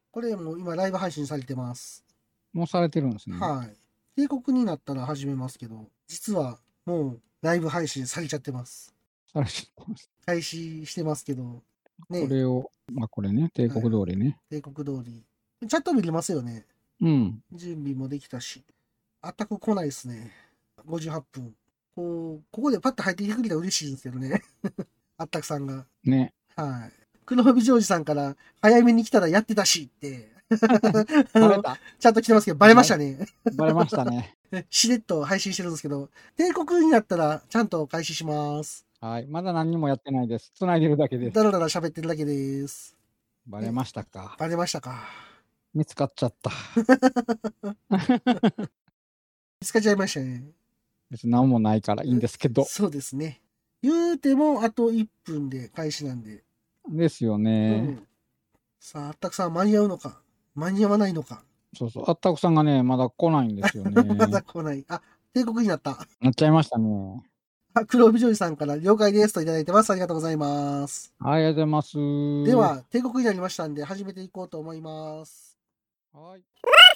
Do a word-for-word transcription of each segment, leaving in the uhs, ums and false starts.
これも今ライブ配信されてます。 もうされてるんですね。 はい。帝国になったら始めますけど、実はもうライブ配信されちゃってます。 されちゃってます。 開始してますけど、ね。 これを、まあこれね、帝国通りね。 帝国通り。ちゃんと見れますよね。 うん。 準備もできたし。全く来ないですね。ごじゅうはっぷん。こう、ここでパッと入ってきてくれたら嬉しいですけどね。あったくさんが。 ね。 はい。黒帯ジョージさんから早めに来たらやってたしって。あのちゃんと来てますけど、バレましたね。 バレましたね。 しれっと配信してるんですけど、帝国になったらちゃんと開始します。 はい。まだ何にもやってないです。繋いでるだけです。 だらだら喋ってるだけです。 バレましたか。 バレましたか。 見つかっちゃった。 見つかっちゃいましたね。 別に何もないからいいんですけど。 そうですね。言うてもあといっぷんで開始なんで。 ですよね。 うん、さあ、あったくさん間に合うのか、間に合わないのか。 そうそう。あったくさんがね、まだ来ないんですよね。 まだ来ない。あ、帝国になった。 なっちゃいましたね。 あ、黒帯ジョージさんから了解ですといただいてます。ありがとうございます。 はい、ありがとうございます。 では、帝国になりましたんで、始めていこうと思います。 はい。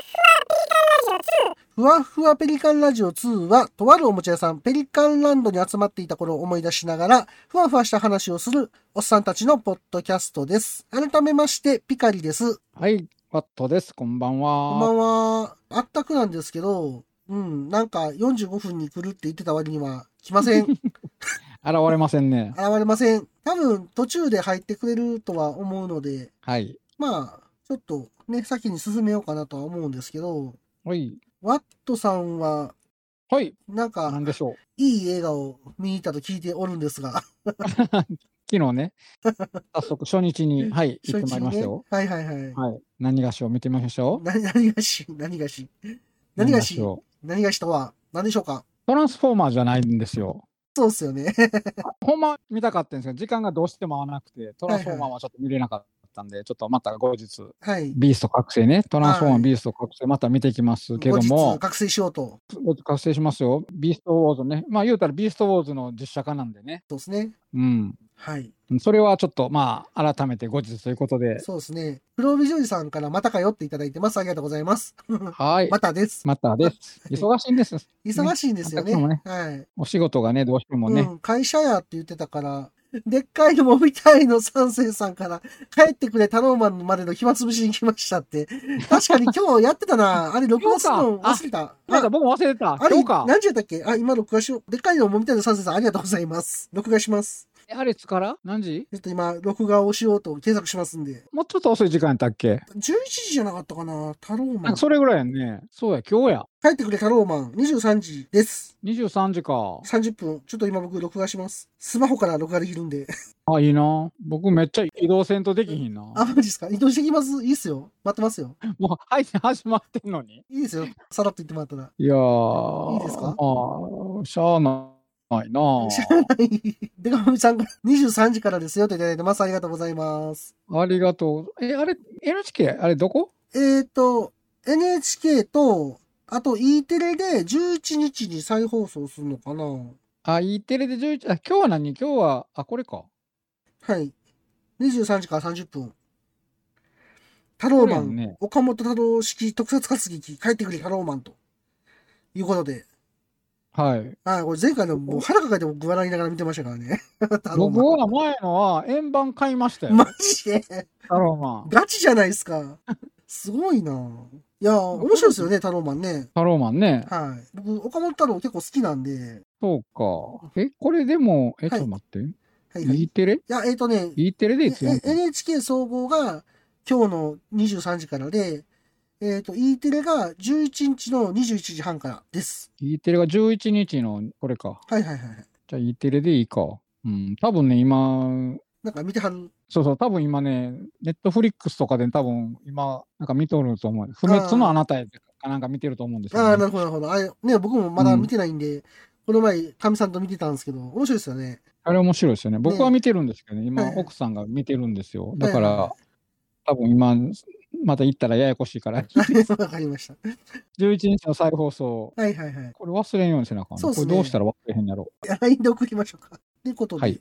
ふわふわペリカンラジオツーは、とあるおもちゃ屋さん、ペリカンランドに集まっていた頃を思い出しながら、ふわふわした話をするおっさんたちのポッドキャストです。改めまして、ピカリです。 はい、ワットです。こんばんは。 こんばんは。あったくなんですけど、うん、なんかよんじゅうごふんに来るって言ってた割には来ません。 現れませんね。 現れません。多分途中で入ってくれるとは思うので、 はい。 まあ、ちょっとね、先に進めようかなとは思うんですけど、 はい。 ワットさんは、 はい。 なんか、 なんでしょう。 いい映画を見に行ったと聞いておるんですが。 昨日ね、早速初日に、はい、行ってまいりましたよ。 はいはいはい。 はい。何がしを見てみましょう。 な何がし、何がし。何がし、何がしとは何でしょうか。 トランスフォーマーじゃないんですよ。 そうっすよね。 ほんま見たかったんですけど、時間がどうしても合わなくて、トランスフォーマーはちょっと見れなかったんで、はいはい、ちょっとまた後日、はい、ビースト覚醒ね、トランスフォーマービースト覚醒、また見ていきますけども、 後日覚醒しようと。 覚醒しますよ。ビーストウォーズね。まあ言うたらビーストウォーズの実写化なんでね。 そうですね。 うん。 はい。 それはちょっとまあ改めて後日ということで。 そうですね。黒帯ジョージさんからまたかよっていただいてます。ありがとうございます。 はい。 またです。 またです。忙しいんです。 忙しいんですよね。ね、 はい。お仕事がね、どうしてもね。 うん、会社やって言ってたから、でっかいのもみたいの三世さんから、帰ってくれタローマンまでの暇つぶしに来ましたって。確かに今日やってたな。あれ録画するの忘れた。 あ、僕も忘れた。 あれ、何時やったっけあ、今録画しよう。でっかいのもみたいの三世さんありがとうございます。録画します。 あれいつから何時ちょっと今、録画をしようと検索しますんで。 もうちょっと遅い時間やったっけ ?じゅういち時じゃなかったかなタローマン。 それぐらいやんね。そうや、今日や。 帰ってくれタローマン。にじゅうさんじです。 にじゅうさんじか。 さんじゅっぷん。ちょっと今僕録画します。スマホから録画できるんで。 あ、いいな。僕めっちゃ移動せんとできひんな。 あ、マジですか移動してきますいいっすよ。待ってますよ。 もう配信始まってんのにいいですよ。さらっと言ってもらったら。 いやー。 いいですかああ、しゃあないなぁ。 しゃあない。でかまみさんがにじゅうさんじからですよといただいてます。ありがとうございます。 ありがとう。え、あれ、エヌエイチケー? あれどこえっと、エヌエイチケー と、あと E テレでじゅういちにちに再放送するのかなあ、E テレでじゅういち、あ、今日は何今日は、あ、これか。 はい。にじゅうさんじからさんじゅっぷん。タローマン、ね、岡本太郎式特撮活劇、帰ってくれタローマンということで。 はい。 はい、これ前回のもう腹抱えて僕笑いながら見てましたからね。 僕は前のは円盤買いましたよ。 マジでタローマン。 ガチじゃないですか。すごいな。いや、面白いですよね、タローマンね。 タローマンね。 はい。僕、岡本太郎結構好きなんで。 そうか。え、これでも、え、ちょっと待って。はいはい、E テレいや、えっ、ー、とね、 E テレでいつやんのエヌエイチケー 総合が今日のにじゅうさんじからで、えっ、ー、と、E テレがじゅういちにちのにじゅういちじはんからです。 E テレがじゅういちにちのこれか。 はいはいはい。 じゃあ E テレでいいか。うん。多分ね、今、 なんか見てはる。 そうそう、多分今ね、ネットフリックスとかで多分今、なんか見とると思う。不滅のあなたへかなんか見てると思うんですよ、ね。 ああ、なるほどなるほど。あれ、ね、僕もまだ見てないんで、うん、この前、かみさんと見てたんですけど、面白いですよね。 あれ面白いですよね。僕は見てるんですけどね、今、はいはい、奥さんが見てるんですよ。だから、はいはいはい、多分今、また行ったらややこしいから。わかりました。 じゅういちにちの再放送。 はいはいはい。 これ忘れんようにせなあかん。そうですね。これどうしたら忘れへんやろ。 ライン で送りましょうか。ということで、はい、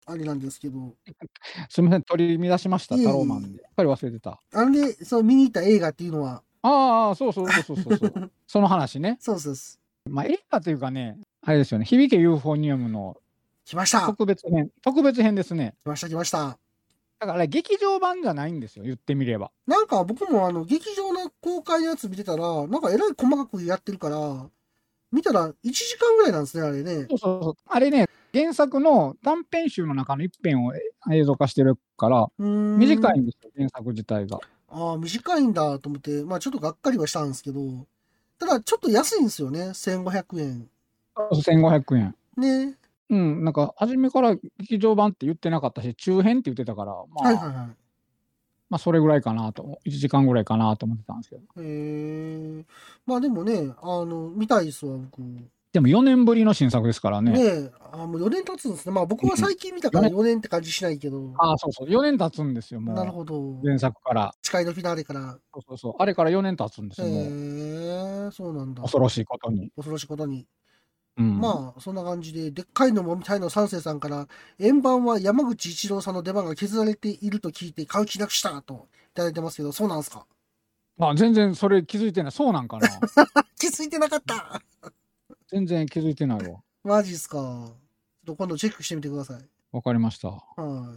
あれなんですけど。 すみません、取り乱しました、タローマンで。やっぱり忘れてた。 あれで、その見に行った映画っていうのは。 ああ、そうそうそうそうそう。その話ね。 そうそうす。 まあ、映画というかね、あれですよね、響けユーフォニアムの来ました。 特別編、特別編ですね。 来ました来ました。 だから劇場版じゃないんですよ、言ってみれば。 なんか僕もあの、劇場の公開のやつ見てたら、なんかえらい細かくやってるから、見たらいちじかんぐらいなんですね、あれね。 そうそうそう。あれね、原作の短編集の中の一編を映像化してるから、短いんですよ、原作自体が。 ああ、短いんだと思って、まあちょっとがっかりはしたんですけど、ただちょっと安いんですよね、せんごひゃくえん。 せんごひゃくえん。 ね。 うん、なんか、初めから劇場版って言ってなかったし、中編って言ってたから、まあ、はいはいはい。まあ、それぐらいかなと、いちじかんぐらいかなと思ってたんですけど。 へえ。まあでもね、あの、見たいですわ、僕。 でもよねんぶりの新作ですからね。 ねえ、あもうよねん経つんですね。まあ僕は最近見たからよねんって感じしないけど。 ああ、そうそう、よねん経つんですよ、もう。 なるほど。 原作から。 誓いのフィナーレから。 そうそうそう。あれからよねん経つんですよ、もう。 へえ、そうなんだ。 恐ろしいことに。 恐ろしいことに。 うん、 まあ、そんな感じで、でっかいのもみたいの三世さんから、円盤は山口一郎さんの出番が削られていると聞いて買う気なくしたといただいてますけど、そうなんすか？ あ、全然それ気づいてない。そうなんかな。 気づいてなかった全然気づいてないわ。 マジっすか。今度チェックしてみてください。 わかりました。 はい。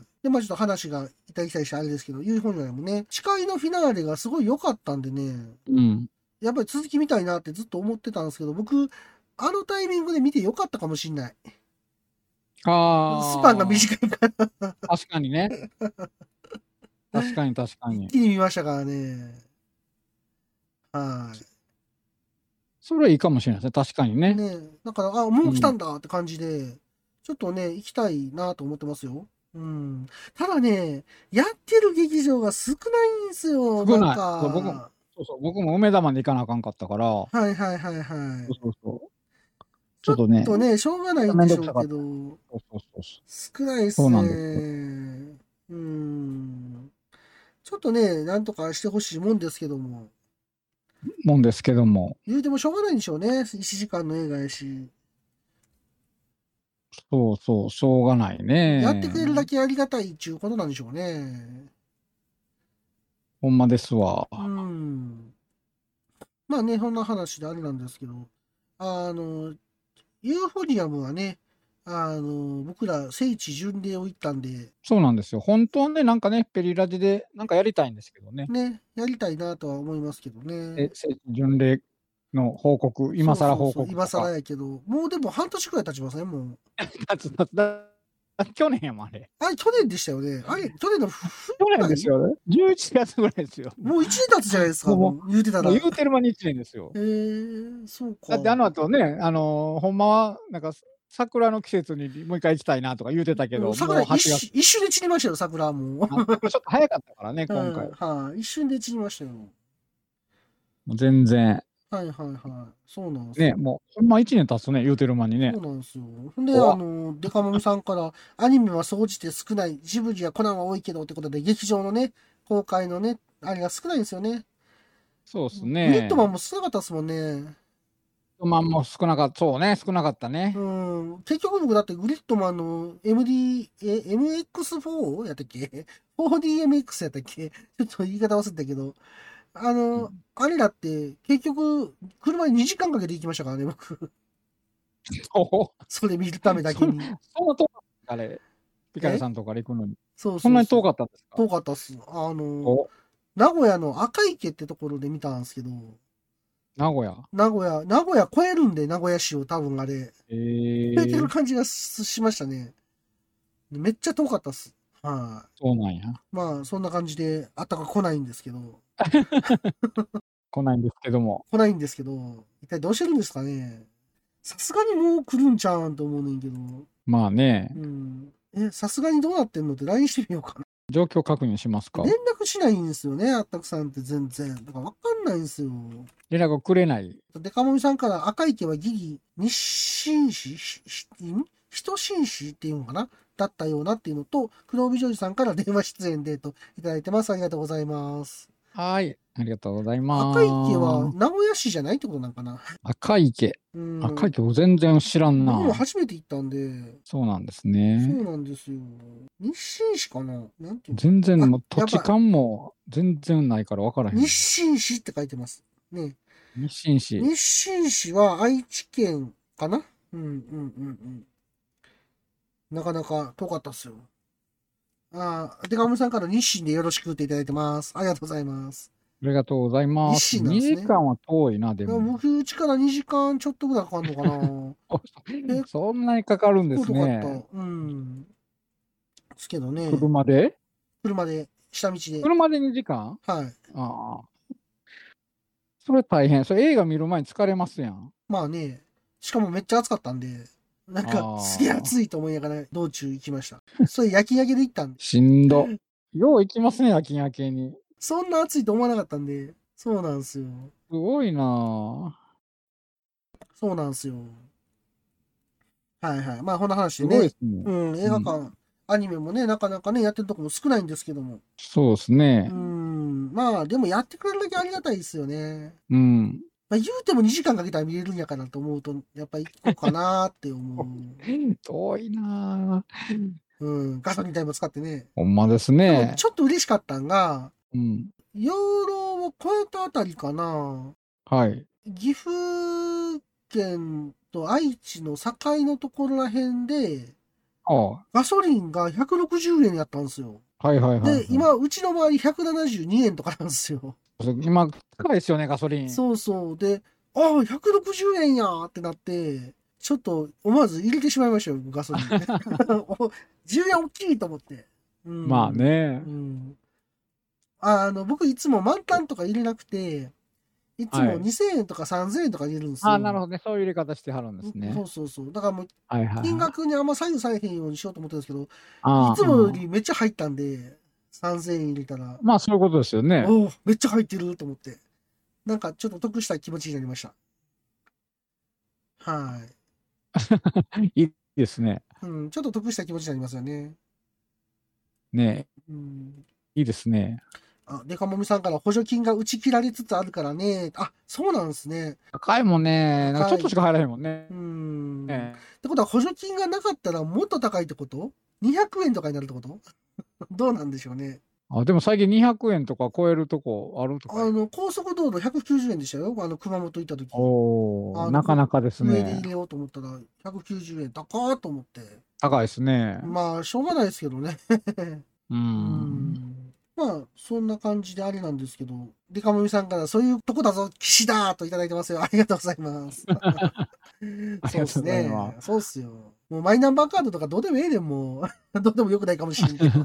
で、まあちょっと話がいたり来たりしてあれですけど、ユーフォニアもね、誓いのフィナーレがすごい良かったんでね、 うん。 やっぱり続き見たいなってずっと思ってたんですけど、僕、あのタイミングで見て良かったかもしんない。 ああ。 スパンが短いから。 確かにね。確かに確かに。 一気に見ましたからね。はい。 それはいいかもしれないですね。確かにね。 ねだから、あ、もう来たんだって感じで、うん、ちょっとね、行きたいなと思ってますよ。うん。ただね、やってる劇場が少ないんですよ。 少ない。 なんか僕も、そうそう、僕も梅田まで行かなあかんかったから。 はいはいはいはい。 そうそうそう。ちょっとね。 ちょっとね、しょうがないんでしょうけど、そうそうそうそう少ないっすね。 そうなんですうん。ちょっとね、なんとかしてほしいもんですけども。 もんですけども。 言うてもしょうがないんでしょうね。いちじかんの映画やし。 そうそう、しょうがないね。 やってくれるだけありがたいっちゅうことなんでしょうね。 ほんまですわ。 うん。まあね、そんな話であれなんですけど、あの、ユーフォニアムはね、あの、僕ら聖地巡礼を行ったんで。 そうなんですよ。本当はね、なんかね、ペリラジでなんかやりたいんですけどね。 ね、やりたいなとは思いますけどね。 聖地巡礼の報告、今更報告とか。そうそうそう今更やけど、もうでも半年くらい経ちませんもん。 経つ経つだ去年やもん、あれ。 あれ、去年でしたよね。あれ、去年の去年ですよね。じゅういちがつぐらいですよ。 もういちねん経つじゃないですか、もう言うてたら。 言うてる間にいちねんですよ。 へえー、そうか。 だってあの後ね、あのー、ほんまは、なんか、桜の季節にもう一回行きたいなとか言うてたけど、 桜一瞬一瞬で散りましたよ、桜も。 ちょっと早かったからね、今回。 はい、一瞬で散りましたよ。 もう全然。 はいはいはい。そうなんですね、もう、ほんまいちねん経つね、言うてる間にね。 そうなんですよ。ほんで、あの、デカモミさんから、アニメは総じて少ない、ジブリやコナンは多いけどってことで、劇場のね、公開のね、あれが少ないんですよね。 そうっすね。 グリッドマンも少なかったですもんね。 まあもう少なかった、そうね、少なかったね。 うん。結局僕だってグリッドマンの エムディー、え、エムエックスフォー やったっけ フォーディーエムエックス やったっけちょっと言い方忘れたけど、あの、うん、あれだって結局車ににじかんかけて行きましたからね、僕。それ見るためだけに。 そんな遠かったあれ、ピカルさんとか行くのに。 そうそうそう。 そんなに遠かったんですか？ 遠かったっす。あの、名古屋の赤池ってところで見たんですけど、 名古屋名古屋、名古屋超えるんで、名古屋市を多分あれ。 えー、 超えてる感じがしましたね。めっちゃ遠かったっす。はい、あ。 そうなんや。 まあ、そんな感じで、あったか来ないんですけど。 来ないんですけども。 来ないんですけど、一体どうしてるんですかね。さすがにもう来るんちゃうんと思うねんけど。 まあね。 うん。え、さすがにどうなってんのって ライン してみようかな。 状況確認しますか？ 連絡しないんですよね、あったくさんって全然。だから分かんないんですよ。 連絡くれない。 デカモミさんから赤池はギリ、日清市、人紳士っていうのかなだったようなっていうのと、黒帯ジョージさんから電話出演でといただいてます。ありがとうございます。 はい。 ありがとうございます。 赤池は名古屋市じゃないってことなんかな。 赤池。赤池を全然知らんな。 僕も初めて行ったんで。 そうなんですね。 そうなんですよ。日清市かななんていう全然もう土地勘も全然ないから分からへん。 日清市って書いてます。ね。 日清市。 日清市は愛知県かなうんうんうんうん。なかなか遠かったっすよ。ああ、デカムさんから日清でよろしくっていただいてます。ありがとうございます。 ありがとうございます。日清なんですね。にじかんは遠いな、でも。 僕、うちからにじかんちょっとぐらいかかるのかな。 そんなにかかるんですね。 遠かった。うん。ですけどね。 車で車で、下道で。 車でにじかんはい。 ああ。それ大変。それ映画見る前に疲れますやん。 まあね。しかもめっちゃ暑かったんで、なんか、すげえ暑いと思いながら道中行きました。それ夜勤明けで行ったんで。 しんど。よう行きますね、夜勤明けに。 そんな暑いと思わなかったんで、そうなんですよ。 すごいなぁ。 そうなんですよ。はいはい。まあ、こんな話でね。ねうん、映画館、うん、アニメもね、なかなかね、やってるとこも少ないんですけども。 そうですね。 うん、まあ、でもやってくれるだけありがたいですよね。 うん。 まあ、言うてもにじかんかけたら見れるんやからと思うと、やっぱ行こうかなって思う。 遠いなぁ。うん、ガソリン代も使ってね。 ほんまですね。 でもちょっと嬉しかったんが、 うん、 養老を超えたあたりかな。 はい。 岐阜県と愛知の境のところらへんで、ああガソリンがひゃくろくじゅうえんやったんですよ。 はいはいはい、はい。 で、今、うちの周りひゃくななじゅうにえんとかなんですよ。 今、高いですよね、ガソリン。 そうそう。で、ああ、ひゃくろくじゅうえんやーってなって、ちょっと思わず入れてしまいましたよ、ガソリン。じゅうえん大きいと思って。うん、 まあね。 うん。あの、僕いつも満タンとか入れなくて、いつもにせんえんとかさんぜんえんとか入れるんですよ。 あ、なるほどね。そういう入れ方してはるんですね。 そうそうそう。だからもう、金額にあんま左右されへんようにしようと思ってるんですけど、いつもよりめっちゃ入ったんで、さんぜんえん入れたら。 まあそういうことですよね。 おお、めっちゃ入ってると思って。なんかちょっと得した気持ちになりました。はい。 いいですね。 うん、ちょっと得した気持ちになりますよね。 ねえ。うん、いいですね。 あ、デカモミさんから補助金が打ち切られつつあるからね。あ、そうなんですね。 高いもんね。なんかちょっとしか入らへんもんね。 うん。ね、ってことは補助金がなかったらもっと高いってこと ?にひゃく 円とかになるってことどうなんでしょうね。 あ、でも最近にひゃくえんとか超えるとこあるとか。 あの、高速道路ひゃくきゅうじゅうえんでしたよ。あの、熊本行った時。 おー、なかなかですね。 上で入れようと思ったらひゃくきゅうじゅうえん高ーと思って。 高いですね。 まあ、しょうがないですけどね。 うん。 まあ、そんな感じであれなんですけど、デカモミさんからそういうとこだぞ、騎士だといただいてますよ。ありがとうございます。そうっすね。そうっすよ。もうマイナンバーカードとかどうでもええねん、もう。どうでもよくないかもしれんけど。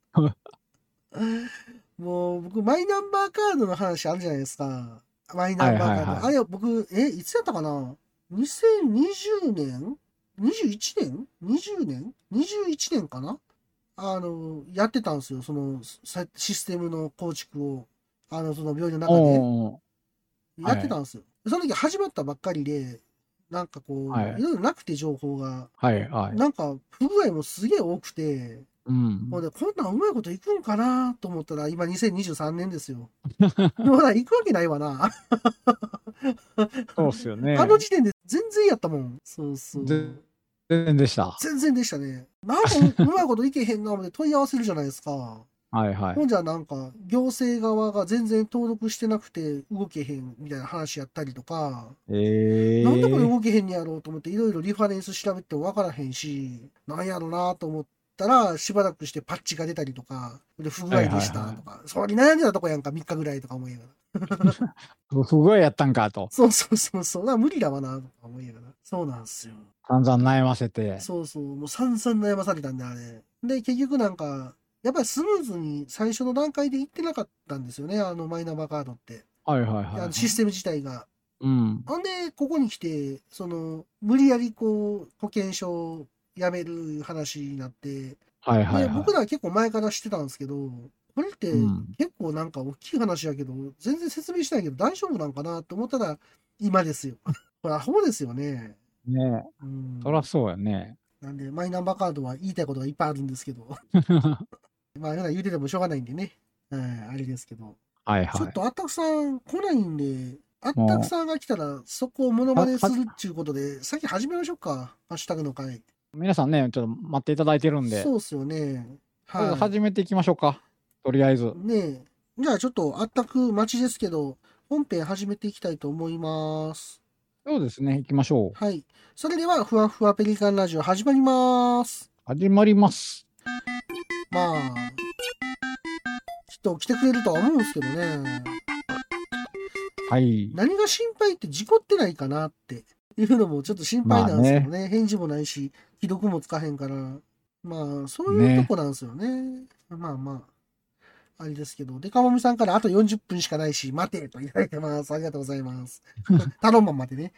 もう僕、マイナンバーカードの話あるじゃないですか。マイナンバーカード。はいはいはい、あれ、僕、え、いつやったかな ?にせんにじゅう 年 ?にじゅういち 年 ?にじゅう 年 ?にじゅういち 年かなあの、やってたんですよ。その、システムの構築を、あの、その病院の中で。やってたんですよ。はい、その時始まったばっかりで、なんかこう、はい、いろいろなくて情報が。はいはい。なんか、不具合もすげえ多くて、うん。ほんで、こんなんうまいこといくんかなと思ったら、今にせんにじゅうさんねんですよ。ほら、行くわけないわな。 そうっすよね。 あの時点で全然やったもん。そうそう。 全然でした。 全然でしたね。なんかうまいこといけへんな、で問い合わせるじゃないですか。はいはい。ほんじゃなんか、行政側が全然登録してなくて動けへんみたいな話やったりとか、えー、なんでこれ動けへんやろうと思っていろいろリファレンス調べてもわからへんし、なんやろなと思ったら、しばらくしてパッチが出たりとか、で不具合でしたとか、はいはいはい、それ悩んでたとこやんか、みっかぐらいとか思いながら。不具合やったんかと。 そうそうそうそう。無理だわな、とか思いながら。そうなんですよ。 散々悩ませて。 そうそう。もう散々悩まされたんで、あれ。で、結局なんか、やっぱりスムーズに最初の段階で行ってなかったんですよね、あのマイナンバーカードって。はいはいはい、はい。あのシステム自体が。うん。ほんで、ここに来て、その、無理やりこう、保険証をやめる話になって、はいはい、はい、で、僕らは結構前から知ってたんですけど、これって結構なんか大きい話やけど、全然説明しないけど大丈夫なんかなと思ったら、今ですよ。これアホですよね。 ねえ。うん。そらそうやね。 なんで、マイナンバーカードは言いたいことがいっぱいあるんですけど。まあ、言うててもしょうがないんでね。はい、あれですけど。 はいはい。 ちょっとあったくさん来ないんで、あったくさんが来たらそこをモノマネするっていうことで、先始めましょうか。ハッシュタグの回。 皆さんね、ちょっと待っていただいてるんで。 そうっすよね。 はい。始めていきましょうか。とりあえず。 ねえ。じゃあちょっとあったく待ちですけど、本編始めていきたいと思います。 そうですね。行きましょう。 はい。それでは、ふわふわペリカンラジオ始まります。 始まります。 まあ、きっと来てくれるとは思うんですけどね。 はい。 何が心配って事故ってないかなっていうのもちょっと心配なんですけどね。まあね、返事もないし、既読もつかへんから。まあ、そういうとこなんですよね。ね、まあまあ、あれですけど、デカモミさんからあとよんじゅっぷんしかないし、待てといただいてます。ありがとうございます。頼まんまでね。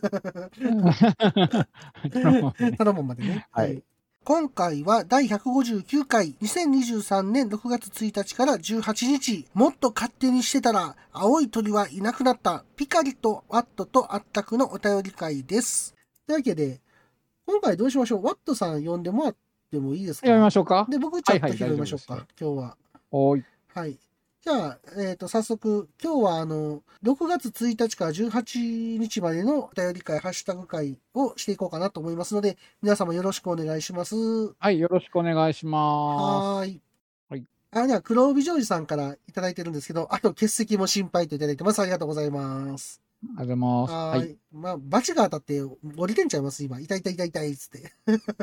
頼まんまでね。はい。はい、今回はだいひゃくごじゅうきゅうかい、にせんにじゅうさんねんろくがつついたちからじゅうはちにち、もっと勝手にしてたら、青い鳥はいなくなった、ピカリとワットとあったくのお便り会です。というわけで、今回どうしましょう。ワットさん呼んでもらってもいいですか？ 読みましょうか。 で、僕ちょっと拾いましょうか、はいはい、今日は。 はい。 はい。じゃあ、えっと、早速、今日はあの、ろくがつついたちからじゅうはちにちまでのお便り会、ハッシュタグ会をしていこうかなと思いますので、皆様よろしくお願いします。 はい、よろしくお願いします。 はい。はい。あ、では、黒帯ジョージさんからいただいてるんですけど、あと欠席も心配といただいてます。ありがとうございます。 ありがとうございます。 はい。はい、まあ、バチが当たって降りてんちゃいます、今。痛い痛い痛い痛いっつって。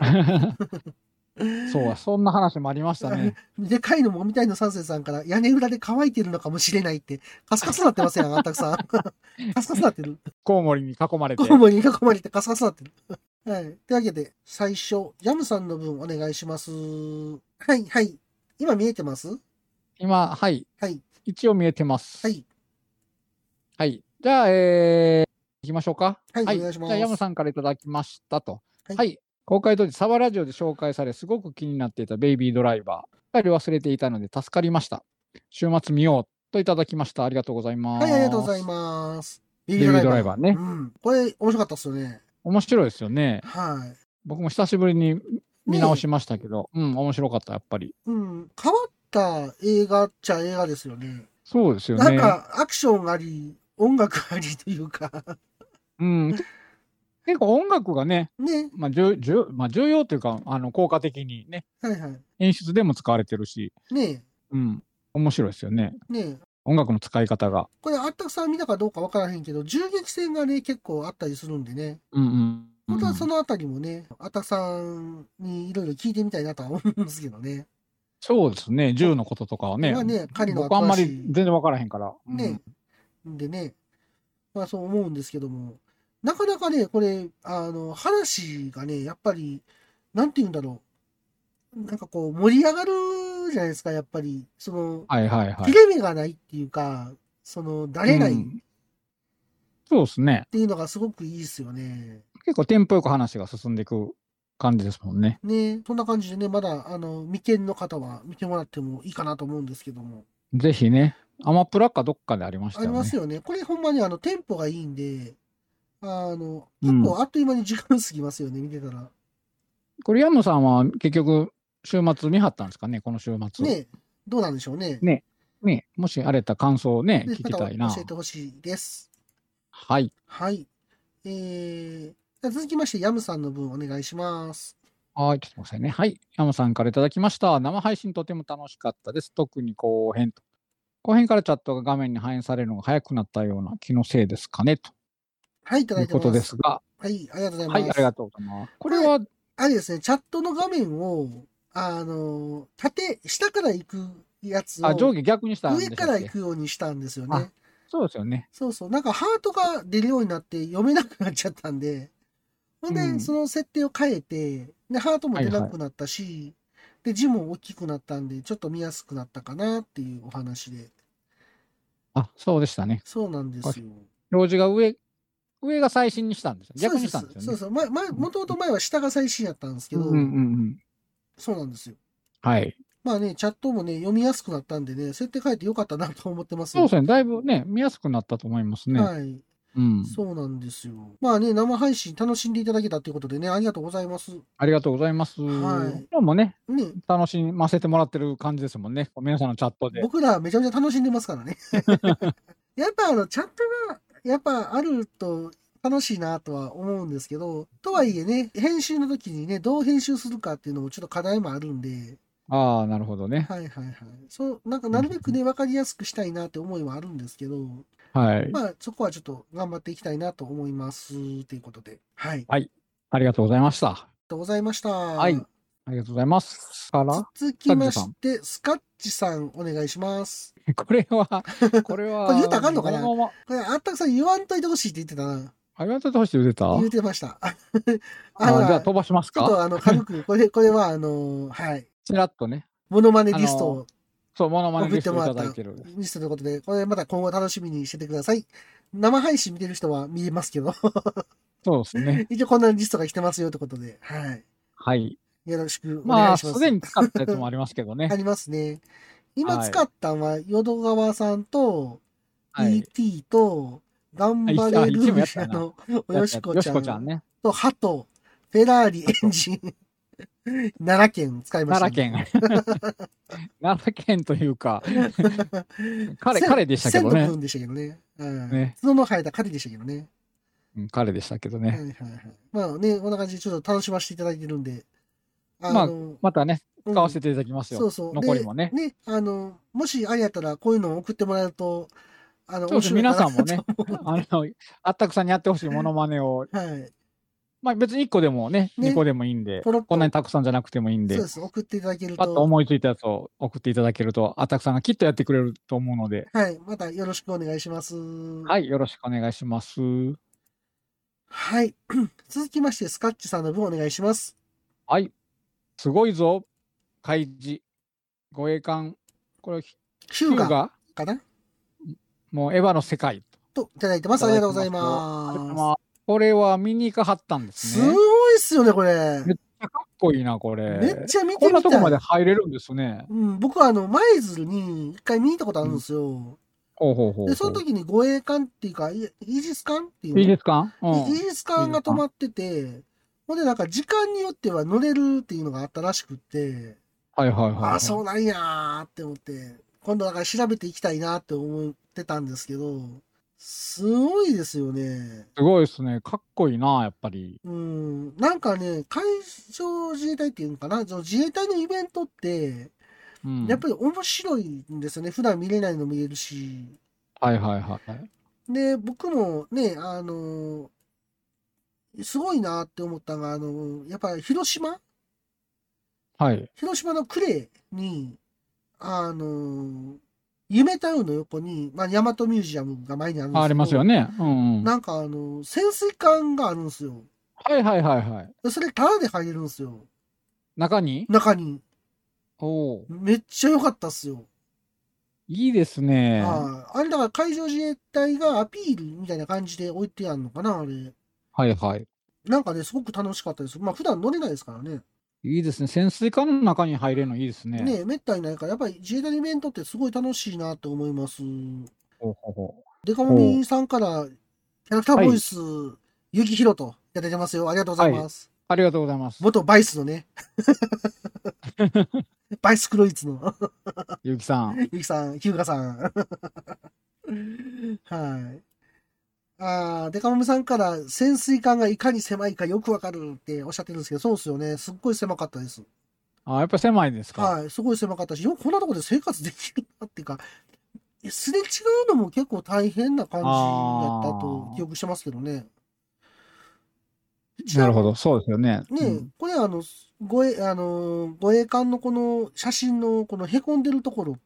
そう、そんな話もありましたね。 でかいのもみたいの三世さんから屋根裏で乾いてるのかもしれないって、カスカスなってますやん、あったくさん。カスカスなってる。 コウモリに囲まれて。 コウモリに囲まれてカスカスなってる。はい。というわけで、最初、ヤムさんの分お願いします。はい、はい。今見えてます？ 今、はい。 はい。 一応見えてます。 はい。 はい。じゃあ、えー、行きましょうか。 はい、はい、お願いします。 じゃあ、ヤムさんからいただきましたと。はい。はい、公開当時、サバラジオで紹介され、すごく気になっていたベイビードライバー。すっかり忘れていたので助かりました。週末見ようといただきました。ありがとうございます。 はい、ありがとうございます。 ベイビードライバーね。 うん。これ、面白かったっすよね。 面白いですよね。 はい。 僕も久しぶりに見直しましたけど、ね、うん、面白かった、やっぱり。 うん。変わった映画っちゃ映画ですよね。 そうですよね。 なんか、アクションあり、音楽ありというか。 うん。結構音楽がね、 ね、 まあ、重重まあ、重要というか、あの効果的にね、 はいはい、 演出でも使われてるし、 ね、 うん、面白いですよね。 ね、 音楽の使い方が。 これ、あったくさん見たかどうかわからへんけど、銃撃戦がね、結構あったりするんでね。 うんうん。 本当はそのあたりもね、あったくさんにいろいろ聞いてみたいなとは思うんですけどね。 そうですね、銃のこととかはね、 まあね、彼の僕あんまり全然わからへんから。 ね、うん、でね、まあそう思うんですけども、なかなかね、これ、あの、話がね、やっぱり、なんて言うんだろう。なんかこう、盛り上がるじゃないですか、やっぱり。その、 はいはいはい。 切れ目がないっていうか、その、だれない、うん。 そうですね。 っていうのがすごくいいですよね。 結構テンポよく話が進んでいく感じですもんね。 ね、そんな感じでね、まだ、あの、未見の方は見てもらってもいいかなと思うんですけども。 ぜひね、アマプラかどっかでありましたよね。 ありますよね。これほんまにあの、テンポがいいんで、あの、結構あっという間に時間過ぎますよね、うん、見てたら。 これ、ヤムさんは結局、週末見張ったんですかね、この週末。 ね、どうなんでしょうね。 ね、ね、もしあれた感想をね、聞きたいな。 教えてほしいです。 はい。 はい。えー、続きまして、ヤムさんの分お願いします。 はい、ちょっとすみませんね。はい。ヤムさんからいただきました。生配信とても楽しかったです。特に後編と。後編からチャットが画面に反映されるのが早くなったような気のせいですかねと。 はい、いただいてます。 ということですが。 はい、ありがとうございます。 はい、ありがとうございます。これは、 あれですね、チャットの画面を、あの、縦、下から行くやつを、 あ、上下逆にしたんで上から行くようにしたんですよね。 そうですよね。 そうそう。なんかハートが出るようになって読めなくなっちゃったんで、ほんで、うん、その設定を変えて、で、ハートも出なくなったし、はいはい、で、字も大きくなったんで、ちょっと見やすくなったかなっていうお話で。 あ、そうでしたね。 そうなんですよ。 表示が上、上が最新にしたんですよ。逆にしたんですよね。 そうそう。前、前、もともと前は下が最新やったんですけど、うんうんうん、そうなんですよ。 はい。 まあね、チャットもね、読みやすくなったんでね、設定変えてよかったなと思ってますよ。そうですね。だいぶね、見やすくなったと思いますね。 はい。 うん。 そうなんですよ。まあね、生配信楽しんでいただけたということでね、ありがとうございます。 ありがとうございます。 はい。 今日もね、 ね、 楽しませてもらってる感じですもんね。皆さんのチャットで。 僕らめちゃめちゃ楽しんでますからね。やっぱあの、チャットが、やっぱあると楽しいなとは思うんですけど、とはいえね、編集の時にね、どう編集するかっていうのもちょっと課題もあるんで、 ああ、なるほどね。 はいはいはい。そう、なんかうんなるべくね、わかりやすくしたいなって思いはあるんですけど、 はい。 まあ、そこはちょっと頑張っていきたいなと思います。ということで。はい。ありがはい。ありがとうございました。 とうございましはい。 た。 ありがとうございます。から続きまサッジさん。 して、スカッチさんお願いします。 これは、これこれ言うたらは、 あかんのかなものま、 これ、あったくさん言わんといてほしいって言ってたな。 ありがとうほしい言うてた言うてました。ああじゃあの、 飛ばしますかちょっとあの、軽く、これ、これはあの、はい。 ちらっとね。 モノマネリストあの、 をそう、モノマネ送っリストいたてもらっただいてる。 リストということで、これまた今後楽しみにしててください。生配信見てる人は見れますけど、 そうですね。 一応こんなリストが来てますよということで、はい。 はい。 よろしくお願まあ、 いします。 すでに使ったやつもありますけどあね。 りますね。今はい。 使ったのは、淀川さんと、 はい。 イーティー と、頑あ、い張れルあ一もやったーシャのおやったやった。 よしこよしちゃんこちゃんね。 と、ハト、フェラーリあと、 エンジン、奈良県使いました奈良ね。 県。奈良県というか、彼、 せ彼でしたけどね。 千の分でしたけどね。うん。 ね。 角の生えた彼でしたけどね。 うん、彼でしたけどね。 はいはいはい。まあね、こんな感じでちょっと楽しませていただいてるんで、あまあ、 の、 またね、 うん。 使わせていただきますよ。 そうそう。で、 残りもね。 ね、あの、もしあれやったらこういうのを送ってもらえると、あの、面そうですね。 白いかな皆さんもね、 と思うんあで。 の、あったくさんにやってほしいモノマネを、 はい。 まあ別にいっこでもね、2 ね、 個でもいいんで、 ポロッと、 こんなにたくさんじゃなくてもいいんで、 そうです。送っていただけるパッとと、 思いついたやつを送っていただけると、あったくさんがきっとやってくれると思うので、 はい。またよろしくお願いします。 はい、よろしくお願いします。 はい。続きまして、スカッチさんの分お願いします。 はい、すごいぞ、開示、護衛艦、これ、ヒヒューガューガ、 かなもうエヴァの世界といただいてます。あいただいてりがとうございますよ。ありがとうございます。 ます。これは見に行かはったんですすごね。 いっすよね、これ。 めっちゃかっこいいな、こめっれ。 ちゃ見てこんなとこまでみたい。 入れるんですね。 うん、僕はあの、舞鶴に一回見に行ったことあうん。 るんですよ。 ほうほうほで、 うほその時に護衛艦っていうか、イイージス艦っていうう。いいのですかうイイーん。 ジス艦いいですかが止まってて、ほんでなんか時間によっては乗れるっていうのがあったらしくって、 はいはいはいああ、 はい。 そうなんやーって思って、今度だから調べていきたいなって思ってたんですけど、すごいですよね。 すごいですね。かっこいいな、やっぱり。 うん、なんかね、海上自衛隊っていうのかな、その自衛隊のイベントって、 うん。 やっぱり面白いんですよね。普段見れないの見れるし。 はいはいはい。 で、僕もね、あの、すごいなって思ったのが、あの、やっぱり広島はい。 広島の呉に、あの、夢タウンの横に、まあ、大和ミュージアムが前にあるんであ、ありすけど、 ますよね。うんうん。 なんかあの、潜水艦があるんですよ。 はいはいはいはい。 でそれ、タダで入れるんですよ。 中に中に。 おおー。 めっちゃ良かったっすよ。 いいですね。 はい。あれ、だから海上自衛隊がアピールみたいな感じで置いてあるのかな、あれ。 はいはい。 なんかね、すごく楽しかったです。まあ、普段乗れないですからね。 いいですね。潜水艦の中に入れるのいいですね。 ね、めったにないから、やっぱり自衛隊のイベントってすごい楽しいなと思います。 ほうほうほう。 デカモほう。 ミさんからキャラクターはい。 ボイス、ゆきひろといただいてますよ。ありがとうございはい。 ます。 ありがとうございます。 元バイスのね、バイスクロイツのゆうきさん。 ゆきさん、ヒューガさん。はい。ああ、デカモミさんから潜水艦がいかに狭いかよくわかるっておっしゃってるんですけど、そうですよね。すっごい狭かったです。 あ、やっぱ狭いですか。 はい。すごい狭かったし、よくこんなところで生活できるなっていうか、すれ違うのも結構大変な感じやったと記ああ、 憶してますけどね。ちなみなるほど。そうですよね。 に、ね、 うん。 これあの、護衛、あの、護衛艦のこの写真のこの凹んでるところって、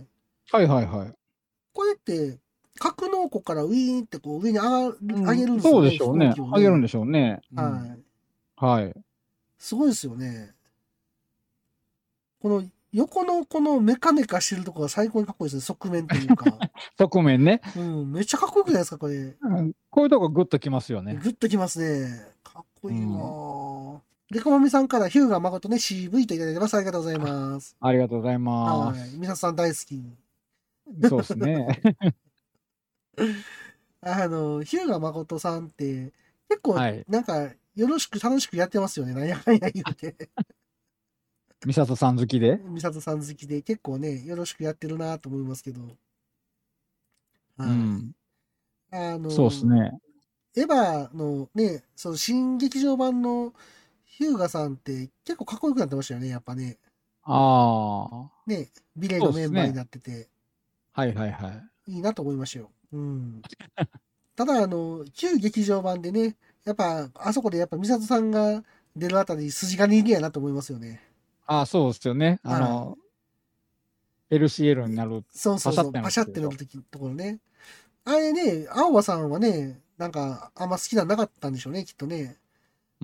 はいはいはい。 これって格納庫からウィーンってこう上に上がる、上げうん、そうでるんですよね、飛行しょうね。 機をね。 あげるんでしょうね。うん。 はい。 はい。 すごいですよね。この横のこのメカメカしてるところが最高にかっこいいですね、側面というか。 側面ね。 うん、めっちゃかっこよくないですか、これ。 うん、こういうとこグッときますよね。 グッときますね。かっこいいわうん。 ー。でかまみさんからヒューガ誠ね シーブイ といただいてます。ありがとうございあ、 ます。 ありがとうございまはい。 す。 皆さん大好き。 そうですね。 あの、日向誠さんって、結構、 はい。 なんか、よろしく楽しくやってますよね。なんやかんや言うて。 美里さん好きで。 美里さん好きで、結構ね、よろしくやってるなと思いますけど。はい。 うん。 あの、 そうですね。 エヴァのね、その新劇場版のヒューガさんって結構かっこよくなってましたよね、やっぱね。 ああ、 ね、ビレそうのメンバーにですね。 なってて、 はいはいはい。 いいなと思いましたよ。うん。ただ、あの、旧劇場版でね、やっぱ、あそこでやっぱ美里さんが出るあたり筋金入りやなと思いますよね。 ああ、そうですよね。あはの、エルシーエル にい。 なる、 そうそうそう、 パシャってなパシャる時でしょ。 ってなるとき、ところね。あれね、青葉さんはね、なんか、あんま好きなんなかったんでしょうね、きっとね。 うん。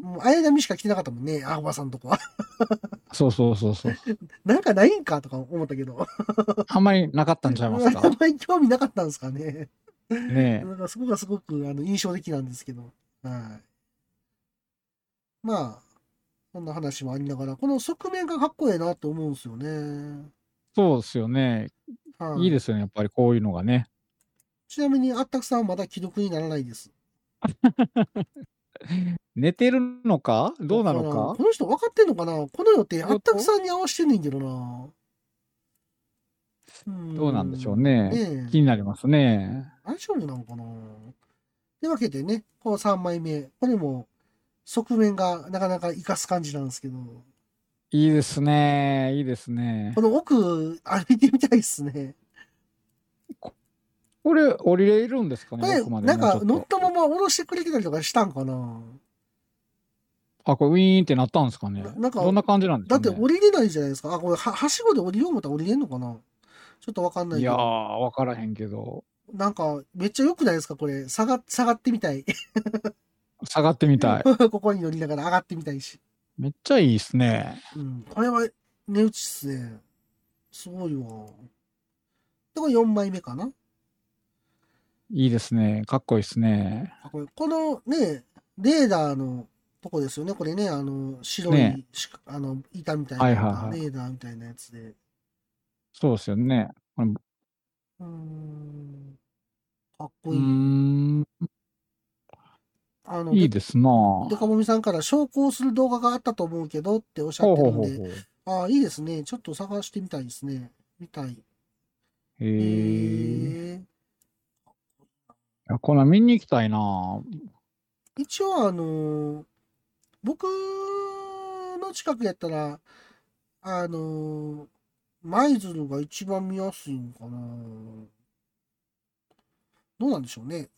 もう、綾波しか来てなかったもんね、青葉さんとこは。 そうそうそうそう。 なんかないんかとか思ったけど。 あんまりなかったんちゃいますか。 あんまり興味なかったんですかね。 ねなんかそこがすごくあの印象的なんですけど。はい。まあ、そんな話もありながら、この側面がかっこええなと思うんですよね。 そうですよね。いいはい。 ですよね、やっぱりこういうのがね。 ちなみに、あったくさんはまだ既読にならないです。 寝てるのかわどうなからん。 のか。 この人分かってんのかな、この予定、あったく仕事さんに合わせてんねんけどな。うーどうなんでしょうん。ねね。気にえ。 なりますね。 大丈夫なのかな。というわけでね、このさんまいめ。これも側面がなかなか活かす感じなんですけど、 いいですね。いいですね。 この奥歩いてみたいですね。 ここれ、降りれるんですかね、 これ、 奥までなんか乗っもうちょっと。 たまま下ろしてくれてたりとかしたんかな。 あ、これウィーンってなったんですかな、 ね。 なんか、 どんな感じなんでしだってょうね。 降りれないじゃないですか。あ、これ、は、はしごで降りよう思ったら降りれんのかな。ちょっとわかんないやー、 いけど。 わからへんけど、 なんか、めっちゃ良くないですかこれ。下が、下がってみたい。 下がってみたい。 ここに乗りながら上がってみたいし。 めっちゃいいっすね。 うん。これは、値打ちっすね。すごいわ。で、これよんまいめかな。 いいですね。かっこいいっすね。 あ、これ、このね、レーダーのとこですよね。これね、あの、白ね。 いしか、あの、板みたいはいなのが、 はいはい。 レーダーみたいなやつで。 そうですよね。これううーん、かっこーいい。 ん、 あの、で、 いいですなぁ。 デカモミさんから昇降する動画があったと思うけどっておっしゃっほうほうてるんで、 ほうほう。 ああ、いいですね。ちょっと探してみたいですね。見たい。 へええ。いー、 や、こんなん見に行きたいなぁ。 一応あの、僕の近くやったら、あの、舞鶴が一番見やすいんかな。どうなんでしょうね。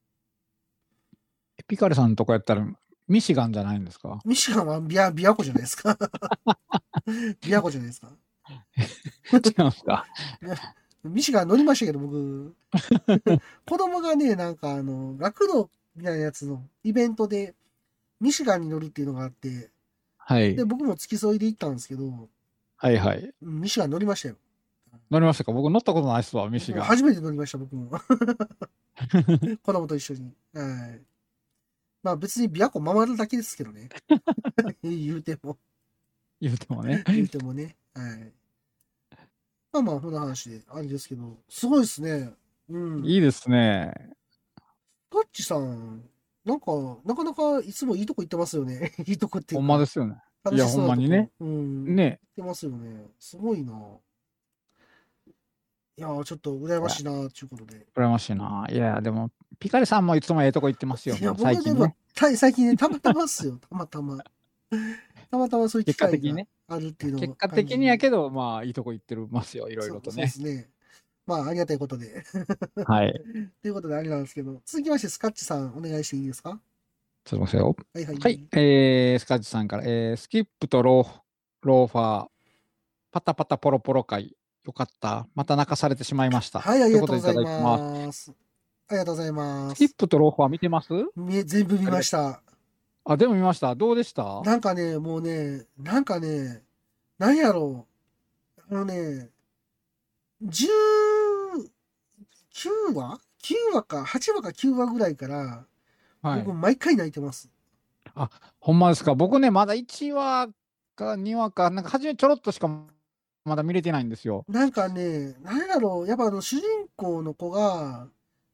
ピカルさんとかやったら、ミシガンじゃないんですか。 ミシガンはビア、ビア湖じゃないですか。ビア湖じゃないですか。 違うんですか。 いやミシガン乗りましたけど、僕、子供がね、なんかあの、学童みたいなやつのイベントで、ミシガンに乗るっていうのがあって、で、 はい。 僕も付き添いで行ったんですけど、 はいはい。 うんミシガン乗りましたよ。 乗りましたか。僕乗ったことないっすわ、ミシガン。 僕初めて乗りました、僕も。子供と一緒に。はい。まあ別に琵琶湖回るだけですけどね。言うても、 言うてもね。 言うてもね。はい。まあまあ、こんな話で、あれですけど、すごいですね。うん。 いいですね。 ガッチさん、なんか、なかなかいつもいいとこ行ってますよね。いいとこっていほうか、 んまですよね。いや、ほ楽しそうなとこ。 んまにね。 うん。行っね。 てますよね。すごいな。いやー、ちょっと羨いや、 ましいな、ということで。 羨ましいな。いや、でも、ピカリさんもいつもええとこ行ってますよ、 いや、 もう最僕でも、 近ね。 た最近ね、たまたまっすよ。たまたま。たまたまそういう機結果会が的にね。 あるっていうのを結果的にや感じ。 けど、まあ、いいとこ行ってますよ、いろいそう、 ろとね。 そうですね。まあ、ありがたいことで。 はい。 ということで、あれなんですけど、続きまして、スカッチさん、お願いしていいですか。 ちょっと待ってよ。 はいははい。 い。 えー、スカッチさんから、えー、スキップとロー、ローファー、パタパタポロポロ会。よかった。また泣かされてしまいました。 はい、ありということでいたがとうございだいてます。 ます。ありがとうございまスキッす。 プとローファー見てます。 み全部見ありがました。 あ、でも見ました。どうでした？ なんかね、もうね、なんかね、なんやろう。あのね、じゅうきゅうわ ?きゅう 話か、はちわかきゅうわぐらいから、僕、 はい。 毎回泣いてます。 あ、ほんまですか。僕ね、まだいちわかにわか、なんか初めちょろっとしかまだ見れてないんですよ。 なんかね、なんやろう。やっぱあの、主人公の子が、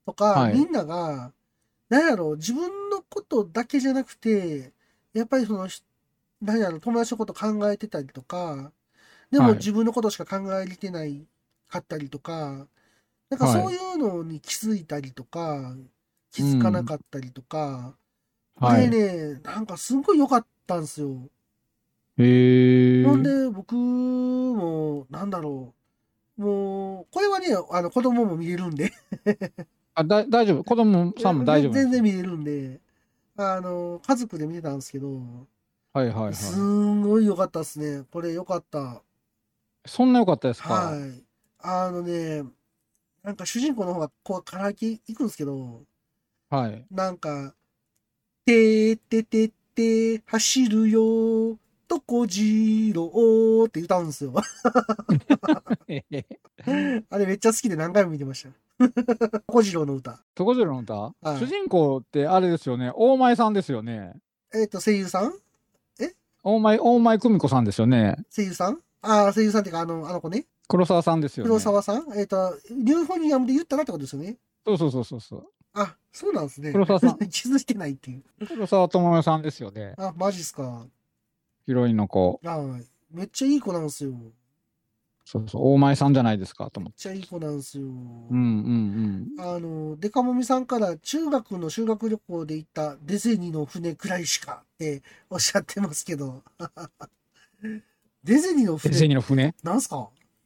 とか、 はいみんなが、なんやろ、自分のことだけじゃなくて、やっぱりその、しなんやろ、友達のこと考えてたりとか、でもはい。 自分のことしか考えれてないかったりとか、なんかはい。 そういうのに気づいたりとか、気う。 づかなんかったりとか、あれはい。 ね、なんかすごい良かったんですよ。 へえ。 ほんで、僕も、なんだろう。もう、これはね、あの、子供も見れるんで、 あ、だ、大丈夫。子供さんも大丈全夫なんですよ。 全然見れるんで、あの、家族で見てたんですけど、 はいはいすはい。 んごい良かったですね。これ良かった。 そんな良かったですか？ はい。あのね、なんか主人公の方がこうカラオケ行くんですけど、 はい。 なんか、てーててって走るよ、とこじろうって歌うんですよ。 へへあれめっちゃ好きで何回も見てました。とこじろうの歌。 トコジロの歌主は人公ってあれですよね。大前さんですよね。 い。えっ、と、声優さんえ大前、大前久美子さんですよね。 声優さんああ、声優さんっていうか、あの、あの子ね。 黒沢さんですよ黒ね。 沢さんえっ、と、ニューフォニアムで言ったなってことですよね。 そうそうそうそうそう。 あ、そうなんですね。 黒沢さん。 気づいてないっていう。 黒沢智代さんですよね。 あ、マジっすか。 ヒロインの子。 はい。めっちゃいい子なんですよ。めっそうそう。大前さんじゃないですかと思って。 ちゃいい子なんですよ。 うんうんあの、デカモミさんから中学の修学旅行で行ったディズニーの船くらいしかっておっしゃってますけど。ディズニーのうん。ディ船、 ズニーの船なんすか？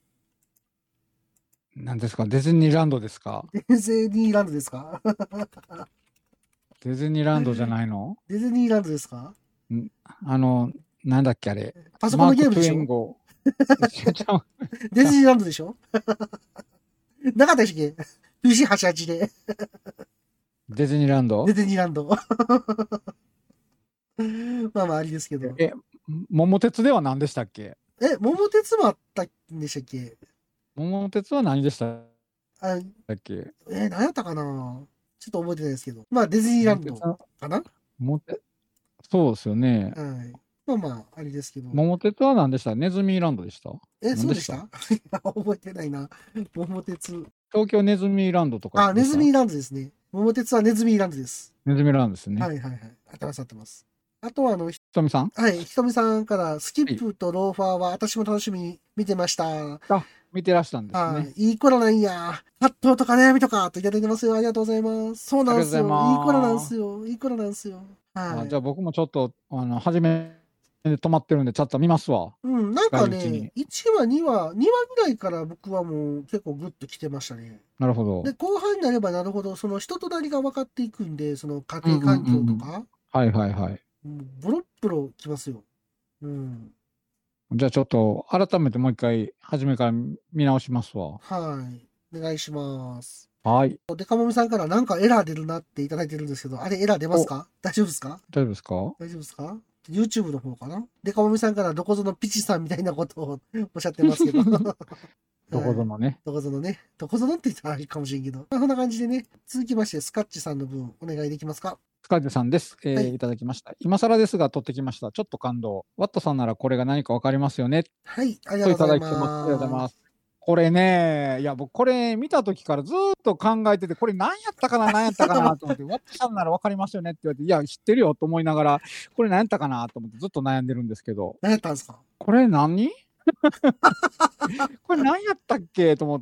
なんですか？ディズニーランドですか？ ディズニーランドですか？ ディズニーランドじゃないの？ ディズニーランドですか？ んあの、なんだっけあれ。 パソコンマーク・トゥのゲームでしょ？ エン号。ちゃちゃうちゃうディズニーランドでしょ？なかったでしたっけ？ ピーシーはちじゅうはち で。 ディズニーランドディズニーランド。まあまあありですけど。 え、桃鉄では何でしたっけ？ え、桃鉄もあったんでしたっけ？ 桃鉄は何でしたっあ、 け？ えー、何やったかな？ちょっと覚えてないですけど。まあディズニーランド桃鉄は、 かな？ 桃鉄、そうですよね。 はい。まあまあ、あれですけど。 桃鉄は何でした？ネズミランドでした？ え、 何でした？ そうでした覚えてないな。桃鉄。 東京ネズミランドとかあ、 でした？ ネズミーランドですね。桃鉄はネズミーランドです。 ネズミランドですね。 はいはいはい。合ってます合ってます。あとはあの、ひひとみさんはい、ひとみさんからスキはい。 ップとローファーは私も楽しみに見てました。 あ、見てらしたんですね。 はい、いい子らなんや。葛藤とか悩みとかといただいてますよ。ありがとうございます。そうありがとうございなんですよ。いい子らなんですます。 よ。いい子らなんですよ。はあ、じゃい。 あ僕もちょっと、あの、初めで止まってるんで、ちょっと見ますわ。 うん、なん近かね、 いうちに。 いちわ、にわ、にわぐらいから僕はもう結構グッと来てましたね。で、 なるほど。 後半になればなるほど、その人となりが分かっていくんで、その家うんうん庭環境うんうん。 とか、 はいはいはい。 うんボロッボロ来ますよ。うん。 じゃあちょっと、改めてもう一回、初めから見直しますわ。 はい。お願いします。 はい。 デカモミさんからなんかエラー出るなっていただいてるんですけど、あれエラー出ますお、 か？大丈夫ですか？ 大丈夫ですか？ 大丈夫ですか？ YouTube の方かな？デカモミさんからどこぞのピチさんみたいなことをおっしゃってますけど。 どこはい。 ぞのね。 どこぞのね。どこぞのって言ったらあれかもしれんけど。まあ、こんな感じでね。続きまして、スカッチさんの分お願いできますか？ スカイデさんです。えー、 はい。 いただきました。今更ですが、取ってきました。ちょっと感動。ワットさんならこれが何かわかりますよね。 はい。ありがといたとうございだいてます。ありがとうございます。 ます。これね、いや、僕、これ見たときからずーっと考えてて、これ何やったかな、何やったかなと思って、ワットさんならわかりますよねって言われて、いや、知ってるよと思いながら、これ何やったかなと思ってずっと悩んでるんですけど、 何やったんですか？ これ何これ何やったっけと思って、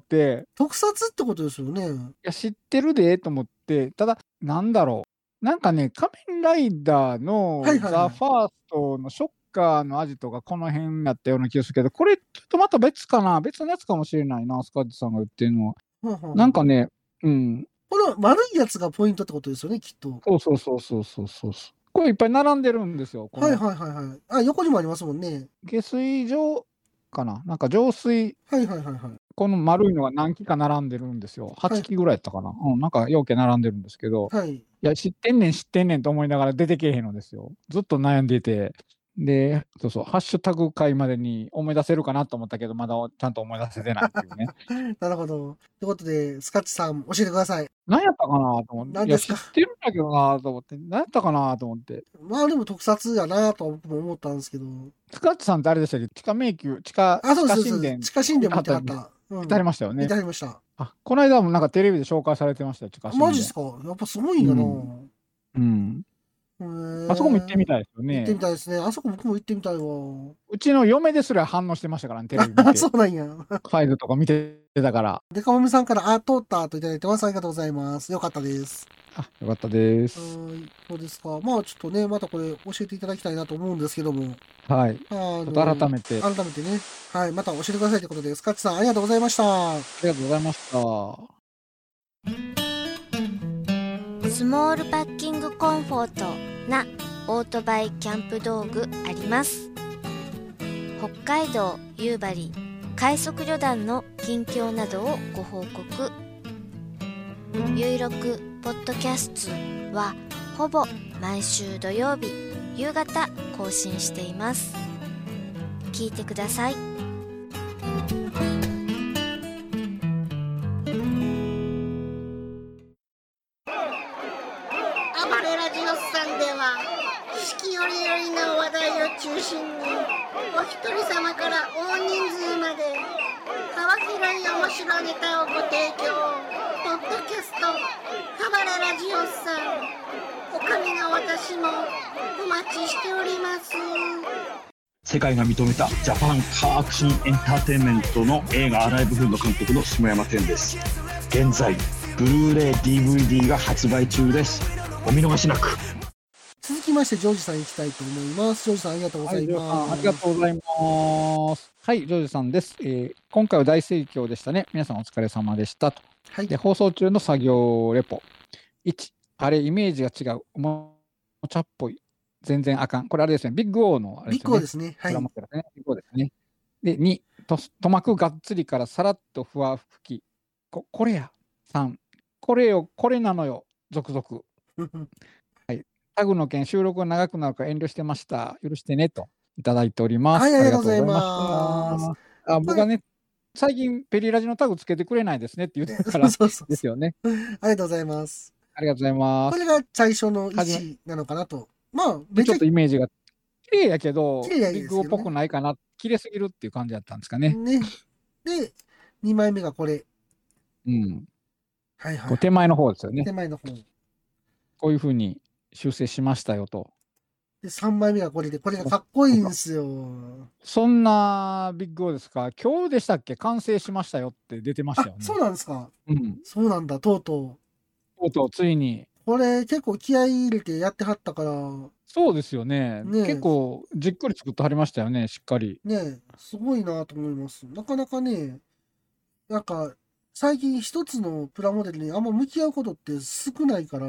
特撮ってことですよね。 いや、知ってるでと思って、ただ、なんだろう。なんかね、仮面ライダーのザ・はいはいはい。 ファーストのショッカーのアジトがこの辺やったような気がするけど、これちょっとまた別かな、別のやつかもしれないな、スカッチさんが言ってるのは。 ほうほうほう。 なんかね、うん、 この丸いやつがポイントってことですよね、きっと。 そうそうそうそうそうそう。これいっぱい並んでるんですよ。こはいのはいはいはい。あ、横にもありますもんね。 下水場かな、なんか浄水、 はいはいはいはい。 この丸いのが何機か並んでるんですよ。8 はい。 機ぐらいやったかな。うん、なんかようけ並んでるんですけど、 はい。 いや、知ってんねん、知ってんねんと思いながら出てけえへんのですよ。ずっと悩んでて。で、そうそう、ハッシュタグ回までに思い出せるかなと思ったけど、まだちゃんと思い出せてないっていうね。 なるほど。ということで、スカッチさん教えてください。 何やったかなと思って。いや、 何ですか？ 知ってるんだけどなと思って。何やったかなと思って。 まあでも特撮やなとは僕も思ったんですけど。 スカッチさんってあれでしたっけ？地下迷宮、地下、 あ、 地そうです、そうです。 下神殿地下神殿も見てはった、見見てはった。うん。 てはりましたよ見てね。 はりました。 あ、この間もなんかテレビで紹介されてましたよ、近しみで。 マジっすか？やっぱすごいんやな。 うん。うん。 へあそこも行ってみえ。 たいですよ行ってみね。 たいですね。あそこ僕も行ってみたいわ。 うちの嫁ですら反応してましたからね、テレビ見そて。 うなんや。 ファイルとか見てたから。 デカモミさんから、あ、通ったといただいてます。ありがとうございます。よかったです。 あ、よかったではす。 ーい。そうですか。まあちょっとね、またこれ教えていただきたいなと思うんですけども。 はい。ちあょっとの、 改めて、 改めてね。はい。また教えてくださいということで、スカッチさんありがとうございました。 ありがとうございました。 スモールパッキングコンフォートなオートバイキャンプ道具あります。北海道夕張快速旅団の近況などをご報告。ゆいろくポッドキャストはほぼ毎週土曜日夕方更新しています。聞いてください。 暴れラジオスさんでは四季折々の話題を中心にお一人様から大人数まで幅広い面白いネタをご提供。ポッドキャスト暴れラジオスさん、おかみの私もお待ちしております。 世界が認めたジャパンカーアクションエンターテインメントの映画アライブフード監督の下山天です。現在ブルーレイ ディーブイディー が発売中です。お見逃しなく。 続きまして、ジョージさん行きたいと思います。ジョージさんありがとうございます。 はい、ありがとうございます。はい、ジョージさんです。えー、今回は大盛況でしたね。皆さんお疲れ様でしたと。 はい、 で放送中の作業レポ。いち、あれ、イメージが違う。おもちゃっぽい。全然あかん。これあれですね。ビッグオーのあれビッグオーですね。はい。 ね、ビッグオーですね。で、に、と、とまくがっつりからさらっとふわ吹き。こ、これや。さん、これよ、これなのよ。続々。はい。タグの件、収録が長くなるから遠慮してました。許してね、といただいております。 はい、ありがとうございまます。 あ、僕はね、最近ペリラジのタグつけてくれないですねって言ってからですよね。 ありがとうございます。 ありがとうございます。 これが最初のいちなのかなと。まあ、 めちょっとイメージが綺麗やけど、 綺麗やけどね、 ビッグオーっぽくないかな、綺麗すぎるっていう感じだったんですかね。 ね。で、にまいめがこれ。 うん。 はいはい。 手前の方ですよね。 手前の方。 こういうふうに修正しましたよと。 で、さんまいめがこれで、これがかっこいいんですよ。 そんなビッグオーですか？今日でしたっけ？完成しましたよって出てましたよね。 そうなんですか？ うん。 そうなんだ、とうとう。とうとう、ついに。 これ結構気合い入れてやってはったから。 そうですよね。ね結構じっくり作ってはりましたよね、しっかり。 ねすごいなと思います。なかなかね、なんか、最近一つのプラモデルにあんま向き合うことって少ないから。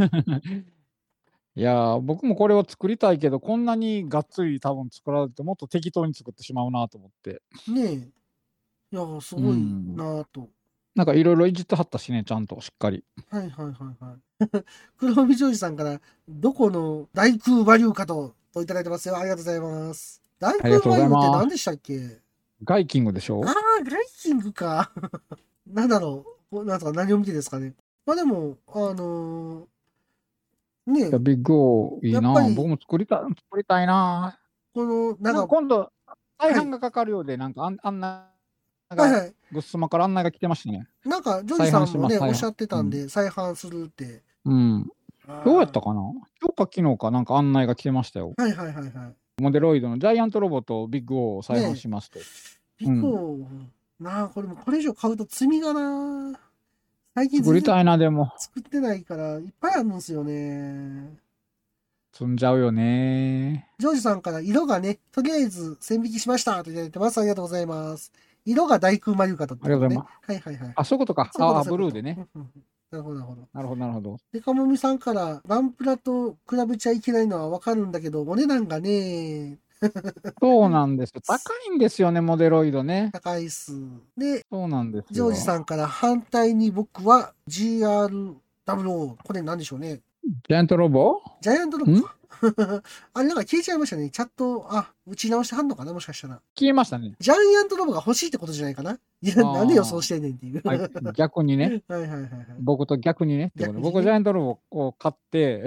いや僕もこれを作りたいけど、こんなにがっつり多分作られてもっと適当に作ってしまうなと思って。 ねえ。いや、すごいなと。 なんかいろいろいじってはったしね、ちゃんとしっかり。 はいはいはいはい。黒帯ジョージさんから、どこの大空バリューかと、といただいてますよ。ありがとうございます。大空バリューって何でしたっけ？ ガイキングでしょ？ ああ、ガイキングか。なんだろう。なんとか何を見てですかね。まあでも、あのー、ねえ。 ビッグオーいいな。僕も作りたい、作りたいな。 この、 なんか今度、大半がかかるようで、なんかあんな、 はいはい。 グッスマから案内が来てましたね。 なんか、ジョージさんもね、おっしゃってたんで、再販するって。 うん。どうやったかな？今日か昨日かなんか案内が来てましたよ。 はいはいはいはい。 モデロイドのジャイアントロボとビッグオーを再販しますと。 ビッグオー、なあ、これもこれ以上買うと積みがな。最近作りたいな、でも。 作ってないから、いっぱいあるんですよね。 積んじゃうよね。 ジョージさんから色がね、とりあえず線引きしましたといただいてます。ありがとうございます。色が大空マリュカと、ね。 ありがとうございます。 はいはいはい。 あ、そういうことか。ああ、ブルーでね。 なるほどなるほど。 なるほどなるほど。 でかもみさんから、ガンプラと比べちゃいけないのはわかるんだけど、お値段がね。 そうなんですよ。高いんですよね、モデロイドね。 高いっす。で、 そうなんですよ。 ジョージさんから反対に僕は ジーアールダブリューオー。これ何でしょうね。 ジャイアントロボ？ ジャイアントロボか。あれなんか消えちゃいましたね。チャット、あ、打ち直してはんのかなもしかしたら。 消えましたね。 ジャイアントロボが欲しいってことじゃないかな。いや、なんで予想してんねんっていう。 逆にね。 はいはいはいはい。 僕と逆にね。ね僕ジャイアントロボを買って、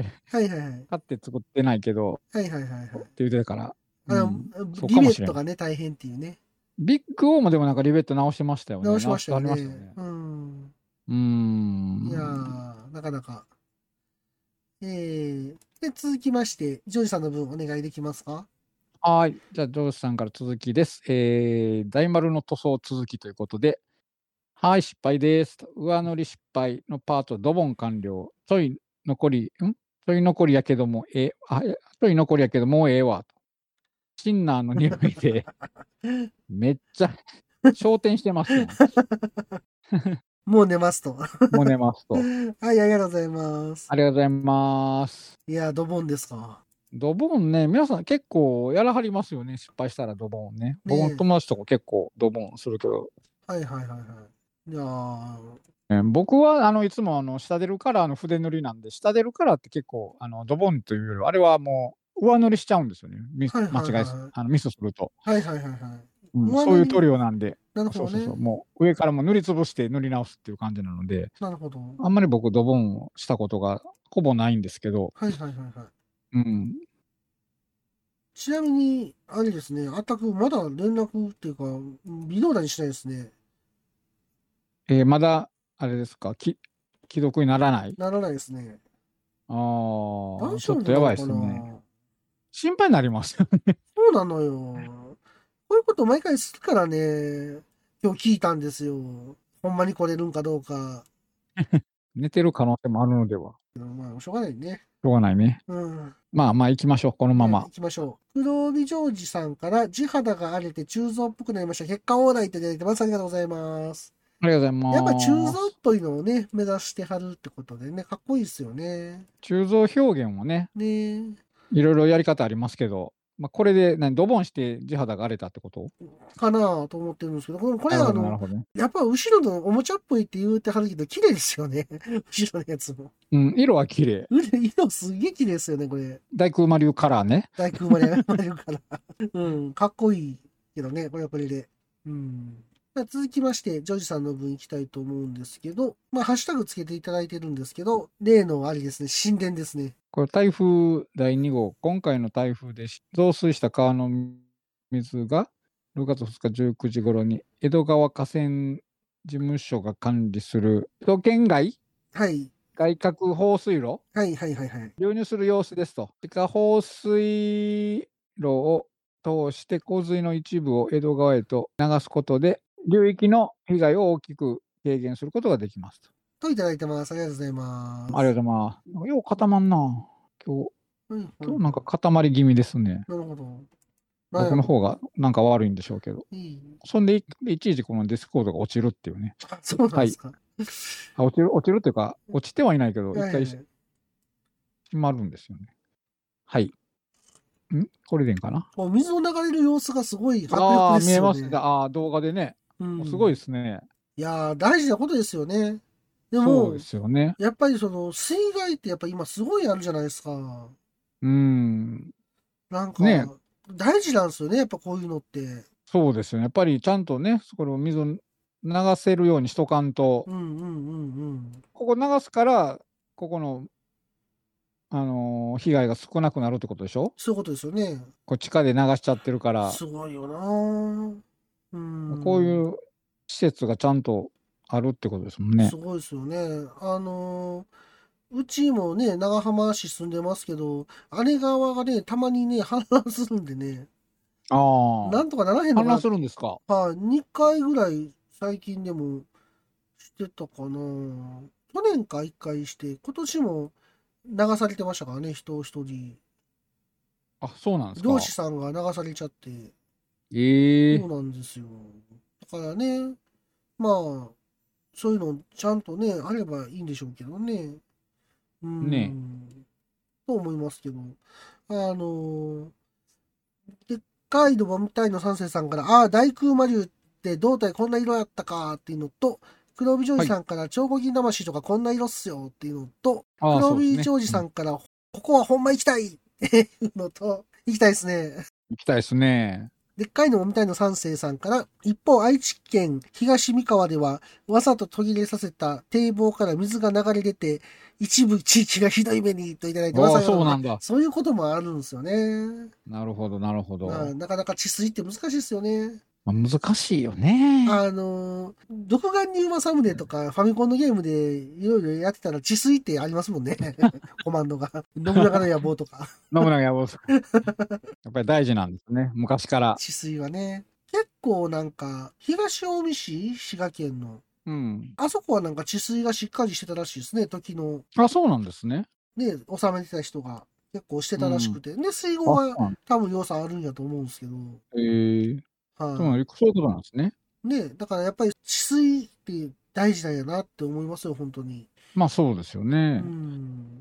はいはいはい。 買って作ってないけど、 はいはいはいはい。って言ってたから。 あの、うん、リベットがね、大変っていうね。 ビッグオーもでもなんかリベット直してましたよね。 直しましたよね。 直してありましたよね。 うん。 うーん。 いやー、なかなか。えー、で、続きまして、ジョージさんの分お願いできますか？ はい。じゃあ、ジョージさんから続きです。えー、大丸の塗装続きということで、はい、失敗です。上塗り失敗のパート、ドボン完了。ちょい残り、んちょい残りやけども、え、あ、ちょい残りやけどもうええわ。シンナーの匂いで、めっちゃ、焦点してますよ。 もう寝ますと。 もう寝ますと。 はい、ありがとうございます。 ありがとうございます。 いや、ドボンですか。 ドボンね、皆さん結構やらはりますよね。失敗したらドボンね。僕の友達とか結構ドボンするけど。 はいはいはいはい。いやー、 えー僕はあのいつもあの下出るカラーの筆塗りなんで、下出るカラーって結構あのドボンというよりは、あれはもう上塗りしちゃうんですよね。ミスはいはいはい間違いすあのミスすると。 はいはいはいはい。 うん上塗りそういう塗料なんで、 なるほどね。 そうそうそう、もう上からも塗りつぶして塗り直すっていう感じなので、 なるほど。 あんまり僕ドボンをしたことがほぼないんですけど、 はいはいはいはい。 うん、 ちなみに、あれですね、あったくまだ連絡っていうか、微動だにしないですね。 えーまだあれですか、き既読にならない。 ならないですね。 ああ、 大丈夫ちょっとやばいですなのかなね。心配になりますよね。 そうなのよ。こういうこと毎回するからね、今日聞いたんですよ。ほんまに来れるんかどうか。 寝てる可能性もあるのでは。 まあ、しょうがないね。 しょうがないね。 うん。 まあまあ行きましょう、このまま。 ね行きましょう。黒帯ジョージさんから地肌が荒れて中蔵っぽくなりました。結果オーライといただいてます。ありがとうございます。 ありがとうございます。 やっぱ中蔵っぽいのをね、目指してはるってことでね、かっこいいですよね。 中蔵表現もね、 ねいろいろやり方ありますけど、まあ、これで何ドボンして地肌が荒れたってことかなと思ってるんですけど、これこれあなるほど、なるの、 ほどね。 やっぱ後ろのおもちゃっぽいって言うてはるけど、綺麗ですよね。後ろのやつも。 うん、色は綺麗。 腕色すげえ綺麗ですよね、これ。 大空マリュカラーね。 大工まで生まれるから。うん、かっこいいけどね、これはこれで。うん。続きまして、ジョージさんの分いきたいと思うんですけど、まあ、ハッシュタグつけていただいてるんですけど、例のあれですね、神殿ですね。 これ台風だいに号、今回の台風で増水した川の水がろくがつふつかじゅうくじ頃に江戸川河川事務所が管理する江戸県外はい。 外郭放水路はいはいはいはい。 流入する様子ですと。地下放水路を通して洪水の一部を江戸川へと流すことで流域の被害を大きく軽減することができますと。 といただいてます。ありがとうございます。 ありがとうございます。よう固まんな。今日、 うん今日なんか固まり気味ですね。 なるほど。 僕の方がなんか悪いんでしょうけど。 いい。 そんでい、いちいちこのディスコードが落ちるっていうね。 あそうなんですか。 あ落ちる、落ちるっていうか、落ちてはいないけど、一回はいはいはい閉まるんですよね。はい。んこれでいいんかな。 もう水の流れる様子がすごい迫ああ、 力ですよね。 見えますね。ああ、動画でね。 うん、 すごいですね。 いやー、大事なことですよね。でそうもで、すよね。 やっぱりその水害ってやっぱ今すごいあるじゃないですか。 うん。 なんか、 ね大事なんですよね、やっぱこういうのって。 そうですよね。やっぱりちゃんとね、これを水を流せるようにしとかんと、 うんうんうんうん。 ここ流すから、ここの、あのー被害が少なくなるってことでしょ。 そういうことですよね。 こう地下で流しちゃってるから、 すごいよなーうん。 こういう施設がちゃんとあるってことですもんねす。ごいですよね。あのーうちもね、長浜市住んでますけど、姉川がね、たまにね、氾濫するんでね、 ああ。 なんとかならへんのか氾濫するんですか。 はい、にかいぐらい最近でもしてたかな。去年かいっかいして、今年も流されてましたからね、人一人。 あ、そうなんですか。 漁師さんが流されちゃって。 ええそうなんですよ。だからね、まあ、そういうのちゃんとね、あればいいんでしょうけどね。うん。 ねと思いますけど。あのでっかいのみたいの三世さんから、ああ、大空魔竜って胴体こんな色やったかっていうのと、黒帯ジョージさんから、超合金魂とかこんな色っすよっていうのと、 ああ黒そうですね帯ジョージさんから、ここはほんま行きたいっていうのと、行きたいですね。 行きたいですね。 でっかいのもみたいの三世さんから、一方愛知県東三河では、わざと途切れさせた堤防から水が流れ出て、一部地域がひどい目にといただいてます。 ああそうなんだそういうこともあるんですよね。 なるほど、なるほど。 まあ、なかなか治水って難しいですよね。 難しいよね。 あの、独眼竜政宗とかファミコンのゲームでいろいろやってたら治水ってありますもんね。コマンドが。信長の野望とか。 信長野望とか。やっぱり大事なんですね。昔から。 治水はね。結構なんか、東近江市、滋賀県の。 うん。 あそこはなんか治水がしっかりしてたらしいですね、時の。 あ、そうなんですね。 ね、治めてた人が結構してたらしくて。うん、で、水郷は多分要素あるんやと思うんですけど。 へえー。はい、そういうことなんですね。 ね、だからやっぱり治水って大事なんやなって思いますよ、本当に。 まあそうですよね。うん、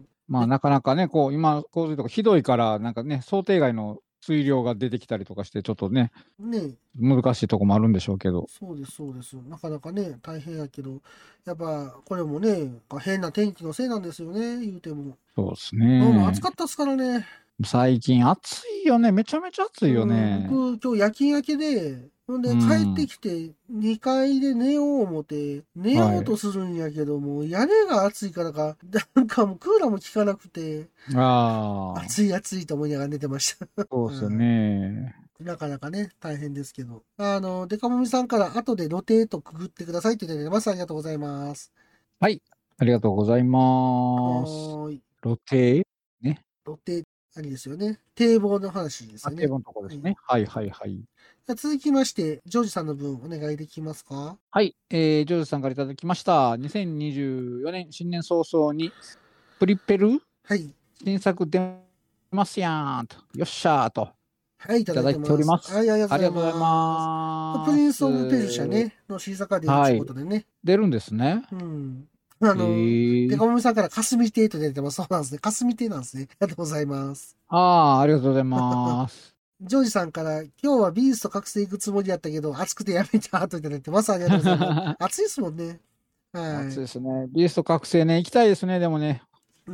まあなかなかね、こう今、洪水とかひどいから、なんかね、想定外の水量が出てきたりとかして、ちょっとね、ね難しいとこもあるんでしょうけど。 そうです、そうです。なかなかね、大変やけど、やっぱこれもね、変な天気のせいなんですよね、言うても。 そうですね。 どうも暑かったですからね。 最近暑いよね、めちゃめちゃ暑いよね。 僕、今日夜勤明けで、ほんで帰ってきてにかいで寝よう思って、寝ようとするんやけども、はい、屋根が暑いからか、なんかもうクーラーも効かなくて、あ暑い暑いと思いながら寝てました。 そうですよね。 なかなかね、大変ですけど。あの、デカモミさんから後で露呈とくぐってくださいって言ってます。ありがとうございます。 はい。ありがとうございます。露呈ね。 露呈、ありですよね。堤防の話ですよね。 堤防のとこですね。はい、はい、はい。 続きまして、ジョージさんの分お願いできますか？ はい、えー、ジョージさんからいただきました。にせんにじゅうよねん新年早々に、プリペル、 はい、 新作出ますやんと。よっしゃーと。 はい、いただいております。 はい、ありがとうございます。プリンス・オブ・ペルシャね、の新作が出るということでね、はい。 出るんですね。 うん。あの、デカモミさんから霞亭と出てます。そうなんですね。霞亭なんですね。ありがとうございます。 ああ、ありがとうございます。 ジョージさんから、今日はビースト覚醒行くつもりやったけど、暑くてやめたといただいてます。ありがとうございます。暑いですもんね。 はい。暑いですね。ビースト覚醒ね、行きたいですね、でもね。 うん。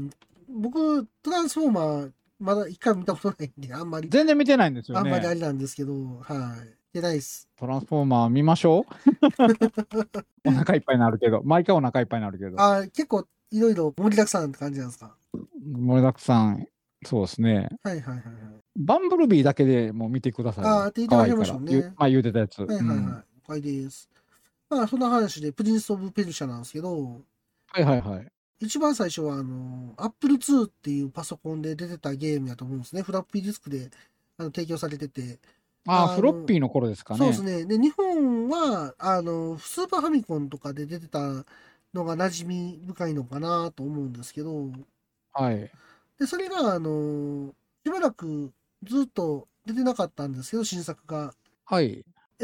僕、トランスフォーマー、まだ一回見たことないんで、あんまり。 全然見てないんですよね。 あんまりあれなんですけど、はい。出ないっす。 トランスフォーマー見ましょう。お腹いっぱいになるけど、毎回お腹いっぱいになるけど。 あ結構いろいろ盛りだくさんって感じなんですか？ 盛りだくさん、そうですね。 はいはいはいはい。 バンブルビーだけでもう見てください。 ああ、って言ってましたもんね。 まあ言うてたやつ。 はいはいはい。了解です。まあそんな話で、プリンス・オブ・ペルシャなんですけど、 はいはいはい。 一番最初は、あの、アップルツー っていうパソコンで出てたゲームやと思うんですね。フラッピーディスクであの提供されてて。 ああ、フロッピーの頃ですかね。 そうですね。で、日本は、あの、スーパーファミコンとかで出てたのが馴染み深いのかなと思うんですけど。 はい。 で、それが、あの、しばらくずっと出てなかったんですけど、新作が。 はい。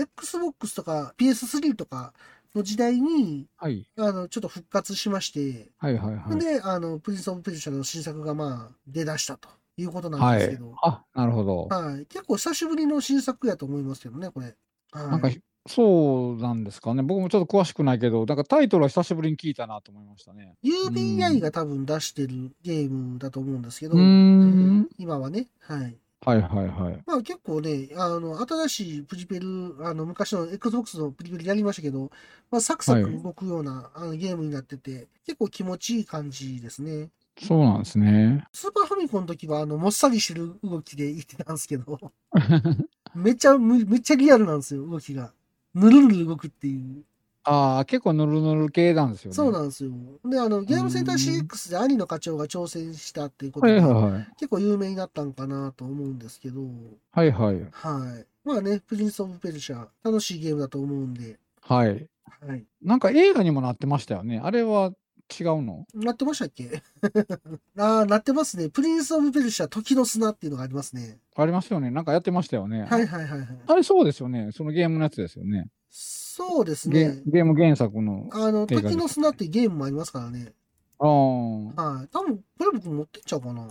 Xbox とか ピーエススリー とかの時代に、 はい、 あの、ちょっと復活しまして、 はいはいはい。 で、あの、プリンス・オブ・ペルシャの新作がまあ、出だしたということなんですけど。 はい、あ、なるほど。 はい。結構久しぶりの新作やと思いますけどね、これ。はい、 なんか、そうなんですかね。僕もちょっと詳しくないけど、なんかタイトルは久しぶりに聞いたなと思いましたね。 ユービーアイ が多分出してるゲームだと思うんですけど、今はね。はい。 はいはいはい。 まあ結構ね、あの、新しいプリペル、あの、昔の Xbox のプリペルやりましたけど、まあ、サクサク動くような、はい、あのゲームになってて、結構気持ちいい感じですね。 そうなんですね。 スーパーファミコンの時は、あの、もっさりしてる動きで言ってたんですけど、めっちゃ、めっちゃリアルなんですよ、動きが。ぬるぬる動くっていう。 ああ、結構ぬるぬる系なんですよね。 そうなんですよ。で、あの、ゲームセンター シーエックス で兄の課長が挑戦したっていうことで、はいはいはい、結構有名になったんかなと思うんですけど。 はいはい。 はい。まあね、プリンス・オブ・ペルシャ、楽しいゲームだと思うんで。 はい。はい。なんか映画にもなってましたよね。あれは違うの？ なってましたっけ？ああ、なってますね。プリンス・オブ・ペルシャ、時の砂っていうのがありますね。 ありますよね。なんかやってましたよね。 はいはいはいはい。 あれそうですよね。そのゲームのやつですよね。 そうですね。 ゲ, ゲーム原作の。 あの、時の砂ってゲームもありますからね。 ああ。 はい。多分、これ僕持ってっちゃうかな。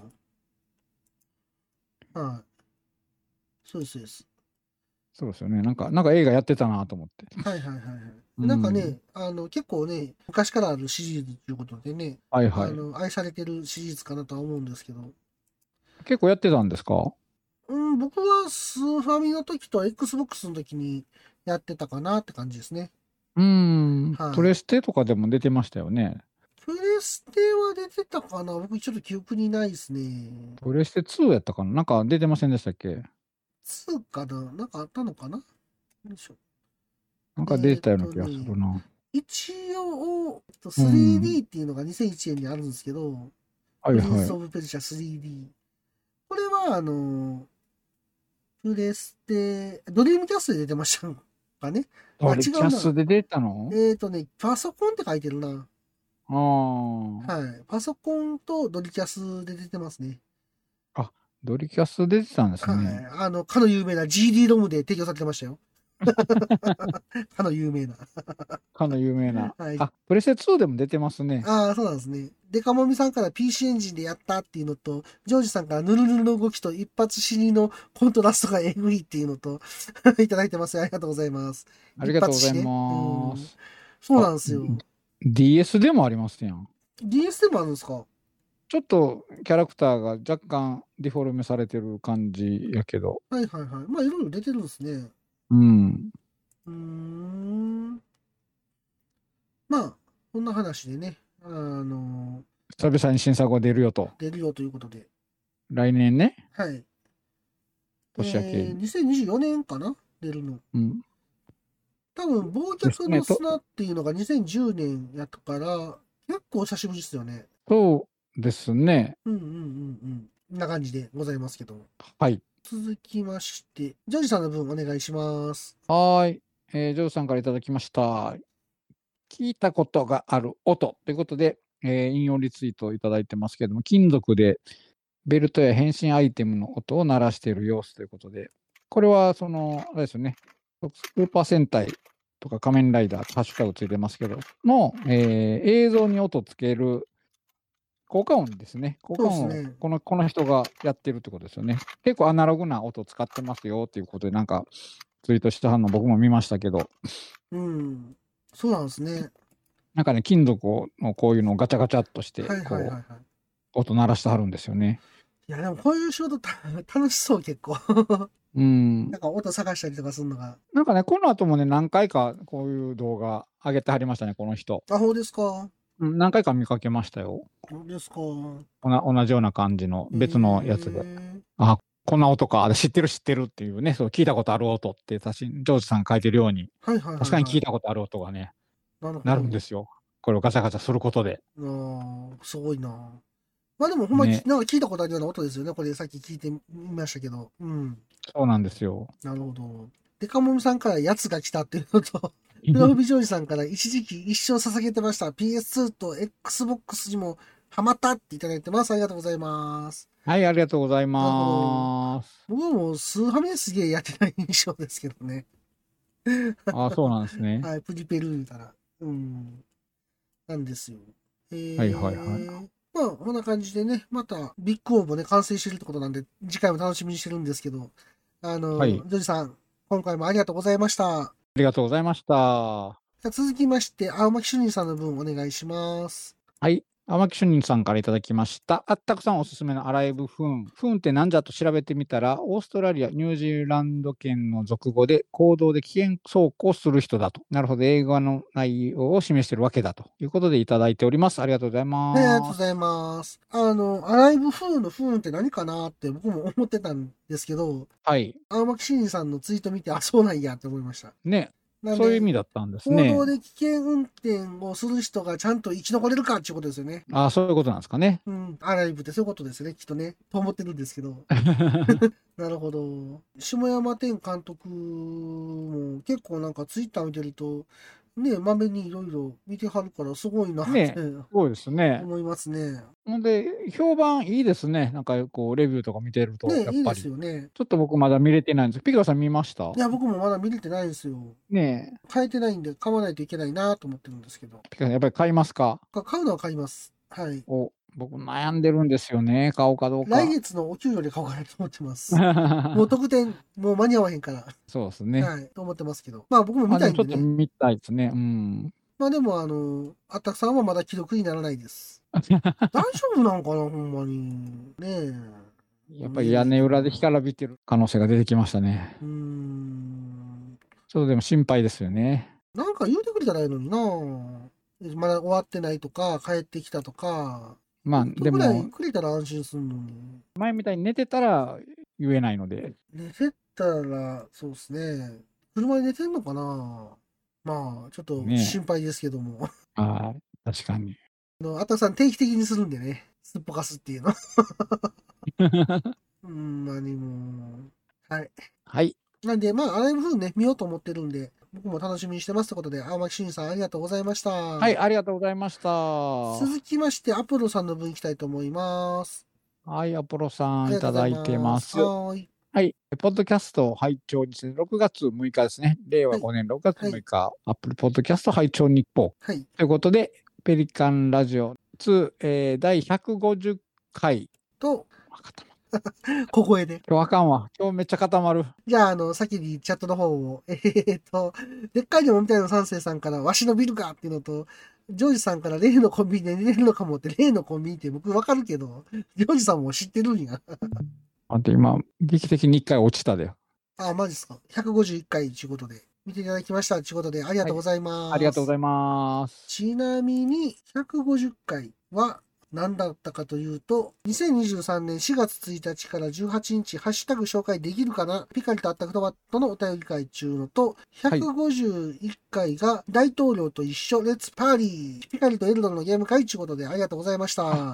はい。そうです、そうです。 そうですよね。なんか、なんか映画やってたなと思って。 はいはいはいはい。なんかね、あの、結構ね、昔からあるシリーズということでね、 はいはい。 あの、愛されてるシリーズかなとは思うんですけど。 結構やってたんですか？ うん、僕はスーファミの時と Xbox の時にやってたかなって感じですね。 うん、はい。プレステとかでも出てましたよね。 プレステは出てたかな？僕ちょっと記憶にないですね。 プレステツーやったかな？なんか出てませんでしたっけ？ ツーかな？なんかあったのかな？ よいしょ。 なんか出てたような気がするな。 一応、スリーディー っていうのがにせんいちねんにあるんですけど、 はいプリンス・はオブ・ペルシャ スリーディー。これは、あの、プレステ、ドリームキャストで出てましたかね。 い。ドリキャスで出たの？ えっとね、パソコンって書いてるな。 ああ。 はい。パソコンとドリキャスで出てますね。 あ、ドリキャス出てたんですね。 はい。あの、かの有名な ジーディー ロムで提供されてましたよ。かの有名な。 かの有名な。 はいあ、プレステツーでも出てますね。 ああ、そうなんですね。デカモミさんから ピーシー エンジンでやったっていうのと、ジョージさんからヌルヌルの動きと一発死にのコントラストがエグいっていうのといただいてますよ。ありがとうございます。 ありがとうござい一発死ねうんます。 そうなんですよ。 ディーエス でもありますやん。 ディーエス でもあるんですか？ ちょっとキャラクターが若干ディフォルメされてる感じやけど。 はいはいはい。まあいろいろ出てるんですね。 うん。 うーん。まあ、こんな話でね、あの久々に新作が出るよと。 出るよということで。 来年ね。 はい。 年明け。 えーにせんにじゅうよねんかな出るの。 うん。 多分、忘却の砂っていうのがにせんじゅうねんやったから、結構久しぶりですよね。 そうですね。 うんうんうんうん。こんな感じでございますけど。 はい。 続きまして、ジョージさんの分お願いします。 はーい。えー、ジョーさんからいただきました。聞いたことがある音ということで、えー引用リツイートをいただいてますけども、金属でベルトや変身アイテムの音を鳴らしている様子ということで、これはその、あれですよね、スーパー戦隊とか仮面ライダー、ハッシュタグついてますけど、の、えー映像に音つける効果音ですね。効果音をそうですねこのこの人がやってるってことですよね。結構アナログな音を使ってますよっていうことで、なんかツイートしたの僕も見ましたけど、 うん。そうなんですね。 なんかね、金属をのこういうのをガチャガチャっとして、 はいこはいはいはい。 う、音鳴らしてはるんですよね。 いや、でもこういう仕事た楽しそう、結構。 うんな。んか音探したりとかするのが。 なんかね、この後もね、何回かこういう動画上げてはりましたね、この人。 あ、ほうですか。 うん、何回か見かけましたよ。 ほうですか。 おな同じような感じの別のやつで。 へーあ、こんな音か、知ってる知ってるっていうね、そう聞いたことある音って、確かにジョージさん書いてるように、 はいはいはいはい。 確かに聞いたことある音がね、 なるほど。 なるんですよ。これをガチャガチャすることで。 あーすごいな。まあでもほんまに、 ねなんか聞いたことあるような音ですよね。これさっき聞いてみましたけど。うん。 そうなんですよ。 なるほど。デカモミさんからやつが来たっていうのと、プロフビジョージさんから一時期一生捧げてました ピーエスツー と Xbox にもハマったっていただいてます。ありがとうございます。 はい、ありがとうございます。 僕はもうスーハメすげえやってない印象ですけどね。 あ、そうなんですね。 はい、プリペルーから。うん。なんですよ。えー、 はいはいはいまあ、こんな感じでね、またビッグオーもね、完成してるってことなんで、次回も楽しみにしてるんですけど、あの、 はいジョージさん、今回もありがとうございました。 ありがとうございました。はじゃあ続きまして、青巻主任さんの分お願いします。 い。天木主任さんからいただきました。あったくさんおすすめのアライブフーン。フーンってなんじゃと調べてみたら、オーストラリア、ニュージーランド圏の属語で行動で危険走行する人だと。なるほど、映画の内容を示しているわけだということでいただいております。ありがとうございまはい、 す。 ありがとうございます。あの、アライブフーンのフーンって何かなって僕も思ってたんですけど、 はい。 青巻主任さんのツイート見て、あ、そうなんやって思いました。 ね、 なんでそういう意味だったんです行ね。 動で危険運転をする人がちゃんと生き残れるかっていうことですよね。 あ、そういうことなんですかね。 うん。アライブってそういうことですね、きっとね。と思ってるんですけど。なるほど。下山天監督も結構なんかツイッター見てると、ね、まめにいろいろ見てはるからすごいなって、 ねそうですね。 思いますね。 ほんで、評判いいですね。なんかこう、レビューとか見てると、 ね、 やっぱり。 いいですよね。 ちょっと僕まだ見れてないんです。ピクラさん見ましたいや、僕もまだ見れてないんですよ。 ねえ。 変えてないんで買わないといけないなと思ってるんですけど。 ピクラさんやっぱり買いますか？ 買うのは買います。はい。 お、僕悩んでるんですよね。買おうかどうか。 来月のお給料で買おうかなと思ってます。もう特典、もう間に合わへんから。 そうですね。 はい。と思ってますけど。まあ僕もまあで見たいんでね。 もちょっと見たいですね。うん。 まあでもあの、あったくさんはまだ既読にならないです。大丈夫なんかな、ほんまに。ねえ。 やっぱり屋根裏で干からびてる可能性が出てきましたね。 うーん。 ちょっとでも心配ですよね。 なんか言うてくれたらいいのにな。まだ終わってないとか、帰ってきたとか。 まあでちょっとぐらいも、 くれたら安心するのに。 前みたいに寝てたら言えないので。 寝てたら、そうですね。 車で寝てんのかな。まあ、ちょっとねえ心配ですけども。 はい。確かに。 あの、あたさん定期的にするんでね。すっぽかすっていうの。ほんまにもう。はい。 はい。 なんで、まあ、アライブフーンね、見ようと思ってるんで、僕も楽しみにしてますということで、青巻慎さんありがとうございました。 はい、ありがとうございました。 続きまして、アポロさんの分いきたいと思います。 はい、アポロさんいありがとうござただいてます。 はーい。 はい。ポッドキャスト拝聴にろくがつむいかですね。れいわごねんろくがつむいか、アップルポッドキャスト拝聴日報。 はい。 ということで、ペリカンラジオに、えー、だいひゃくごじゅっかい。 と、 あ固ま小声で。 今日あかんわ。今日めっちゃ固まる。 じゃあ、あの、先にチャットの方を、えーっと、でっかいのもみたいな三世さんから、わしのビルかっていうのと、ジョージさんから例のコンビニで寝れるのかもって、例のコンビニって僕わかるけど、ジョージさんも知ってるんや。 待って、今、劇的にいっかい落ちたで。 あ、マジっすか。ひゃくごじゅういっかいということで、見ていただきましたということで、ありがとうございます。 ありがとうございまます。 ちなみに、ひゃくごじゅっかいは何だったかというと、にせんにじゅうさんねんしがつついたちからじゅうはちにち、ハッシュタグ紹介できるかな、ピカリとあったくとバットのお便り会中のと、ひゃくごじゅういっかいが大統領と一緒、レッツパーリー、ピカリとエルドのゲーム会ということで、ありがとうございました。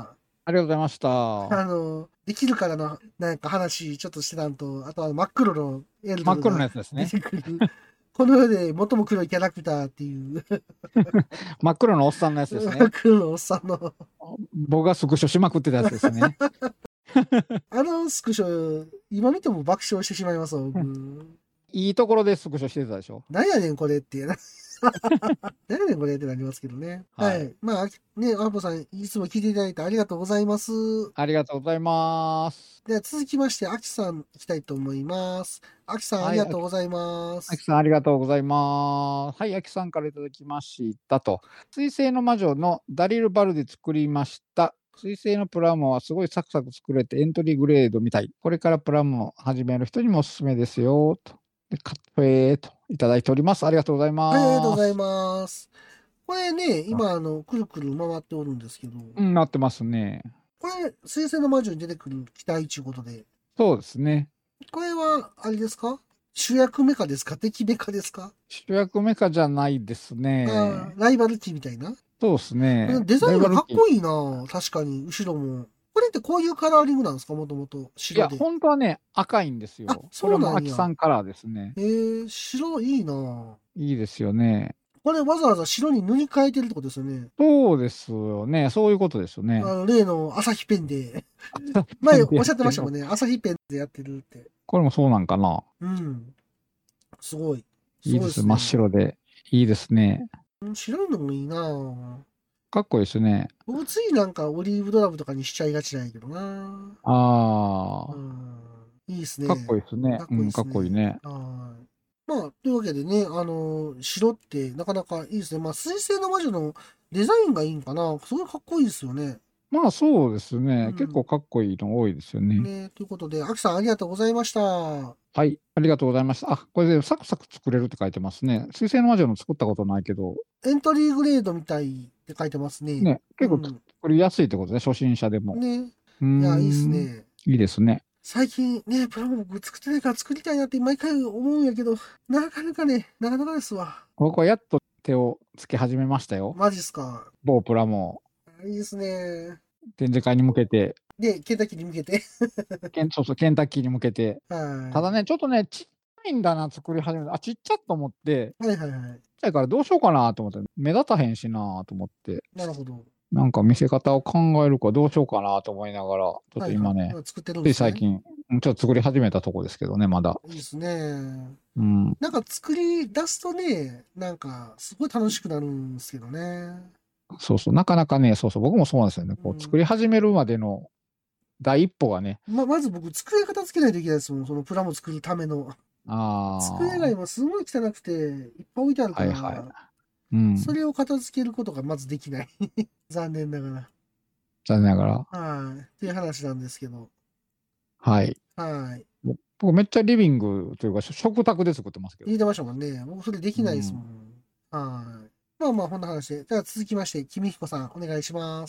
ありがとうございました。 あの、できるからの、なんか話ちょっとしてたんと、あとは真っ黒のエルド真っ黒のがやつですね。 出てくる。この世で最も黒いキャラクターっていう、 真っ黒のおっさんのやつですね真っ。黒のおっさんの、 僕がスクショしまくってたやつですね。 あのスクショ、今見ても爆笑してしまいますわ、僕。 いいところでスクショしてたでしょ。 なんやねんこれって。なんやねんこれってなりますけどね。は。 はいいまあ、ね、アポさん、いつも聞いていただいてありがとうございます。 ありがとうございます。 では続きまして、アキさん行きたいと思います。アキさん、 はいありがとうございます。 あきさんありがとうございます。はい、あきさんからいただきましたと。水星の魔女のダリル・バルで作りました。水星のプラモはすごいサクサク作れてエントリーグレードみたい。これからプラモを始める人にもおすすめですよ。と。で、カフェといただいております。ありがとうございます。 はい、ありがとうございます。これね、今、あの、くるくる回っておるんですけど、 うん、なってますね。 これ、水星の魔女に出てくる機体ということで、 そうですね。 これは、あれですか、主役メカですか、敵メカですか、 主役メカじゃないですね。 あーライバル機みたいな。 そうですね。 デザインがかっいこいいな、確かに、後ろも。これってこういうカラーリングなんですか、もともと。 いや、 白で。 本当はね、赤いんですよ。 あそうなんやこれも秋さんカラーですね。 えー、白いいないいですよね。 これわざわざ白に塗り替えてるってことですよね。 そうですよね。そういうことですよねあ。の、例の朝日ペンで。前おっしゃってましたもんね。朝日ペンでやってるって。 これもそうなんかな。 うん。すごい。 いいです。 ごね真っ白で。いいですね。 うん白いのもいいなかっこいいですね。 僕ついなんかオリーブドラムとかにしちゃいがちなんやけどなあうん。いいですあ、 ね。 かっこいいですねかっ。こいいうん、 ですねかっこいいね。 はい。まあ、というわけでね、あの、白ってなかなかいいですね。まあ、水星の魔女のデザインがいいんかな。すごいかっこいいですよね。 まあそうですね。 うん結構かっこいいの多いですよね。 ね、ということで、アキさんありがとうございました。 はい。ありがとうございました。あ、これでサクサク作れるって書いてますね。水星の魔女の作ったことないけど、 エントリーグレードみたいって書いてますね。 ね、結構うん作りやすいってことね。初心者でも。 ね。 うーんいや、いいっす。ね。 いいですね。 最近ね、プラモ僕作ってないから作りたいなって毎回思うんやけど、なかなかね、なかなかですわ。 僕はやっと手をつけ始めましたよ。 マジっすか。 某プラモいいですね。 展示会に向けて、 で、ケンタッキーに向けて。 ケンそうそう、ケンタッキーに向けて。 はい。 ただね、ちょっとね、ちっちゃいんだな、作り始めた。あ、ちっちゃっと思って、 はいはいはい。 ちっちゃいからどうしようかなと思って、目立たへんしなと思って、 なるほど。 なんか見せ方を考えるかどうしようかなと思いながら、ちょっと今ね、 はいはい、作ってるんついですね。 最近、うんちょっと作り始めたとこですけどね、まだ。 いいですね。 うん。 なんか作り出すとね、なんかすごい楽しくなるんですけどね。 そうそう、なかなかね、そうそう、僕もそうなんですよね。こうんう、作り始めるまでの第一歩がね、 ま、まず僕、机片付けないといけないですもん。そのプラモ作るための。 ああ。 机が今すごい汚くて、いっぱい置いてあるから、 はいはいうん。 それを片付けることがまずできない。残念なが残念ながら。 ら。はい。っていう話なんですけど。 はい。 はい。 僕めっちゃリビングというか、食卓で作ってますけど言。ってましたもんね。僕それできないですもん。はい。まあまあ、こんな話で。じゃあ続きまして、君彦さん、お願いします。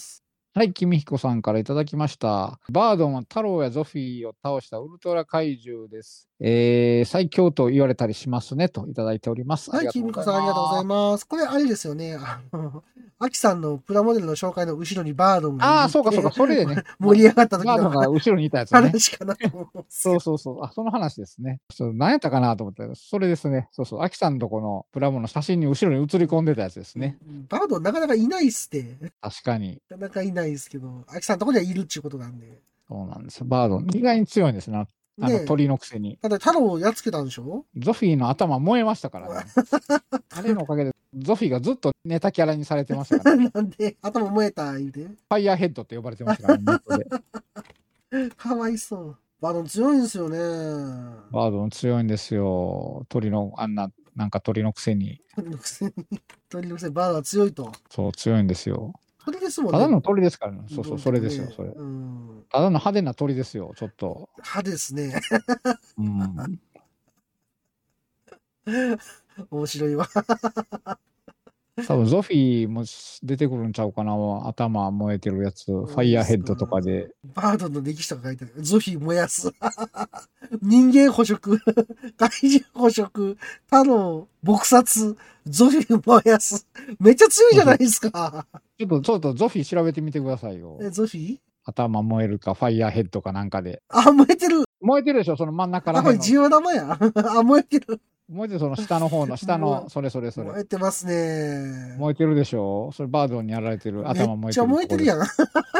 はい、君彦さんからいただきました。バードンは太郎やゾフィーを倒したウルトラ怪獣です。えー、最強と言われたりしますね、といただいております。 はい、君彦さんありがとうございます。これあれですよね。あの、アキさんのプラモデルの紹介の後ろにバードンがいるって。 ああ、そうかそうか、それでね。 盛り上がった時バードンが後ろにいたやつね。 話かなと思う。 そうそうそう。あ、その話ですね。そう、何やったかなと思ったら、それですね。そうそう。アキさんのとこのプラモの写真に後ろに映り込んでたやつですね。 バードンなかなかいないっすって。 確かに。 なかなかいないですけど、アキさんのとこにはいるっていうことなんで。 そうなんですよ。バードン。意外に強いんですね。あの鳥のくせに。 ただ太郎をやっつけたんでしょ？ ゾフィーの頭燃えましたからね。あれのおかげで、ゾフィーがずっとネタキャラにされてましたからね。 なんで頭燃えた言うて。ファイヤーヘッドって呼ばれてましたからね、ネットで。かわいそう。バードン強いんですよね。 バードン強いんですよ。鳥の、あんな、なんか鳥のくせに。 鳥のくせに。鳥のくせにバードンは強いと。 そう、強いんですよ。 鳥ですもんね。 ただの鳥ですからね。そうそう、それですよ、それ。 うん、 ただの派手な鳥ですよ、ちょっと。 派ですね。 うん。 面白いわ。 多分ゾフィーも出てくるんちゃうかな、頭燃えてるやつ、ファイヤーヘッドとかで。 バードンの歴史とか書いてある。ゾフィー燃やす。人間捕食、怪獣捕食、太郎、撲殺、ゾフィー燃やす。めっちゃ強いじゃないですか。 ちょっと、ちょっとゾフィー調べてみてくださいよ。 え、ゾフィー頭燃えるか、ファイヤーヘッドかなんかで。 あ、燃えてる。 燃えてるでしょ、その真ん中らあ、これジオ玉や。あ、燃えてる。 燃えてる、その下の方の、下の、それそれそれ。 燃えてますね。 燃えてるでしょ。それバードンにやられてる。頭燃えてる。 めっちゃ燃えてるやん。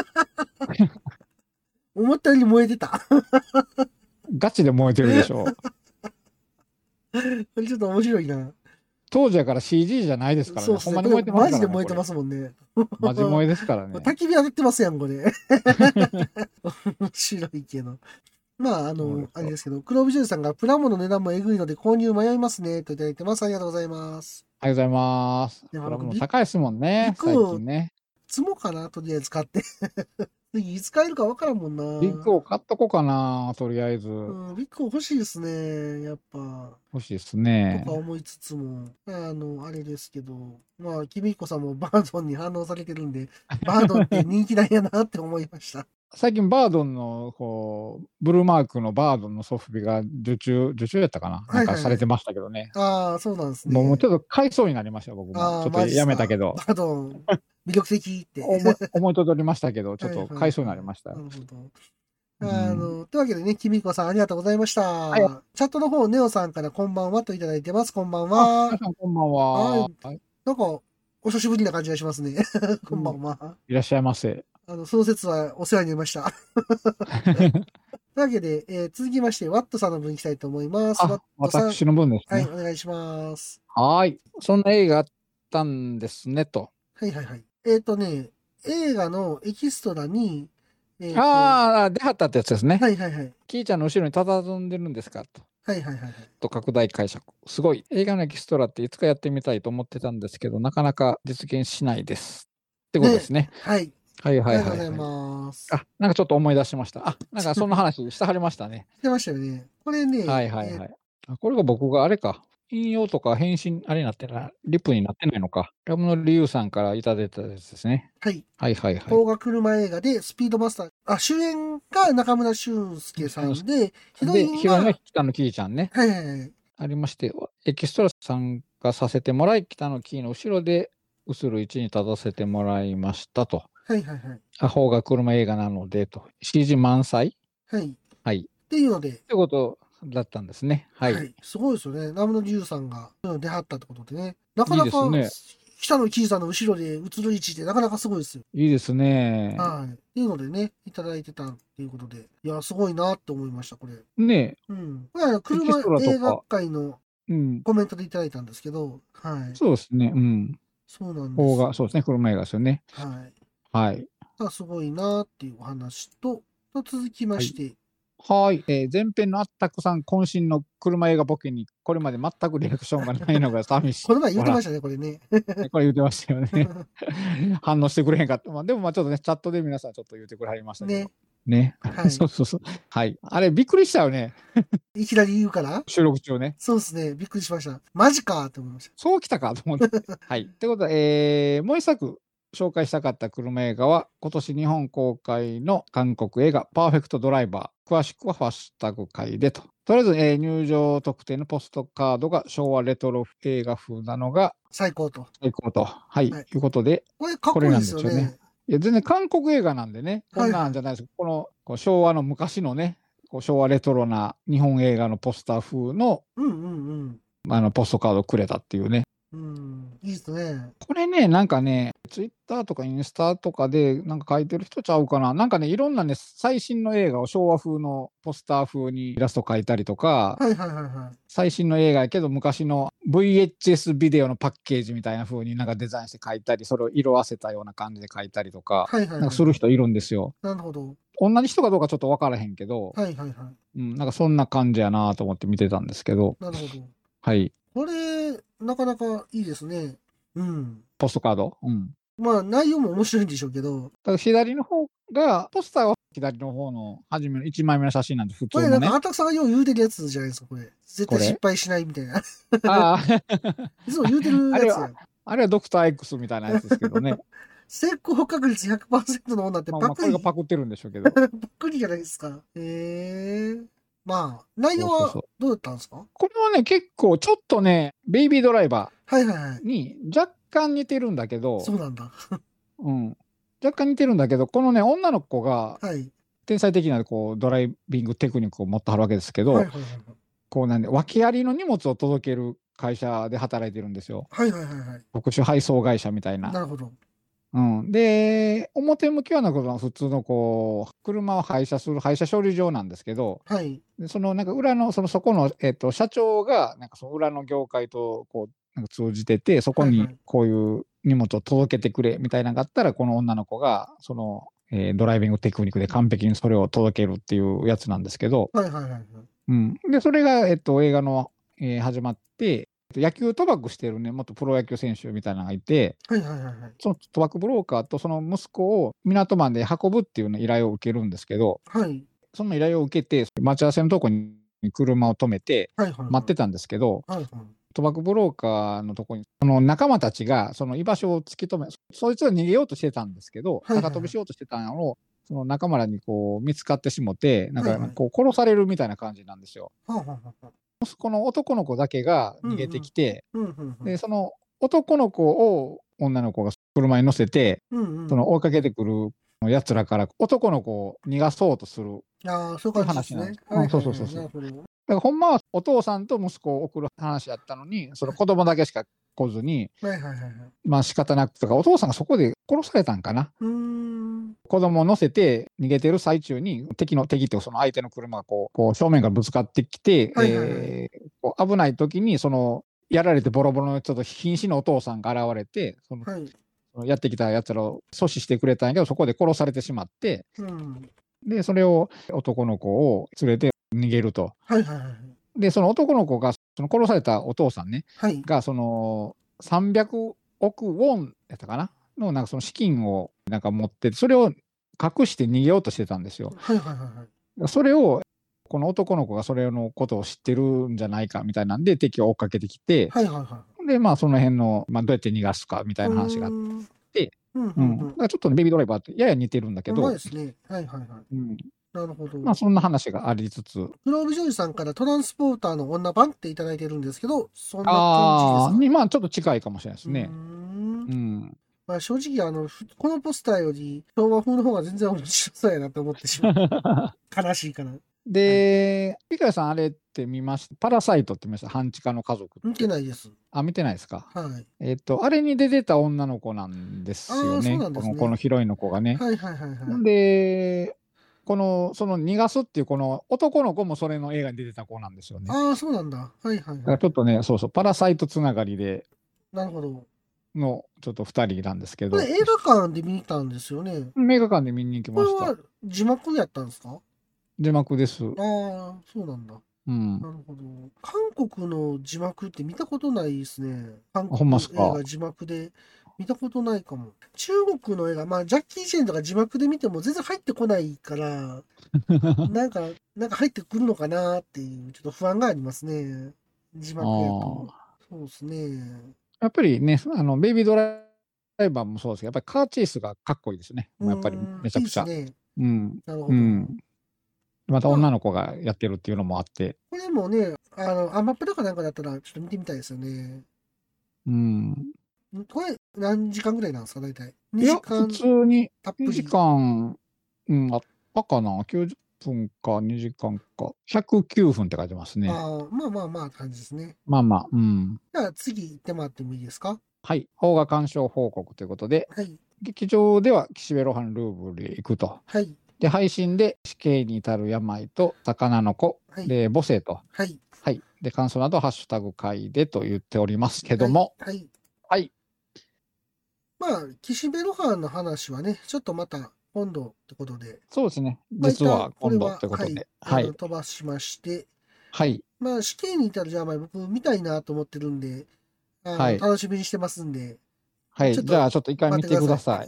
思ったより燃えてた。 ガチで燃えてるでしょ。 これちょっと面白いな。 当時やから シージー じゃないですからね。ほんまに燃えてますからね。 マジで燃えてますもんね。 マジ燃えですからね。 焚き火当たってますやん、これ。面白いけど。まあ、あの、あれですけど、黒帯ジュさんがプラモの値段もえぐいので購入迷いますね、といただいてます。ありがとうございます。 ありがとうございます。プラモ高いですもんね、最近ね。 積もうかな、とりあえず買って。次、いつ買えるか分からんもんな。 ビッグを買っとこうかな、とりあえず。 うん、ビッグ欲しいですね、やっぱ。 欲しいですね。 とか思いつつも、あの、あれですけど、まあ、君彦さんもバードンに反応されてるんで、バードンって人気なんやなって思いました。 最近バードンの、こう、ブルーマークのバードンのソフビが受注、受注やったかな、なんかされてましたけどね。 ああ、そうなんですね。 もうちょっと買いそうになりました、僕も。ちょっとやめたけど。 バードン、魅力的って。 思い、思いとどりましたけど、ちょっと買いそうになりました。なるほど。 あの、というわけでね、きみこさんありがとうございました。はい、チャットの方、ネオさんからこんばんはといただいてます。こんばんは。 皆さんこんばんは。 はい。なんか、お久しぶりな感じがしますね。こんばんは。 いらっしゃいませ。 あの、その説はお世話になりました。というわけで、えー、続きまして、ワットさんの分いきたいと思います。ワットさん。 私の分ですね。 はい、お願いします。 はい。そんな映画あったんですね、と。 はいはいはい。えっ、ー、とね、映画のエキストラに、 えー、ああ、出はったってやつですね。 はいはいはい。 キーちゃんの後ろに佇んでるんですかと。 はいはいはい。 と拡大解釈。すごい。映画のエキストラっていつかやってみたいと思ってたんですけど、なかなか実現しないです。ってことですね。ねはい。 はいはいはい、はい。 ありがとうございます。 あ、なんかちょっと思い出しました。あ、なんかそんな話してはりましたね。 してましたよね。これね。 はいはいはい。あ、これが僕があれか。引用とか返信、あれになってない、リプになってないのか。ラムの理由さんからいただいたやつですね。 はい。 はいはいはい。 邦画車映画で、スピードマスター。あ、主演が中村俊輔さんで、 ヒロインが。ヒロインが北野キーちゃんね。 はいはいはい。 ありまして、エキストラ参加させてもらい、北野キーの後ろで、映る位置に立たせてもらいましたと。 はいはいはい。 あ、邦画車映画なので、と。シージー 満載。 はい。 はい。 っていうので。 ってことだったんですね。はい。はい、 すごいですよね。ラムのリュウさんが出はったってことでね。なかなか、いいですね。北野キーさんの後ろで映る位置ってなかなかすごいですよ。 いいですね。 はい。っていうのでね、いただいてたっていうことで。いや、すごいなって思いました、これ。 ねえ。うん。これは車映画界のコメントでいただいたんですけど、うん、はい。 そうですね。うん。 そうなんです。 邦画、そうですね。車映画ですよね。 はい。 はい。 すごいなっていうお話と、と続きまして、 はいはい、えー、前編のあったくさん渾身の車映画ボケにこれまで全くリアクションがないのが寂しい。 この前言ってましたね、これね。 これ言ってましたよね。反応してくれへんかった。まあ、でもまあちょっとね、チャットで皆さんちょっと言ってくれはりましたけど。ね。ね。はい、そうそうそう。はい。あれ、びっくりしたよね。 いきなり言うから収録中ね。 そうですね。びっくりしました。マジかって思いました。 そうきたかと思って。はい。ってことで、えー、もう一作。 紹介したかった車映画は、今年日本公開の韓国映画、パーフェクトドライバー。詳しくはハッシュタグ会でと。とりあえず、えー入場特典のポストカードが昭和レトロ映画風なのが最高と。 最高と。はい。 はいいうことで、 これかっこいいですよこれなんですね。 いや、全然韓国映画なんでね、こんなんじゃないです。このこう昭和の昔のね、こう昭和レトロな日本映画のポスター風のうんうんうん。 あのポストカードをくれたっていうね。 うん、いいですね。 これね、なんかね、ツイッターとかインスタとかでなんか書いてる人ちゃうかな。なんかね、いろんなね、最新の映画を昭和風のポスター風にイラスト描いたりとか、 はいはいはいはい。 最新の映画やけど昔の ブイエイチエス ビデオのパッケージみたいな風になんかデザインして描いたり、それを色あせたような感じで描いたりとか、 はいはいはい。 なんかする人いるんですよ。 なるほど。 同じ人かどうかちょっと分からへんけど、 はいはいはい。 うん、なんかそんな感じやなと思って見てたんですけど、 なるほど。 はい。 これ、なかなかいいですね。うん。 ポストカードうん。 まあ、内容も面白いんでしょうけど、 だから左の方が、ポスターは左の方の初めのいちまいめの写真なんで、普これなんか、 通のね。 あたくさんがよう言うてるやつじゃないですか、これ。絶対失敗しないみたいな。 ああ、 いつも言うてるあれはやつやん。、 あれはドクター X みたいなやつですけどね。 成功確率ひゃくパーセントの女ってまあまあ、これパクリ、 がパクってるんでしょうけど。 パクリじゃないですか。へえ。まあ、内容はそうそうそうどうだったんですか？ これはね、結構ちょっとね、ベイビードライバはいはいはいー。に若干似てるんだけど、 そうなんだ。 うん。若干似てるんだけど、このね、女の子がはい。 天才的なこうドライビングテクニックを持ってはるわけですけど、 はいはいはいはい。 こうなんで、訳ありの荷物を届ける会社で働いてるんですよ。 はいはいはいはい。 特殊配送会社みたいな。 なるほど。 うん、で、表向きはなんか普通のこう、車を廃車する廃車処理場なんですけど、 はい。 でそのなんか裏の、そのそこの、えっと、社長が、なんかその裏の業界とこう、なんか通じてて、そこにはいはいこういう荷物を届けてくれみたいなのがあったら、この女の子が、その、えードライビングテクニックで完璧にそれを届けるっていうやつなんですけど、 はいはいはいはい。 うん。で、それが、えっと、映画の、えー始まって、野球賭博してるね、元プロ野球選手みたいなのがいて、 はいはいはいはい。 その賭博ブローカーとその息子を港まで運ぶっていう、ね、依頼を受けるんですけど、 はい。 その依頼を受けて、待ち合わせのとこに車を止めてはいはいはい。 待ってたんですけど、 はいはい。 賭博ブローカーのとこに、その仲間たちがその居場所を突き止め、そいつは逃げようとしてたんですけど、 はいはいはい高飛びしようとしてたのを、その仲間らにこう見つかってしもて、なんはいはいかこう殺されるみたいな感じなんですよ。 はあはあはあ。 息子の男の子だけが逃げてきて、 うんうんうん。 で、その男の子を女の子が車に乗せて、 うんうん。 その追いかけてくる奴らから男の子を逃がそうとする。 ああ、そういう感じですね。 そういう話なんですうんそうそうそうそうなるほど。 だからほんまはお父さんと息子を送る話やったのに、その子供だけしか来ずに、 はいはいはいはい。 まあ仕方なくとか、お父さんがそこで殺されたんかな。 うーん。 子供を乗せて逃げてる最中に、敵の敵っていうその相手の車がこう、こう正面からぶつかってきて、 はいはいはいえーこう危ない時に、その、やられてボロボロのちょっと瀕死のお父さんが現れて、そのはい。 そのやってきた奴らを阻止してくれたんやけど、そこで殺されてしまって、 うん。 で、それを男の子を連れて逃げると。 はいはいはい。 で、その男の子が、その殺されたお父さんね、 はい。 が、その、さんびゃくおくウォンやったかなの、なんかその資金をなんか持ってて、それを隠して逃げようとしてたんですよ。 はいはいはいはい。 それを、この男の子がそれのことを知ってるんじゃないかみたいなんで、敵を追っかけてきて、 はいはいはで、まあ、その辺の、まあ、どうやって逃がすかみたい。 いな話があって、 うーんてうんううんん。 うんだからちょっとねベビードライバーってやや似てるんだけうまど、 いですね。はいはいはい。 うん。 なるほど。 まあ、そんな話がありつつ、 黒帯ジョージさんからトランスポーターの女版っていただいてるんですけど、そんなああ、 感じですか？ にまあ、ちょっと近いかもしれないですねうー。んうん。 まあ正直あの、ふこのポスターより昭和風の方が全然面白そうやなって思ってしまう。悲しいかな。 で、ピカヤさんあれって見ました？パラサイトって見ました？半地下の家族。 見てないです。 あ、見てないですか？ はい。 えっと、あれに出てた女の子なんですよあーそね。 うなんですねこの、このヒロインの子がね。 はいはいはいはい。 で、この、その逃がすっていうこの男の子もそれの映画に出てた子なんですよね。だああ、そうなんだ。はいはいかはい。 らちょっとね、そうそう、パラサイトつながりでなるほど。 のちょっとふたりなんですけど、 これ映画館で見に行ったんですよね。 映画館で見に行きこれましたは。字幕やったんですか？ 字幕です。 ああ、そうなんだ。 うん。 なるほど。韓国の字幕って見たことないですね。韓ほん国まっすか映画字幕で見たことないかも。中国の映画、まあ、ジャッキー・チェンとか字幕で見ても全然入ってこないから、なんか、なんか入ってくるのかなっていう、ちょっと不安がありますね。字幕やと。そうですね。 やっぱりね、あの、ベイビードライライバーもそうですけど、やっぱりカーチェイスがかっこいいですね。やっぱりめちゃくちゃ。 いいですね。 うん。 なるほど。 うん。また女の子がやってるっていうのもあって。 これもね、あの、アマプラかなんかだったらちょっと見てみたいですよね。 うん。 これ何時間ぐらいなんですか、大体。にじかん。 いや、普通ににじかん、うん、あったかな。きゅうじゅっぷんかにじかんか。ひゃくきゅうふんって書いてますね。 ああ、まあまあまあ感じですね。 まあまあ、うん。 じゃあ次行ってもらってもいいですか。 はい。邦画鑑賞報告ということで、 はい、 劇場では岸辺露伴ルーブルへ行くと。 はい。 で、配信で死刑に至る病と魚の子、はい、で、母性と。 はい。 はい。で、感想などハッシュタグ会でと言っておりますけども。 はい。はい。 はい、 まあ、岸辺露伴の話はね、ちょっとまた今度ってことで。 そうですね。実は今度ってことで。 はい。はい、飛ばしまして。 はい。 まあ、死刑に至る病、僕見たいなと思ってるんで、あの、はい、楽しみにしてますんで。 はい。じゃあちょっと一回見てください。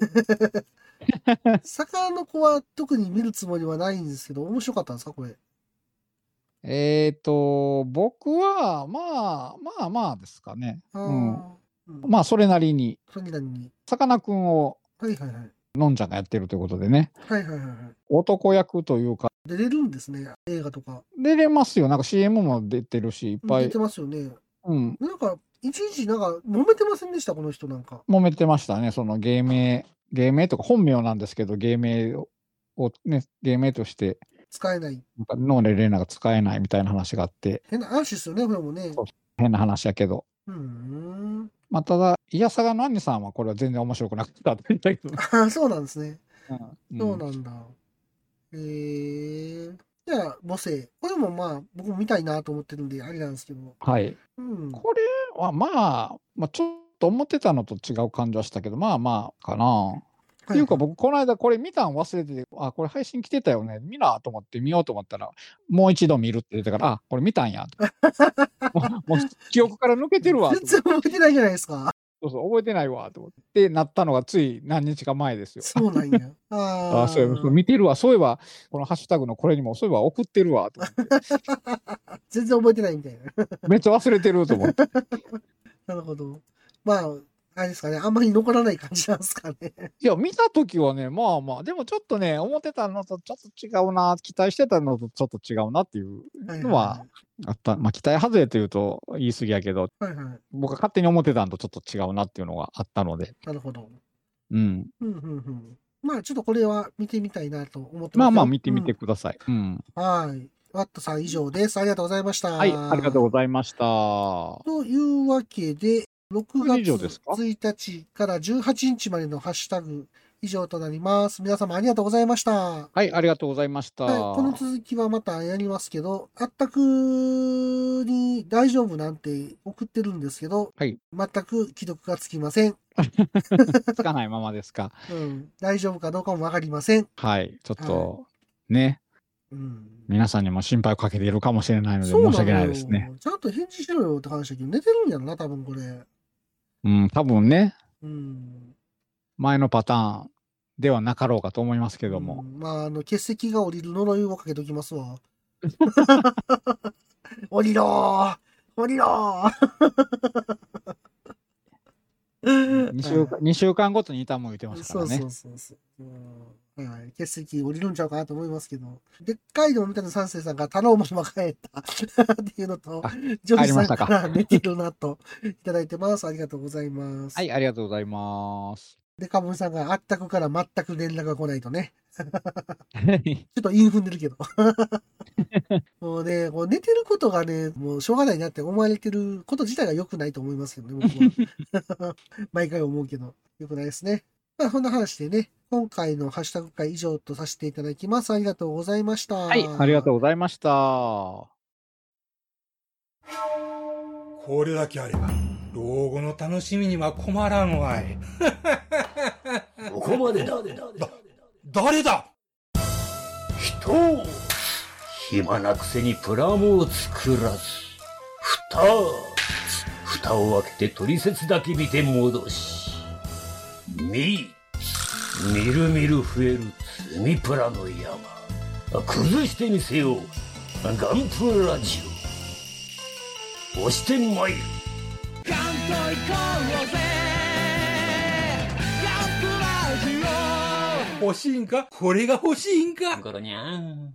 魚の子は特に見るつもりはないんですけど、面白かったんですか、これ。 えっと、僕は、まあ、まあまあですかね。うん。まあ、それなりに。 それなりに。 さかなクンを、 はいはいはい。 のんちゃんがやってるということでね。 はいはいはい。 男役というか。 出れるんですね、映画とか。 出れますよ。なんか シーエム も出てるし、いっぱい。 出てますよね。 うん。 なんか、いちいちなんか、揉めてませんでした、この人なんか。 揉めてましたね。その芸名、芸名とか本名なんですけど、芸名をね、芸名として。 使えない。 なんかノーレレーナが使えないみたいな話があって。 変な話ですよね、これもね。 変な話やけど。 うん。 まあ、ただ、いやさがの兄さんはこれは全然面白くなかったって言ったけど。 ああ、そうなんですね。 うん、 そうなんだ。へえー。じゃあ、母性。これもまあ、僕も見たいなと思ってるんで、あれなんですけど。 はい。 うん、 これはまあ、まあ、ちょっと思ってたのと違う感じはしたけど、まあまあかな。はいはい、っていうか僕、この間これ見たん忘れてて、あ、これ配信来てたよね。見なと思って見ようと思ったら、もう一度見るって出てから、あ、これ見たんやと。もう、もう記憶から抜けてるわと。 全然覚えてないじゃないですか。 そうそう、覚えてないわと思ってなったのがつい何日か前ですよ。 そうなんや。 ああ、そうそう、見てるわ。そういえば、このハッシュタグのこれにも、そういえば送ってるわと思って。 全然覚えてないみたいな。 めっちゃ忘れてると思って。 なるほど。まあ、あれですかね。あんまり残らない感じなんですかね。 いや、見たときはね、まあまあ、でもちょっとね、思ってたのとちょっと違うな、期待してたのとちょっと違うなっていうのはあった。まあ、期待外れというと言い過ぎやけど、 はいはい、 僕が勝手に思ってたのとちょっと違うなっていうのがあったので。 なるほど。 うん。 うんうんうん。まあ、ちょっとこれは見てみたいなと思ってます。 まあまあ、見てみてください。うん。うん、 はい。ワットさん以上です。ありがとうございました。 はい、ありがとうございました。 というわけで、ろくがつついたちからじゅうはちにちまでのハッシュタグ以上となります。皆様ありがとうございました。 はい、ありがとうございました。 はい、この続きはまたやりますけど、あったくに大丈夫なんて送ってるんですけど、 はい、 全く既読がつきません。 つかないままですか。 うん、大丈夫かどうかもわかりません。 はい、ちょっと、はい、ね。うん、皆さんにも心配をかけているかもしれないので申し訳ないですね。 ちゃんと返事しろよって話だけど、寝てるんやろな、多分これ。 うん、多分ね。 うん、 前のパターンではなかろうかと思いますけども。 うん、まあ、あの、欠席が降りる呪いをかけときますわ。降りろー降りろー 2週間、にしゅうかんごとに痛む言ってますからね。 そうそうそうそう。うん、はい、欠席降りるんちゃうかなと思いますけど。でっかいのを見たの三世さんが頼むま帰ったっていうのと、ジョージさんから寝てるなといただいてます。ありがとうございます。 はい、ありがとうございます。 で、カブンさんがあったくから全く連絡が来ないとね。ちょっと韻踏んでるけど。もうね、こう寝てることがね、もうしょうがないなって思われてること自体が良くないと思いますけどね、僕は。毎回思うけど、良くないですね。まあ、こんな話でね、今回のハッシュタグ会以上とさせていただきます。ありがとうございました。 はい、ありがとうございました。 これだけあれば、老後の楽しみには困らんわい。 ここまでだ。 だ、誰だ？ 人を暇なくせにプラモを作らず、ふたつ、蓋を開けて取説だけ見て戻し、み、みるみる増える積みプラの山、崩してみせよう、ガンプラジオ。押してまいる。 ガンと行こうぜ欲しいんか？これが欲しいんか？ ゴロニャン。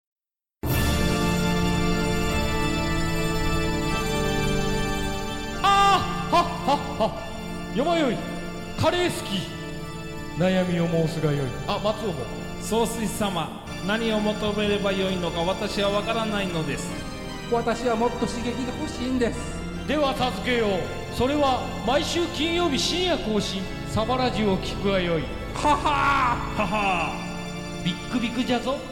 あーはっはっは。よまよい、カレー好き。悩みを申すがよい。あ、松尾も。 総帥様、何を求めればよいのか私はわからないのです。 私はもっと刺激が欲しいんです。では授けよう。それは毎週金曜日深夜更新、サバラジュを聞くがよい。ははーははー、ビックビックじゃぞ。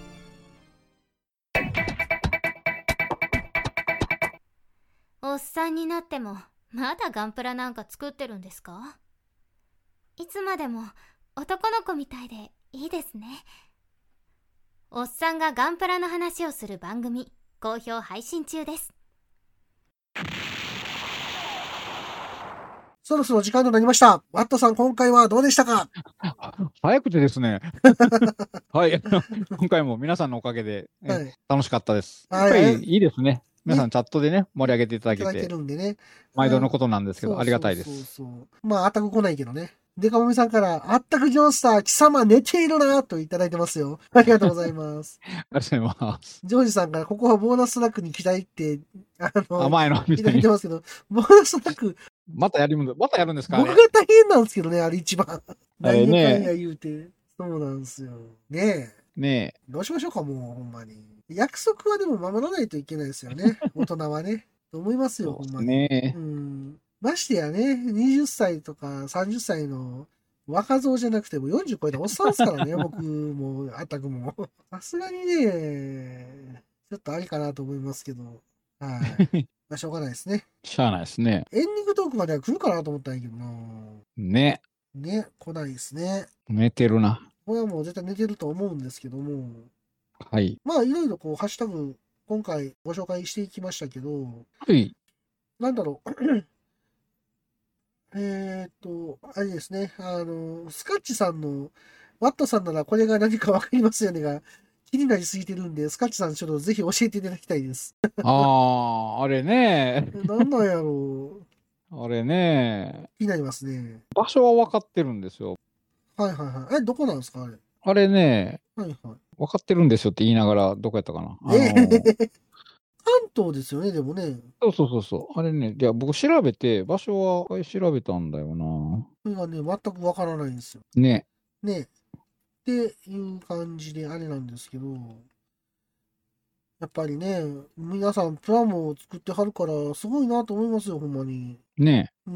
おっさんになってもまだガンプラなんか作ってるんですか？いつまでも男の子みたいでいいですね。おっさんがガンプラの話をする番組、好評配信中です。 そろそろ時間となりました。ワットさん、今回はどうでしたか？ 早くてですね。はい。今回も皆さんのおかげで、はい、楽しかったです。やっぱりいいですね。皆さんチャットでね、盛り上げていただけて。いただけるんでね。毎度のことなんですけど、ありがたいです。そうそうそう。 まあ、あったく来ないけどね。デカモミさんから、あったくジョースター、貴様寝ているなといただいてますよ。ありがとうございます。 ありがとうございます。 ジョージさんから、ここはボーナストラックに期待って、あの、 あ、前のいただいてますけど、ボーナストラック。 またやるんだ、またやるんですかね。 僕が大変なんですけどね、あれ一番。何やかんや言うて。そうなんですよ。ねえ。ねえ。 どうしましょうか、もう、ほんまに。約束はでも守らないといけないですよね。大人はね。と思いますよ、ほんまに。 ねうん。ましてやね、にじゅっさいとかさんじゅっさいの若造じゃなくてもよんじゅう超えたおっさんですからね、僕も、あったくも。さすがにね、ちょっとありかなと思いますけど。はい。まあ、しょうがないですね。 しゃあないですね。 エンディングトークまでは来るかなと思ったんやけどな。 ね。 ね、来ないですね。 寝てるな。 これはもう絶対寝てると思うんですけども。 はい。 まあ、いろいろこう、ハッシュタグ、今回ご紹介していきましたけど、 はい。 なんだろう。えっと、あれですね、あの、スカッチさんの、ワットさんならこれが何かわかりますよねが、気になりすぎてるんで、スカッチさんちょっとぜひ教えていただきたいです。 ああ、あれね。 なんなんやろう。あれね。 気になりますね。 場所は分かってるんですよ。 はいはいはい。え、どこなんですかあれ。 あれね。 はいはい。 分かってるんですよって言いながら、どこやったかな。あのー、 えー関東ですよね、でもね。 そうそうそうそう。あれね、いや、僕調べて、場所は調べたんだよな。 それがね、全くわからないんですよ。 ね。 ね。っていう感じであれなんですけど、やっぱりね、皆さんプラモを作ってはるから、すごいなと思いますよ、ほんまに。 ね。 うん。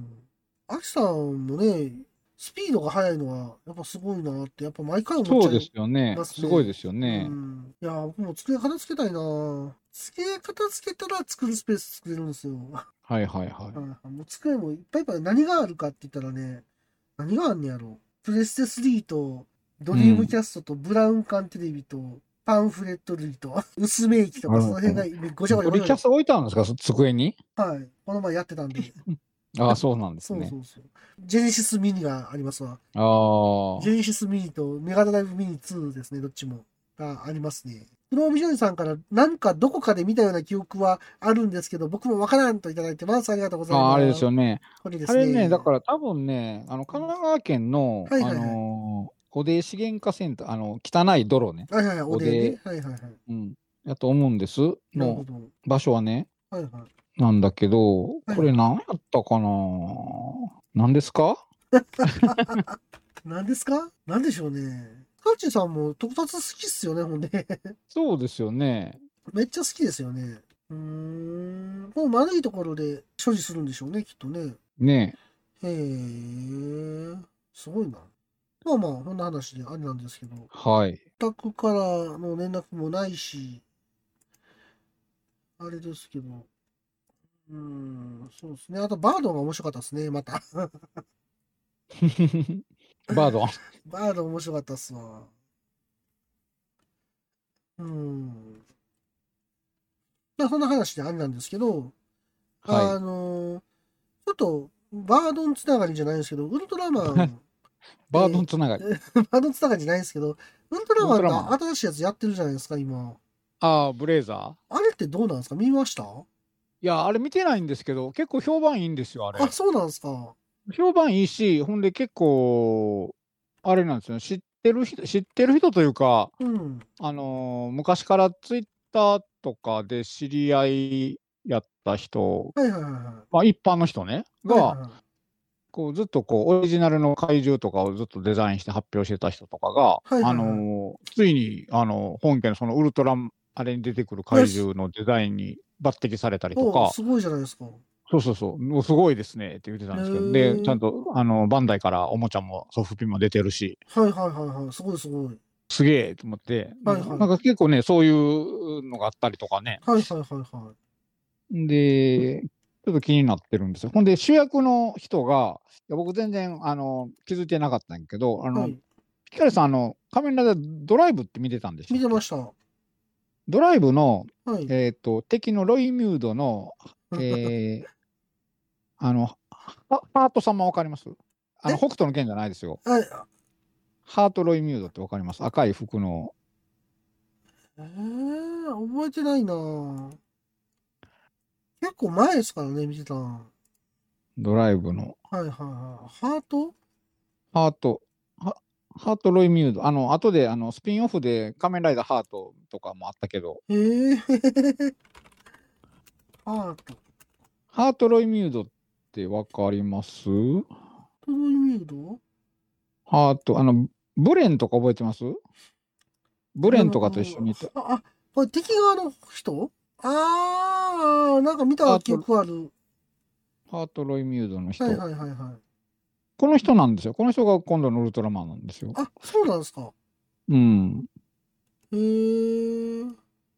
アキさんもね、スピードが速いのは、やっぱすごいなって、やっぱ毎回思っちゃいますね。 そうですよね。すごいですよね。 うん。いや、僕も机片付けたいな机片付けたら作るスペース作れるんですよ。 はいはいはい。 もう机もいっぱいいっぱい何があるかって言ったらね、何があんねやろ。プレステスリーと、ドリームキャストと、ブラウン管テレビと、パンフレット類と、薄め息とか、その辺がごちゃごちゃ。 ドリキャス置いたんですか、机に？ はい。この前やってたんで。 ああ、そうなんですね。 そうそうそう。ジェネシスミニがありますわ。 ああ。 ジェネシスミニとメガドライブミニツーですね、どっちも。がありますね。プロビジョンさんからなんかどこかで見たような記憶はあるんですけど、僕もわからんといただいてます。ありがとうございます。 あ, あれですよね。 これですね。 あれね、だから多分ね、あの、神奈川県の、 はいはいはい、 あのー、おで資源化センター、あの、汚い泥ね。 はいはいはい、おでね。はいはいはい。 うん。やと思うんです。の場所はね。 はいはい。 なんだけど、これ何やったかな、何ですか何ですか何でしょうね。カーチさんも特撮好きっすよね、ほんで。 そうですよね。 めっちゃ好きですよね。うーん。もう丸いところで所持するんでしょうね、きっとね。 ねえ。へえ。すごいな。まあまあ、こんな話であれなんですけど。 はい。 お宅からの連絡もないし、あれですけど。うーん、そうですね。あと、バードが面白かったですね、また。 バードバード面白かったっすわ。うん。まあ、そんな話であれなんですけど、はい、あの、ちょっと、バードンつながりじゃないんですけど、ウルトラマン。 バードンつながり。 バードンつながりじゃないんですけど、ウルトラマンが新しいやつやってるじゃないですか、今。 ああ、ブレイザー？ あれってどうなんですか？見ました？ いや、あれ見てないんですけど、結構評判いいんですよ、あれ。 あ、そうなんですか。 評判いいし、ほんで結構、 あれなんですよね。知ってる人、知ってる人というか、 うん。 あのー昔からツイッターとかで知り合いやった人、 はいはいはいはい。 まあ一般の人ね、が、 はいはいはい。 こうずっとこうオリジナルの怪獣とかをずっとデザインして発表してた人とかが、 はいはいはいあのーついに、あの本家のそのウルトラあれに出てくる怪獣のデザインに抜擢されたりとか、 おすごいじゃないですか。 そうそうそう、もうすごいですねって言ってたんですけど、で、ちゃんとあのバンダイからおもちゃもソフビも出てるし、 はいはいはいはい。すごいすごい。 すげえと思って、 はいはい。 なんか結構ね、そういうのがあったりとかね。 はいはいはいはで、ちょっと気になってるんですよ。ほんで、主役の人が、いや僕全然あの気づいてなかったんやけど、あの、 はいピカリさん、あの、仮面ライダードライブって見てたんでしい。 ょ見てました。はドライブの、 い。 えっ、と、敵のロイミュードの、えー、あの、ハハート様わかりますあの、 え北斗の拳じゃないですよ。 はい。 ハートロイミュードってわかります赤い服の。 えー、覚えてないなぁ結構前ですからね、見てたの。 ドライブの。 はいはいはい。ハートハート。ハハートロイミュード。あの、後で、あの、スピンオフで仮面ライダーハートとかもあったけど、 えー、ハート。 ハートロイミュードってわかりますトロイミュードハート、あの、ブレンとか覚えてますブレンとかと一緒にいた。 あ、あ、これ敵側の人あー、なんか見た記憶ある。 ハートロイミュードの人。 はいはいはいはい。 この人なんですよ。この人が今度のウルトラマンなんですよ。 あ、そうなんですか。 うん。 へー。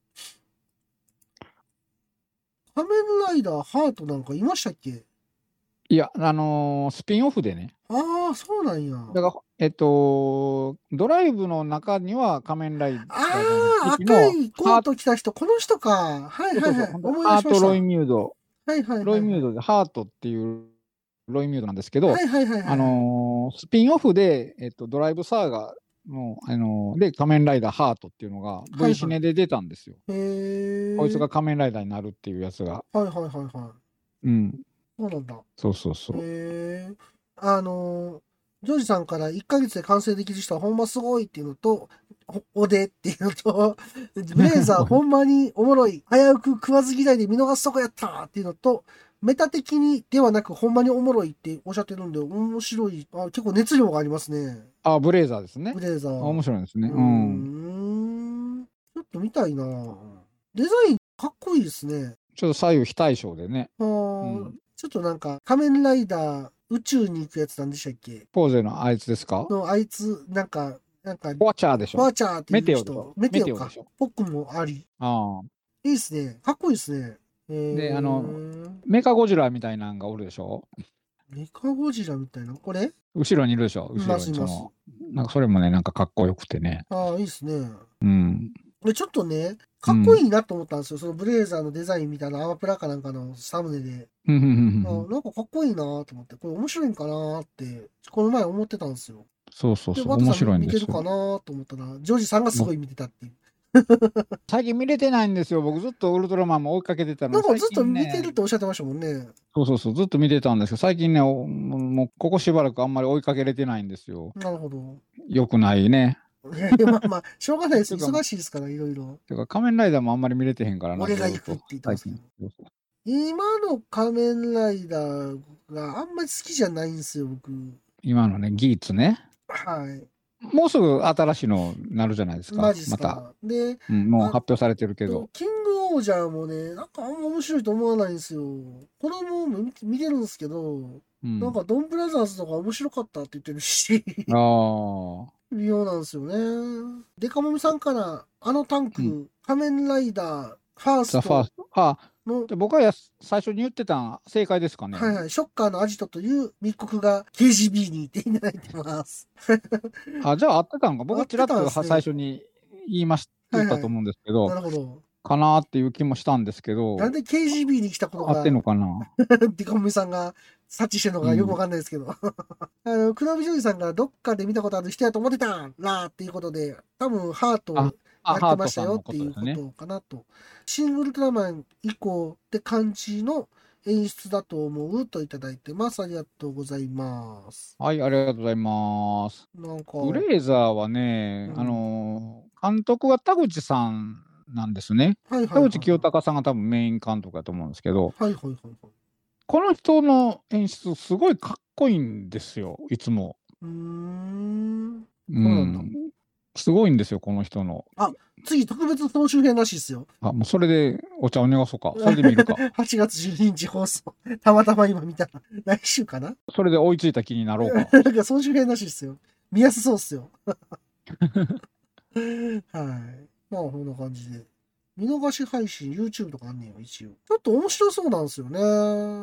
仮面ライダーハートなんかいましたっけいや、あのースピンオフでね。 ああ、そうなんや。 だから、えっと、ドライブの中には仮面ライダーああ、 敵の赤いコート着た人、この人か。はいはいはい。思い出しました。 ハートロイミュード。 はいはいはい。 ロイミュードでハートっていうロイミュードなんですけど、 はいはいはいはい。 あのースピンオフで、えっと、ドライブサーガの、あのーで、仮面ライダーハートっていうのが V シネで出たんですよ。 へえ。 こいつが仮面ライダーになるっていうやつが。 はいはいはいはうん。 い。そうなんだ。 そうそうそう。 へえ。あのー、ジョージさんからいっかげつで完成できる人はほんますごいっていうのと、おおでっていうのと、ブレーザーほんまにおもろい、危うく食わず嫌いで見逃すとこやったっていうのと、メタ的にではなくほんまにおもろいっておっしゃってるんで、面白い。あ、結構熱量がありますね。 あ、ブレーザーですね。 ブレーザー。 面白いですね。 うーん。 ん。ちょっと見たいなデザインかっこいいですね。 ちょっと左右非対称でね。 あー、うん、ちょっとなんか仮面ライダー宇宙に行くやつなんでしたっけポーゼのあいつですかのあいつ、なんか、なんか、 フォアチャーでしょ。 フォアチャーっていう人。 メテオでしょ。 メテオか。 でしょ。 僕もあり。 ああ。 いいっすね。かっこいいっすね。 で、あの、メカゴジラみたいなのがおるでしょ。 メカゴジラみたいなこれ後ろにいるでしょ。後ろにその。なんかそれもね、なんかかっこよくてね。 ああ、いいっすね。 うん。 で、ちょっとね、かっこいいなと思ったんですよ。うん、そのブレーザーのデザインみたいなアマプラかなんかのサムネで。あなんかかっこいいなと思って、これ面白いんかなって、この前思ってたんですよ。 そうそうそう、面白いんですよ。 見てるかなと思ったら、ジョージさんがすごい見てたっていう。 最近見れてないんですよ。僕ずっとウルトラマンも追いかけてたのに。なんかずっと見てるっておっしゃってましたもんね。 そうそうそう、ずっと見てたんですけど、最近ね、もうここしばらくあんまり追いかけれてないんですよ。 なるほど。 よくないね。 まあまあ、しょうがないです。忙しいですから、いろいろ。 てか、仮面ライダーもあんまり見れてへんからな。 俺が行くって言ってますけど。今の仮面ライダーがあんまり好きじゃないんですよ、僕。 今のね、ギーツね。 はい。 もうすぐ新しいのなるじゃないですか。 マジっすか。 また。 で、 うん、もう発表されてるけど。 キングオージャーもね、なんかあんま面白いと思わないんですよ。これも見てるんですけど、うん、なんかドンブラザーズとか面白かったって言ってるし。ああ。微妙なんですよね。デカモミさんから、あのタンク、うん、仮面ライダー、ファースト。 ファースト。ああ。僕は最初に言ってた正解ですかね。 はいはい。ショッカーのアジトという密告が ケージービー にいていただいてます。 あ、じゃあ合ってたのか。僕はちらっと最初に言いました、言ったと思うんですけど。 なるほど。 かなーっていう気もしたんですけど。 なんで ケージービー に来たことが。 合ってんのかな。 デカモミさんが察知してるのかよくわかんないですけど。うん、あの、クラビジョージさんがどっかで見たことある人やと思ってたらーっていうことで、多分ハートやってましたよっていうことかなと。シン・ウルトラマン以降って感じの演出だと思うといただいてます。ありがとうございます。 はい、ありがとうございます。 なんか。 ブレイザーはね、うん、あの、監督は田口さんなんですね。はいはいはいはい、田口清隆さんが多分メイン監督だと思うんですけど、 はいはいはいはい、 この人の演出すごいかっこいいんですよ、いつも。 うーん。 うん。すごいんですよ、この人の。 あ、次特別総集編らしいですよ。 あ、もうそれでお茶を願そうか。それで見るか。 はちがつじゅうににち放送。たまたま今見たら。来週かな。 それで追いついた気になろうか。 なんか総集編らしいですよ。見やすそうっすよ。はい。まあ、こんな感じで。見逃し配信、YouTube とかあんねんよ、一応。ちょっと面白そうなんですよね。ああ。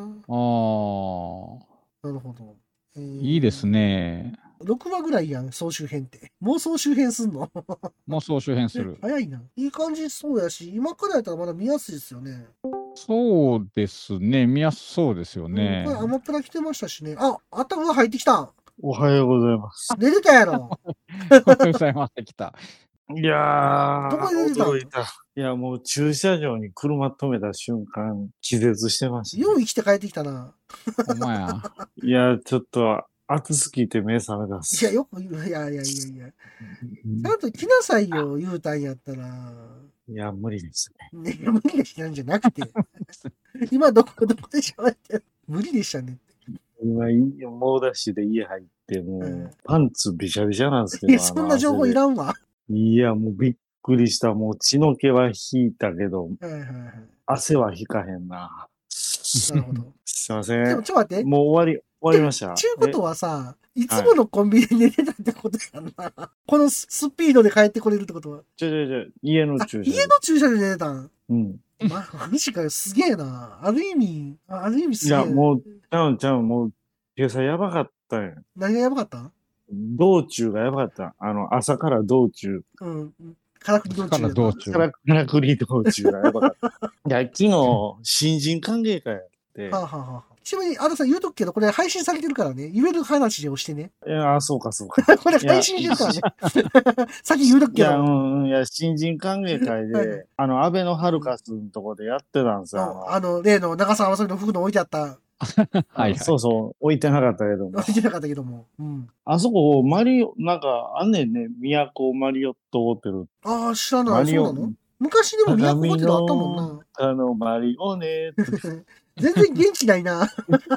なるほど。 えー、いいですね。 ろくわぐらいやん、総集編って。もう総集編すんのもう総集編する。 早いな。いい感じそうやし、今からやったらまだ見やすいですよね。 そうですね。見やすそうですよね。 うん、これアマプラ来てましたしね。あ、あったが入ってきた。 おはようございます。 寝てたやろ。 おはようございます。来た。 いやー、 どこで寝てたの？ 驚いた。いや、もう駐車場に車止めた瞬間、気絶してました、ね。 よう生きて帰ってきたな。 お前や。 いや、ちょっと、暑すぎて目覚めたっす。 いや、よく、いやいやいやいや。ちゃんと来なさいよ、言うたんやったら。 いや、無理ですね。ね、無理でしたんじゃなくて。今どこ、どこで喋ってる？無理でしたね。 今、猛ダッシュで家入って、もう、うん、パンツびしゃびしゃなんですけど。 いや、そんな情報いらんわ。 いや、もうびっくりした。もう血の気は引いたけど、はいはいはい、汗は引かへんな。 なるほど。 すいません。 でもちょっと待って。 もう終わり、終わりました。 ちゅうことはさ、いつものコンビニで寝てたってことやんな。はい、このスピードで帰ってこれるってことは。 ちょちょちょ、家の駐車場。 家の駐車場で寝てたん？ うん。 まあ、マジかよ、すげえな。ある意味、ある意味すげえ。 いや、もう、ちゃうんちゃうん、もう、今朝やばかったよ。 何がやばかった？ 道中がやばかった。あの、朝から道中。 うん。からくり道中。 から道中。 からくり道中がやばかった。いや、昨日、新人歓迎会やって。 はあ、はあはあ、ちなみに、あなた言うとくけど、これ配信されてるからね。言える話で押してね。 いや、そうか、そうか。 これ配信してるからね。さっき言うとくけど。 いや、うん、いや、新人歓迎会で、はい、あの、安倍のハルカスのとこでやってたんですよ。 あの、例の長澤まさみの服の置いてあった。 はい、はい。そうそう、置いてなかったけども。 置いてなかったけども。うん。 あそこ、マリオ、なんか、あんねんね、都マリオットホテル。 ああ、知らない。そうなの？昔でも都ホテルあったもんな。 あの、マリオネー全然元気ないな。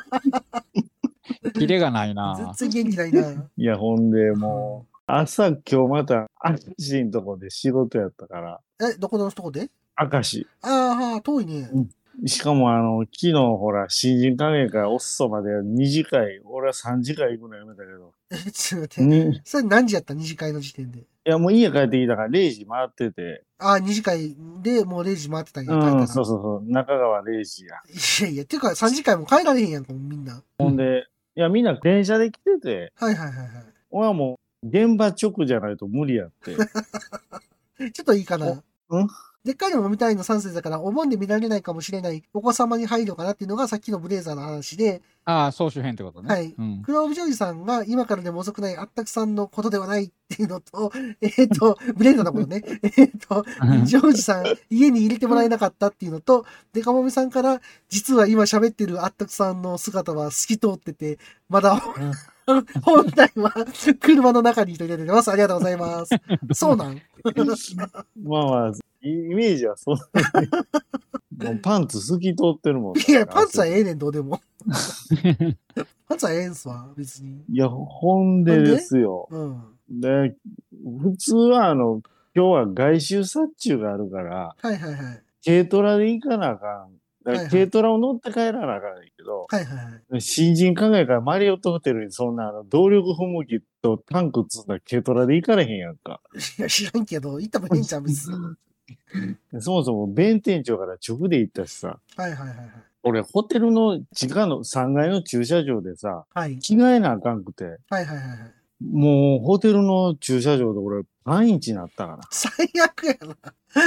キレがないな。 全然元気ないな。 いや、ほんで、もう、朝今日また、明石のとこで仕事やったから。 え、どこのとこで？ 明石。 ああ、遠いね。 うんしかもあの、昨日ほら、新人歓迎会おっそまでにじかい、俺はさんじかい行くのやめたけど。 え、ちょっと待って。それ何時やった？にじかいの時点で。いや、もう家帰ってきたかられいじ回ってて。 ああ、にじかいでもうれいじ回ってたんや。 うん、そうそうそう。中川れいじや。 いやいや、ていうかさんじかいも帰られへんやんか、みんな。 ほんで、いや、みんな電車で来てて。 はいはいはいはい。 俺はもう、現場直じゃないと無理やって。 ちょっといいかな。 うんでっかいのも見たいのさんせいだから、お盆で見られないかもしれないお子様に配慮かなっていうのがさっきのブレーザーの話で。 ああ、総集編ってことね。 はい。うん、クローブジョージさんが今からでも遅くないあったくさんのことではないっていうのと、えっ、ー、と、ブレーザーのことね。えっと、ジョージさん、家に入れてもらえなかったっていうのと、デカモミさんから、実は今喋ってるあったくさんの姿は透き通ってて、まだ、本来は車の中にと入れてます。ありがとうございます。そうなんまあまあ、イメージはそうだね。もうパンツ透き通ってるもん。 いや、パンツはええねん、どうでも。パンツはええんすわ、別に。 いや、ほんでですよ。うん、で、普通はあの、今日は外周殺虫があるから、 はいはいはい。 軽トラで行かなあかん。だから軽トラを乗って帰らなあかんねんけど、 はいはいはい、 新人考えからマリオットホテルにそんなあの動力噴霧器とタンク積んだ軽トラで行かれへんやんか。 いや、知らんけど、行ったもええんちゃうんですそもそも弁天町から直で行ったしさ。 はいはいはい。 俺、ホテルの地下のさんがいの駐車場でさ、はい、着替えなあかんくて。 はいはいはい。 もう、ホテルの駐車場で俺、パンイチになったから。 最悪やな。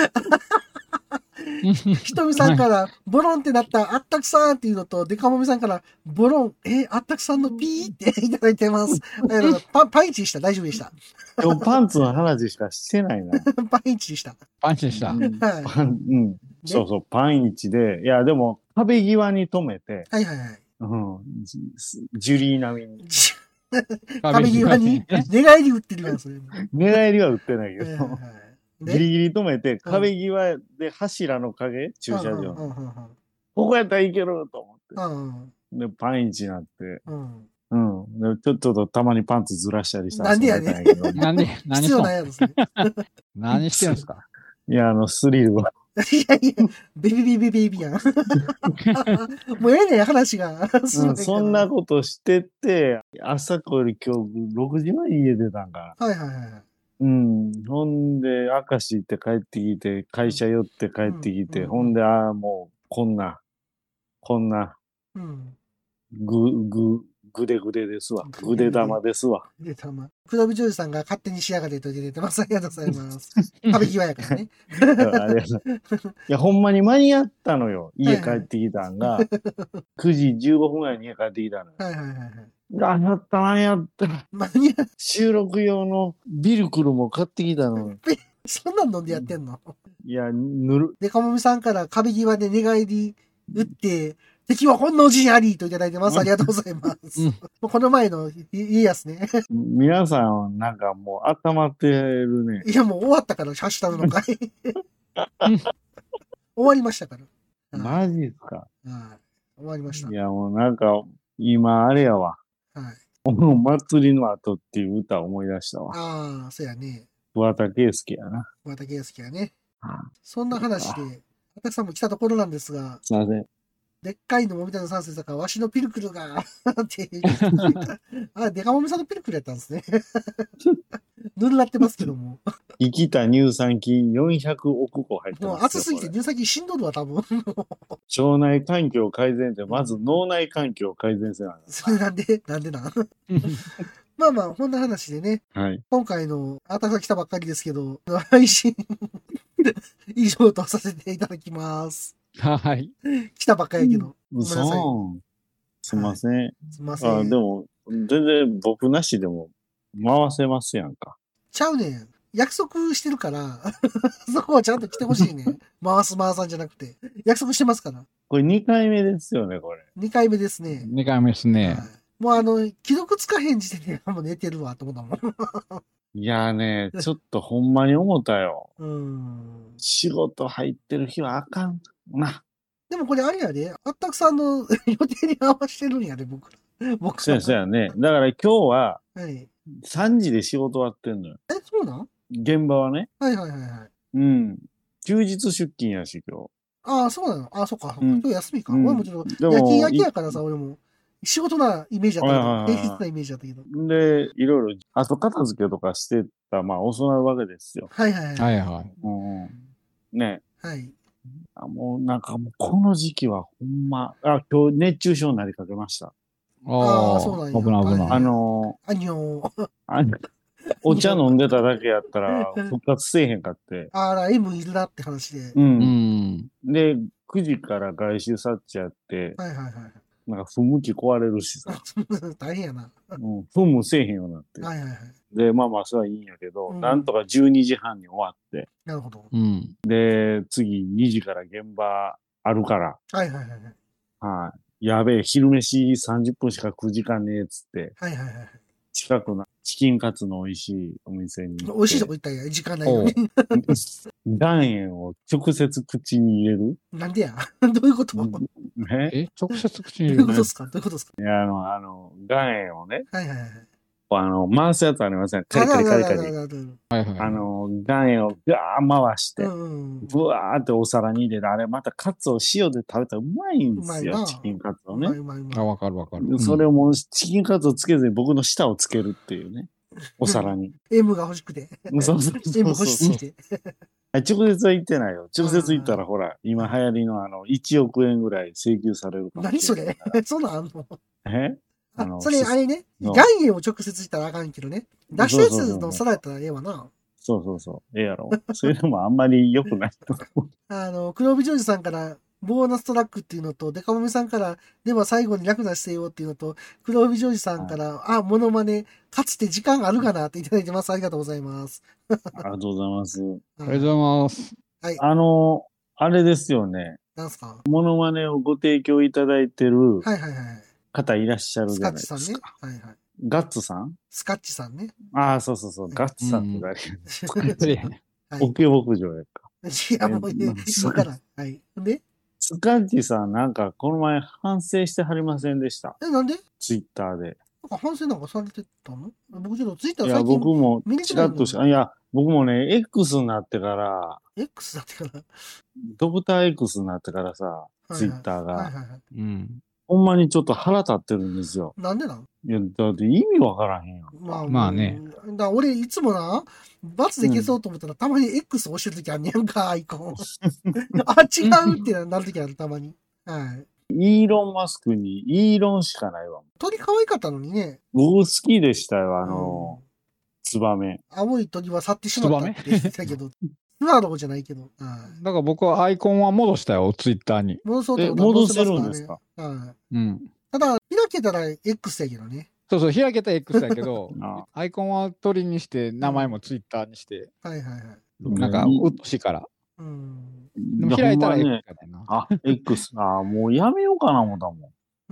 ひとみさんから、ボロンってなった、あったくさんっていうのと、デカモミさんから、ボロン、え、あったくさんのピーっていただいてます。パ, パンイチでした。大丈夫でした。 でもパンツの話しかしてないな。 パンイチでした。 パンイチでした。 はい。 うん。 そうそう、パンイチで、いや、でも、壁際に止めて、 はいはいはい。 うん、ジュリー並みに。 壁際に寝返り打ってるやん、それ。 寝返りは打ってないけど、ギリギリ止めて、壁際で柱の影、駐車場の。ここやったらいけると思って。で、パンイチになって。うん。でちょっとたまにパンツずらしたりしたら。 なんでやねん。 なんで、何必要ないやろ、それ。 何してるんですか？ いや、あの、スリルは。 いやいや、ベビビビビビやん。もうええねん、話が。 うん、そんなことしてて、朝こより今日ろくじまで家出たんかな。はいはいはい。 うん。ほんで、明石行って帰ってきて、会社寄って帰ってきて、うん、ほんで、ああ、もう、こんな、こんな、うん、ぐ、ぐ、ぐでぐでですわ。ぐで玉ですわ。 ぐで玉。黒部ジョージさんが勝手に仕上がれと出てます。ありがとうございます。壁際やからね。 ありがとう。いや、ほんまに間に合ったのよ。家帰ってきたんが。くじじゅうごふんぐらいに家帰ってきたのよ。 はいはいはい。 あ、やったな、やった。収録用のビルクルも買ってきたの。 そんなん飲んでやってんの？ いや、ぬる。 でかもみさんから壁際で寝返り打って、敵は本能寺にありといただいてます。ありがとうございます。うん、この前の家康ね。 皆さん、なんかもう温まってるね。 いや、もう終わったから、ハッシュタグの回。終わりましたから。 マジっすか。 はい。終わりました。 いや、もうなんか、今あれやわ。はい。お祭りの後っていう歌を思い出したわ。 ああ、そうやね。 桑田佳祐やな。 桑田佳祐やね。そんな話で、私さんも来たところなんですが。 すいません。 でっかいのもみたいな三世だから、わしのピルクルが、って言ってあ、デカモミさんのピルクルやったんですね。ぬるなってますけども。 生きた乳酸菌よんひゃくおく個入ってますよ。 もう暑すぎて乳酸菌死んどるわ、多分。 腸内環境改善って、まず脳内環境を改善せな。 それなんで、なんでな。まあまあ、こんな話でね。はい。今回の、あたさ来たばっかりですけど、配信、以上とさせていただきます。 はい。 来たばっかりやけど。 うん、そう。すいません。はい、 すいません。 あ、でも、全然僕なしでも回せますやんか。 ちゃうねん。約束してるから、そこはちゃんと来てほしいね。回す回さんじゃなくて。約束してますから。 これにかいめですよね、これ。 にかいめですね。 にかいめですね。はい、 もうあの、既読つかへん時点でもう寝てるわ、と思ったもん。 いやーね、ちょっとほんまに思ったよ。うん。仕事入ってる日はあかんな。 でもこれあれやで、あったくさんの予定に合わせてるんやで、僕ら。僕そうそうやね。だから今日は、さんじで仕事終わってんのよ。 え、そうなん？ 現場はね。 はいはいはいはい。 うん。休日出勤やし、今日。 ああ、そうなの？ああ、そっか。うん、今日休みか。うん、俺もちょっと、夜勤夜勤やからさ、俺も。仕事なイメージだったけど、平日なイメージだったけど。 で、いろいろ後片付けとかしてた、まあ、遅なるわけですよ。 はいはいはい。 はいはい。 うん、ね。 はい。 あ、もうなんかもうこの時期はほんま、あ、今日熱中症になりかけました。 ああ、そうなんや。 危ない危ない。 あのー、あにょー。 あお茶飲んでただけやったら復活せえへんかって。 あら、M いるなって話で。 うん。で、くじから外周察知やって、 はいはいはい。 なんか、不向き壊れるしさ。 大変やな。 うん。不向せえへんようになって。 はいはいはい。 で、まあまあ、それはいいんやけど、うん、なんとかじゅうにじはんに終わって。 なるほど。 うん。 で、次にじから現場あるから。 はいはいはい。 はい。やべえ、昼飯さんじゅっぷんしか食う時間ねえっつって。 はいはいはい。 近くのチキンカツの美味しいお店に。 美味しいとこ行ったんや、時間ないように。 岩塩を直接口に入れる？ なんでやどういうこと？ ええ直接口に入れる？ どういうことですか？どういうことですか？ いや、あの、あの、岩塩をね。 はいはいはい。 あの、回すやつありません。カリカリカリカリ。 はいはい。 あの、岩塩をガー回して、ブワーってお皿に入れて、あれまたカツを塩で食べたらうまいんですよ、チキンカツをね。 あ、わかるわかる。 それをもうチキンカツをつけずに僕の舌をつけるっていうね。お皿に。 M が欲しくて。 そうそうそう。 M 欲しすぎて。 直接は行ってないよ。直接行ったらほら、今流行りのあの、いちおくえんぐらい請求されるかもしれない。 何それそんなんあんの？ えあそれ、あれね。岩塩を直接言ったらあかんけどね。出したやつの皿やったらええわな。 そうそうそう。ええやろ。それでもあんまり良くないと思う。 あの、黒帯ジョージさんから、ボーナストラックっていうのと、デカモミさんから、では最後に楽な姿勢をっていうのと、黒帯ジョージさんから、はい、あ、モノマネ、かつて時間あるかなっていただいてます。ありがとうございます。 ありがとうございます。 ありがとうございます。 はい。 あの、 あれですよね。 なんすか？ モノマネをご提供いただいてるはいはいはい。 方いらっしゃるじゃないですか。 スカッチさんね。はいはい。 ガッツさんスカッチさんね。 ああ、そうそうそう。ガッツさんって誰やねん。オケ牧場やっか。 いや、もう、今から。はい。でスカッチさんなんかこの前反省してはりませんでした。 え、なんで？ ツイッターで。 なんか反省なんかされてたの？僕ちょっとツイッターいや、 最近僕も見れてないの。 チラッとしか、いや、僕もね、X になってから、 X だってから。 ドクター X になってからさ、ツイッターが、 うん。 ほんまにちょっと腹立ってるんですよ。 なんでなん？ いや、だって意味わからへんよ。 まあ、 まあね。 だから俺いつもな、罰で消そうと思ったら、たまに X 押してるときあんねやんか、アイコン。あ、違うってなるときある、たまに。はい。 イーロン・マスクにイーロンしかないわ。 鳥可愛かったのにね。 僕好きでしたよ、あの、うん、ツバメ。 青い鳥は去ってしまったって言ってたけど。スワローじゃないけど。 だから僕はアイコンは戻したよ、ツイッターに。 戻そうと戻せるんですか？ はい。 うん。 ただ、開けたら X やけどね。 そうそう、開けたら X やけど、アイコンは鳥にして、名前もツイッターにして。 はいはいはい。 なんか、うっとしいから。 うん。 でも開いたら X やな。 あ、X。あ、もうやめようかな思ったもん。 うん。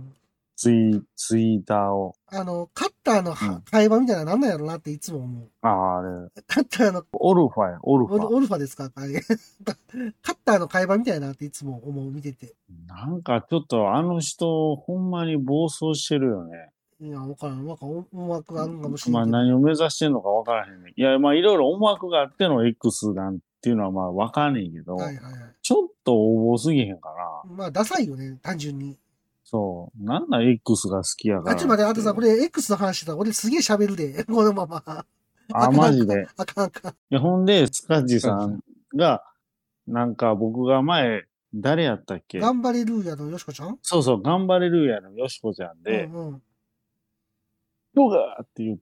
ツイ、ツイッターを。 あの、カッターの会話みたいなのなんなんやろなっていつも思う。 ああ、あれ。 カッターの。 オルファや、オルファ。 オルファですかあれ。カッターの会話みたいなっていつも思う、見てて。 なんかちょっとあの人、ほんまに暴走してるよね。 いや、わからん。なんか思惑があるかもしれない。 まあ何を目指してんのかわからへんね。いや、まあいろいろ思惑があっての X なんていうのはまあわかんねんけど、 はいはいはい、 ちょっと横暴すぎへんかな。 まあダサいよね、単純に。 そう。なんだ X が好きやから。 あ、ちょっと待って、あとさ、これ X の話してたら俺すげえ喋るで、このまま。 あ、マジで。 あかんあかん。いや、ほんで、スカッジさんが、なんか僕が前、誰やったっけ？ 頑張れルーヤのよしこちゃん？ そうそう、頑張れルーヤのよしこちゃんで、 うんうん、 ヨガって言って、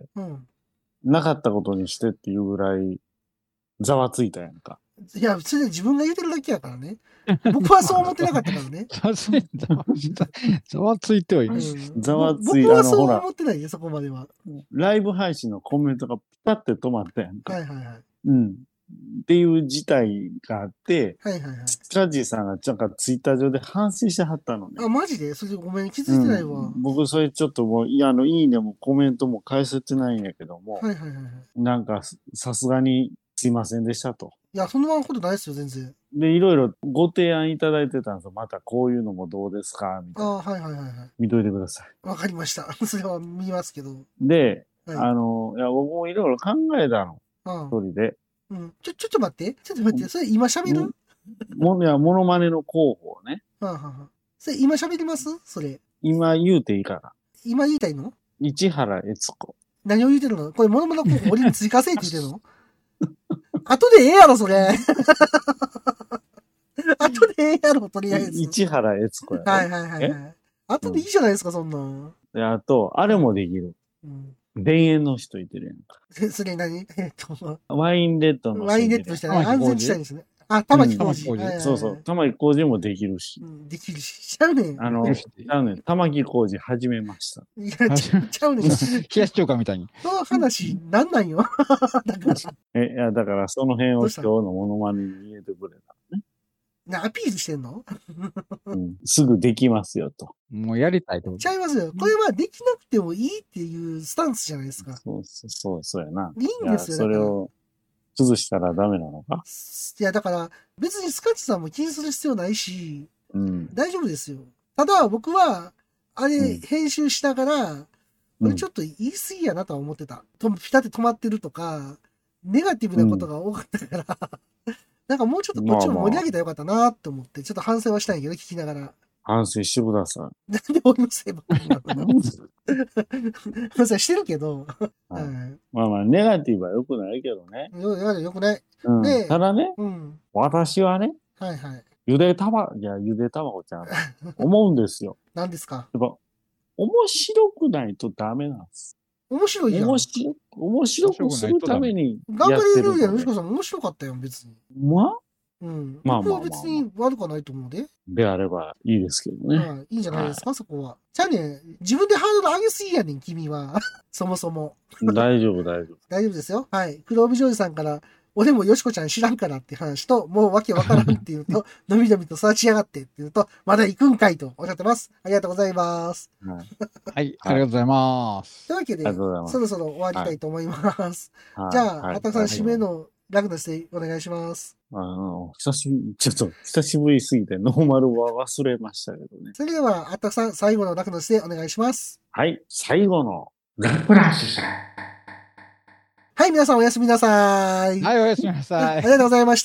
うん、 なかったことにしてっていうぐらい、ざわついたやんか。 いや、それで自分が言うてるだけやからね。僕はそう思ってなかったからね。 ざわついてはいる。 ざわつい僕はそう思ってないよ、そこまでは。 ライブ配信のコメントがピタって止まったやんか。 はいはいはい。 うん。っていう事態があって、 はいはいはい。 スカジーさんがなんかツイッター上で反省してはったのね。 あ、マジでそれでごめん、気づいてないわ。 うん、僕それちょっともう、いや、あの、いいねもコメントも返せてないんやけども、 はいはいはい。 なんか、さすがにすいませんでしたと。 いや、そんなことないですよ、全然。 で、いろいろご提案いただいてたんですよ。またこういうのもどうですかみたいな。 あはいはいはいはい。 見といてください。 わかりました。それは見ますけど。 で、 はい、 あの、いや、僕もいろいろ考えたの。一人で。 うん。ちょ、ちょっと待って。ちょっと待って。それ今喋る？ も、いや、モノマネの候補ね。 はあはあ、それ今喋りますそれ。 今言うていいかな。 今言いたいの？ 市原悦子。 何を言うてるの？これモノマネの候補俺に追加せいって言うてるの？後でええやろ、それ。後でええやろ、とりあえず。 市原悦子やろ。 はいはいはい、はい。後でいいじゃないですか、そんなん。 で、あと、あれもできる。うん。田園の人いてるやんか。 それ何えっと。 ワインレッドの人。 ワインレッドの人ね。安全地帯ですね。あ、玉木浩二。 そうそう。玉木浩二もできるし。 できるし。ちゃうねん。 あの、ちゃうねん。玉木浩二始めました。 いや、ちゃうねん。冷やし中華みたいに。 その話、なんなんよ。だから。 え、いや、だからその辺を今日のモノマネに入れてくれたね。 アピールしてんの、 うん、すぐできますよと。 もうやりたいと。 ちゃいますよ。これはできなくてもいいっていうスタンスじゃないですか。 そうそうそう、そうやな。 いいんですよ。 それを崩したらダメなのか？ いや、だから別にスカッチさんも気にする必要ないし、 うん、 大丈夫ですよ。ただ僕は、あれ編集しながら、うん、これちょっと言い過ぎやなとは思ってた。とピタって止まってるとか、ネガティブなことが多かったから、うんなんかもうちょっとこっちも盛り上げたらよかったなって思って、ちょっと反省はしたいけど、聞きながら。 反省してください。 なんで俺のせいばっかりなの反省してるけど、 はい。まあまあ、ネガティブは良くないけどね。 よ、よ、よくない。 うん、で、ただね、 うん、 私はね、 はいはい。 ゆでたま、いや、ゆでたまごちゃん、思うんですよ。 何ですか？ やっぱ、面白くないとダメなんです。 面白いやん。 面白、面白くするために頑張れるやん、よしこさん面白かったよ、別に。 まあうん。 まあまあまあ、まあ。 僕は別に悪くはないと思うで。 であればいいですけどね。 はい。いいんじゃないですか、はい、そこは。じゃあね、自分でハードル上げすぎやねん、君は。そもそも。 大丈夫、大丈夫。 大丈夫ですよ。はい。黒帯ジョージさんから、 俺もよしこちゃん知らんからって話と、もうわけわからんっていうと、のびのびと育ちやがってっていうと、まだ行くんかいとおっしゃってます。ありがとうございます。 はい、はい、ありがとうございます。 というわけで、そろそろ終わりたいと思います。はい、じゃあ、はたくさん締めのラグナスでお願いします。 あの、久しぶり、ちょっと久しぶりすぎてノーマルは忘れましたけどね。 それでは、あったくさん最後のラグナスでお願いします。 はい、最後のラグナスさん。 はい、皆さんおやすみなさい。 はい、おやすみなさい。 ありがとうございました。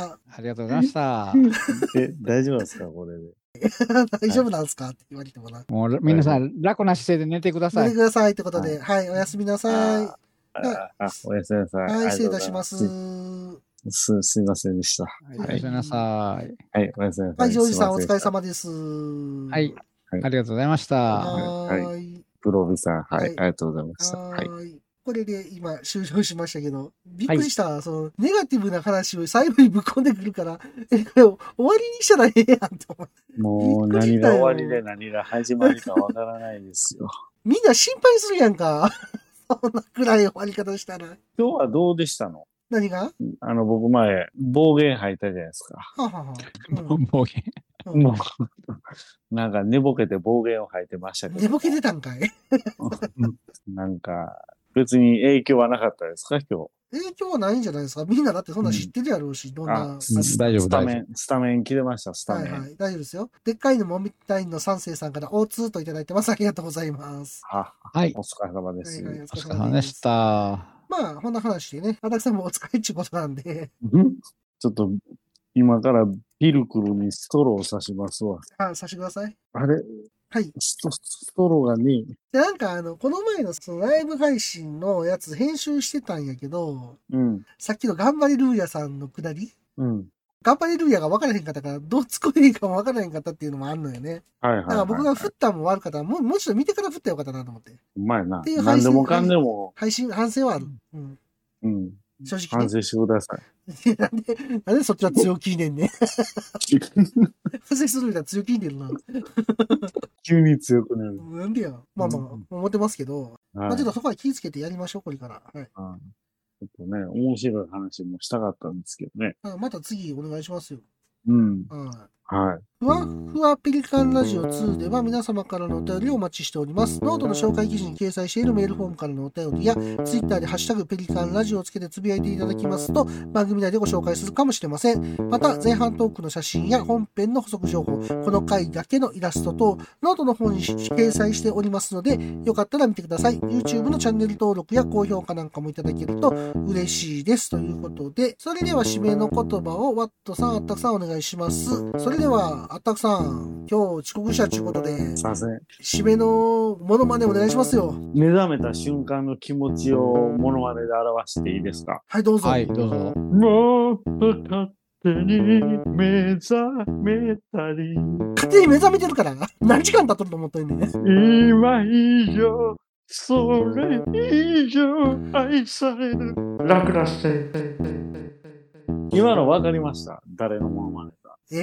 ありがとうございました。 え、大丈夫ですかこれで。 大丈夫なんですかって言われてもな。 もう、皆さん、楽な姿勢で寝てください。 寝てくださいってことで、はい、はい、おやすみなさい。 あ、おやすみなさい。 はい、失礼いたします。 す、すいませんでした。 はい、おやすみなさい。 はい、おやすみなさい。 はい、ジョージさんお疲れ様です。 はい、ありがとうございました。 はい。プロビさん、はい、ありがとうございました。はい。 これで今終了しましたけど、びっくりした、はい、その、ネガティブな話を最後にぶっ込んでくるから、え、これ終わりにしたらええやんと思って。 もう何が終わりで何が始まりかわからないですよ。 みんな心配するやんか。そんなくらい終わり方したら。 今日はどうでしたの？ 何が？ あの、僕前、暴言吐いたじゃないですか。 ははは。 うん、暴言。 もう、なんか寝ぼけて暴言を吐いてましたけど。 寝ぼけてたんかいなんか、別に影響はなかったですか今日。 影響はないんじゃないですか。みんなだってそんな知ってるやろうし、うん、どんな。 大丈夫、 スタメン、スタメン切れました、スタメン。 はいはい、大丈夫ですよ。でっかいのもみたいの三世さんから オーツー といただいてます。ありがとうございます。 は、 はい。 お疲れ様です。 はいはい、お疲れ様でした。 まあ、こんな話でね、あたくさんもお疲れっちゅうことなんで。 ちょっと、今からピルクルにストローを刺しますわ。 あ、刺してください。 あれはい。 スト、ストローがね。 で、なんかあの、この前のそのライブ配信のやつ編集してたんやけど、 うん。 さっきの頑張れルーヤさんのくだり、 うん。 頑張れルーヤが分からへんかったから、どう突っ込んでいいかも分からへんかったっていうのもあるのよね。 はいはいはい、はい。 だから僕が振ったも悪かったら、もう、もうちょっと見てから振ったらよかったなと思って。 うまいな。 っていう何でもかんでも。 配信、反省はある。うん。 うん。 正直、ね。 反省してください。 なんで、なんでそっちは強気ねんね。反省するみたいな強気ねんな。 急に強くなる。 なんでや。まあまあ、思ってますけど、はい、まあちょっとそこは気をつけてやりましょう、これから。はい。 ああちょっとね、面白い話もしたかったんですけどね。 あまた次お願いしますよ。 うん。 はい。 はい。 ふわふわペリカンラジオツーでは皆様からのお便りをお待ちしております。ノートの紹介記事に掲載しているメールフォームからのお便りや、ツイッターでハッシュタグペリカンラジオをつけてつぶやいていただきますと、番組内でご紹介するかもしれません。また、前半トークの写真や本編の補足情報、この回だけのイラスト等、ノートの方に掲載しておりますので、よかったら見てください。YouTube のチャンネル登録や高評価なんかもいただけると嬉しいです。ということで、それでは締めの言葉をワットさん、あったくさんお願いします。それでは、あったくさん、今日遅刻したということで、 させん。 締めのモノマネお願いしますよ。 目覚めた瞬間の気持ちをモノマネで表していいですか？ はい、どうぞ。 はい、どうぞ。 もっと勝手に目覚めたり。 勝手に目覚めてるから、何時間経っとると思ってんねん。 今以上、それ以上愛される。楽なせ。今の分かりました？誰のモノマネか。 え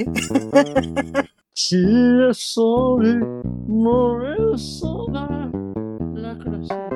消えそうに燃えそうな楽なせ。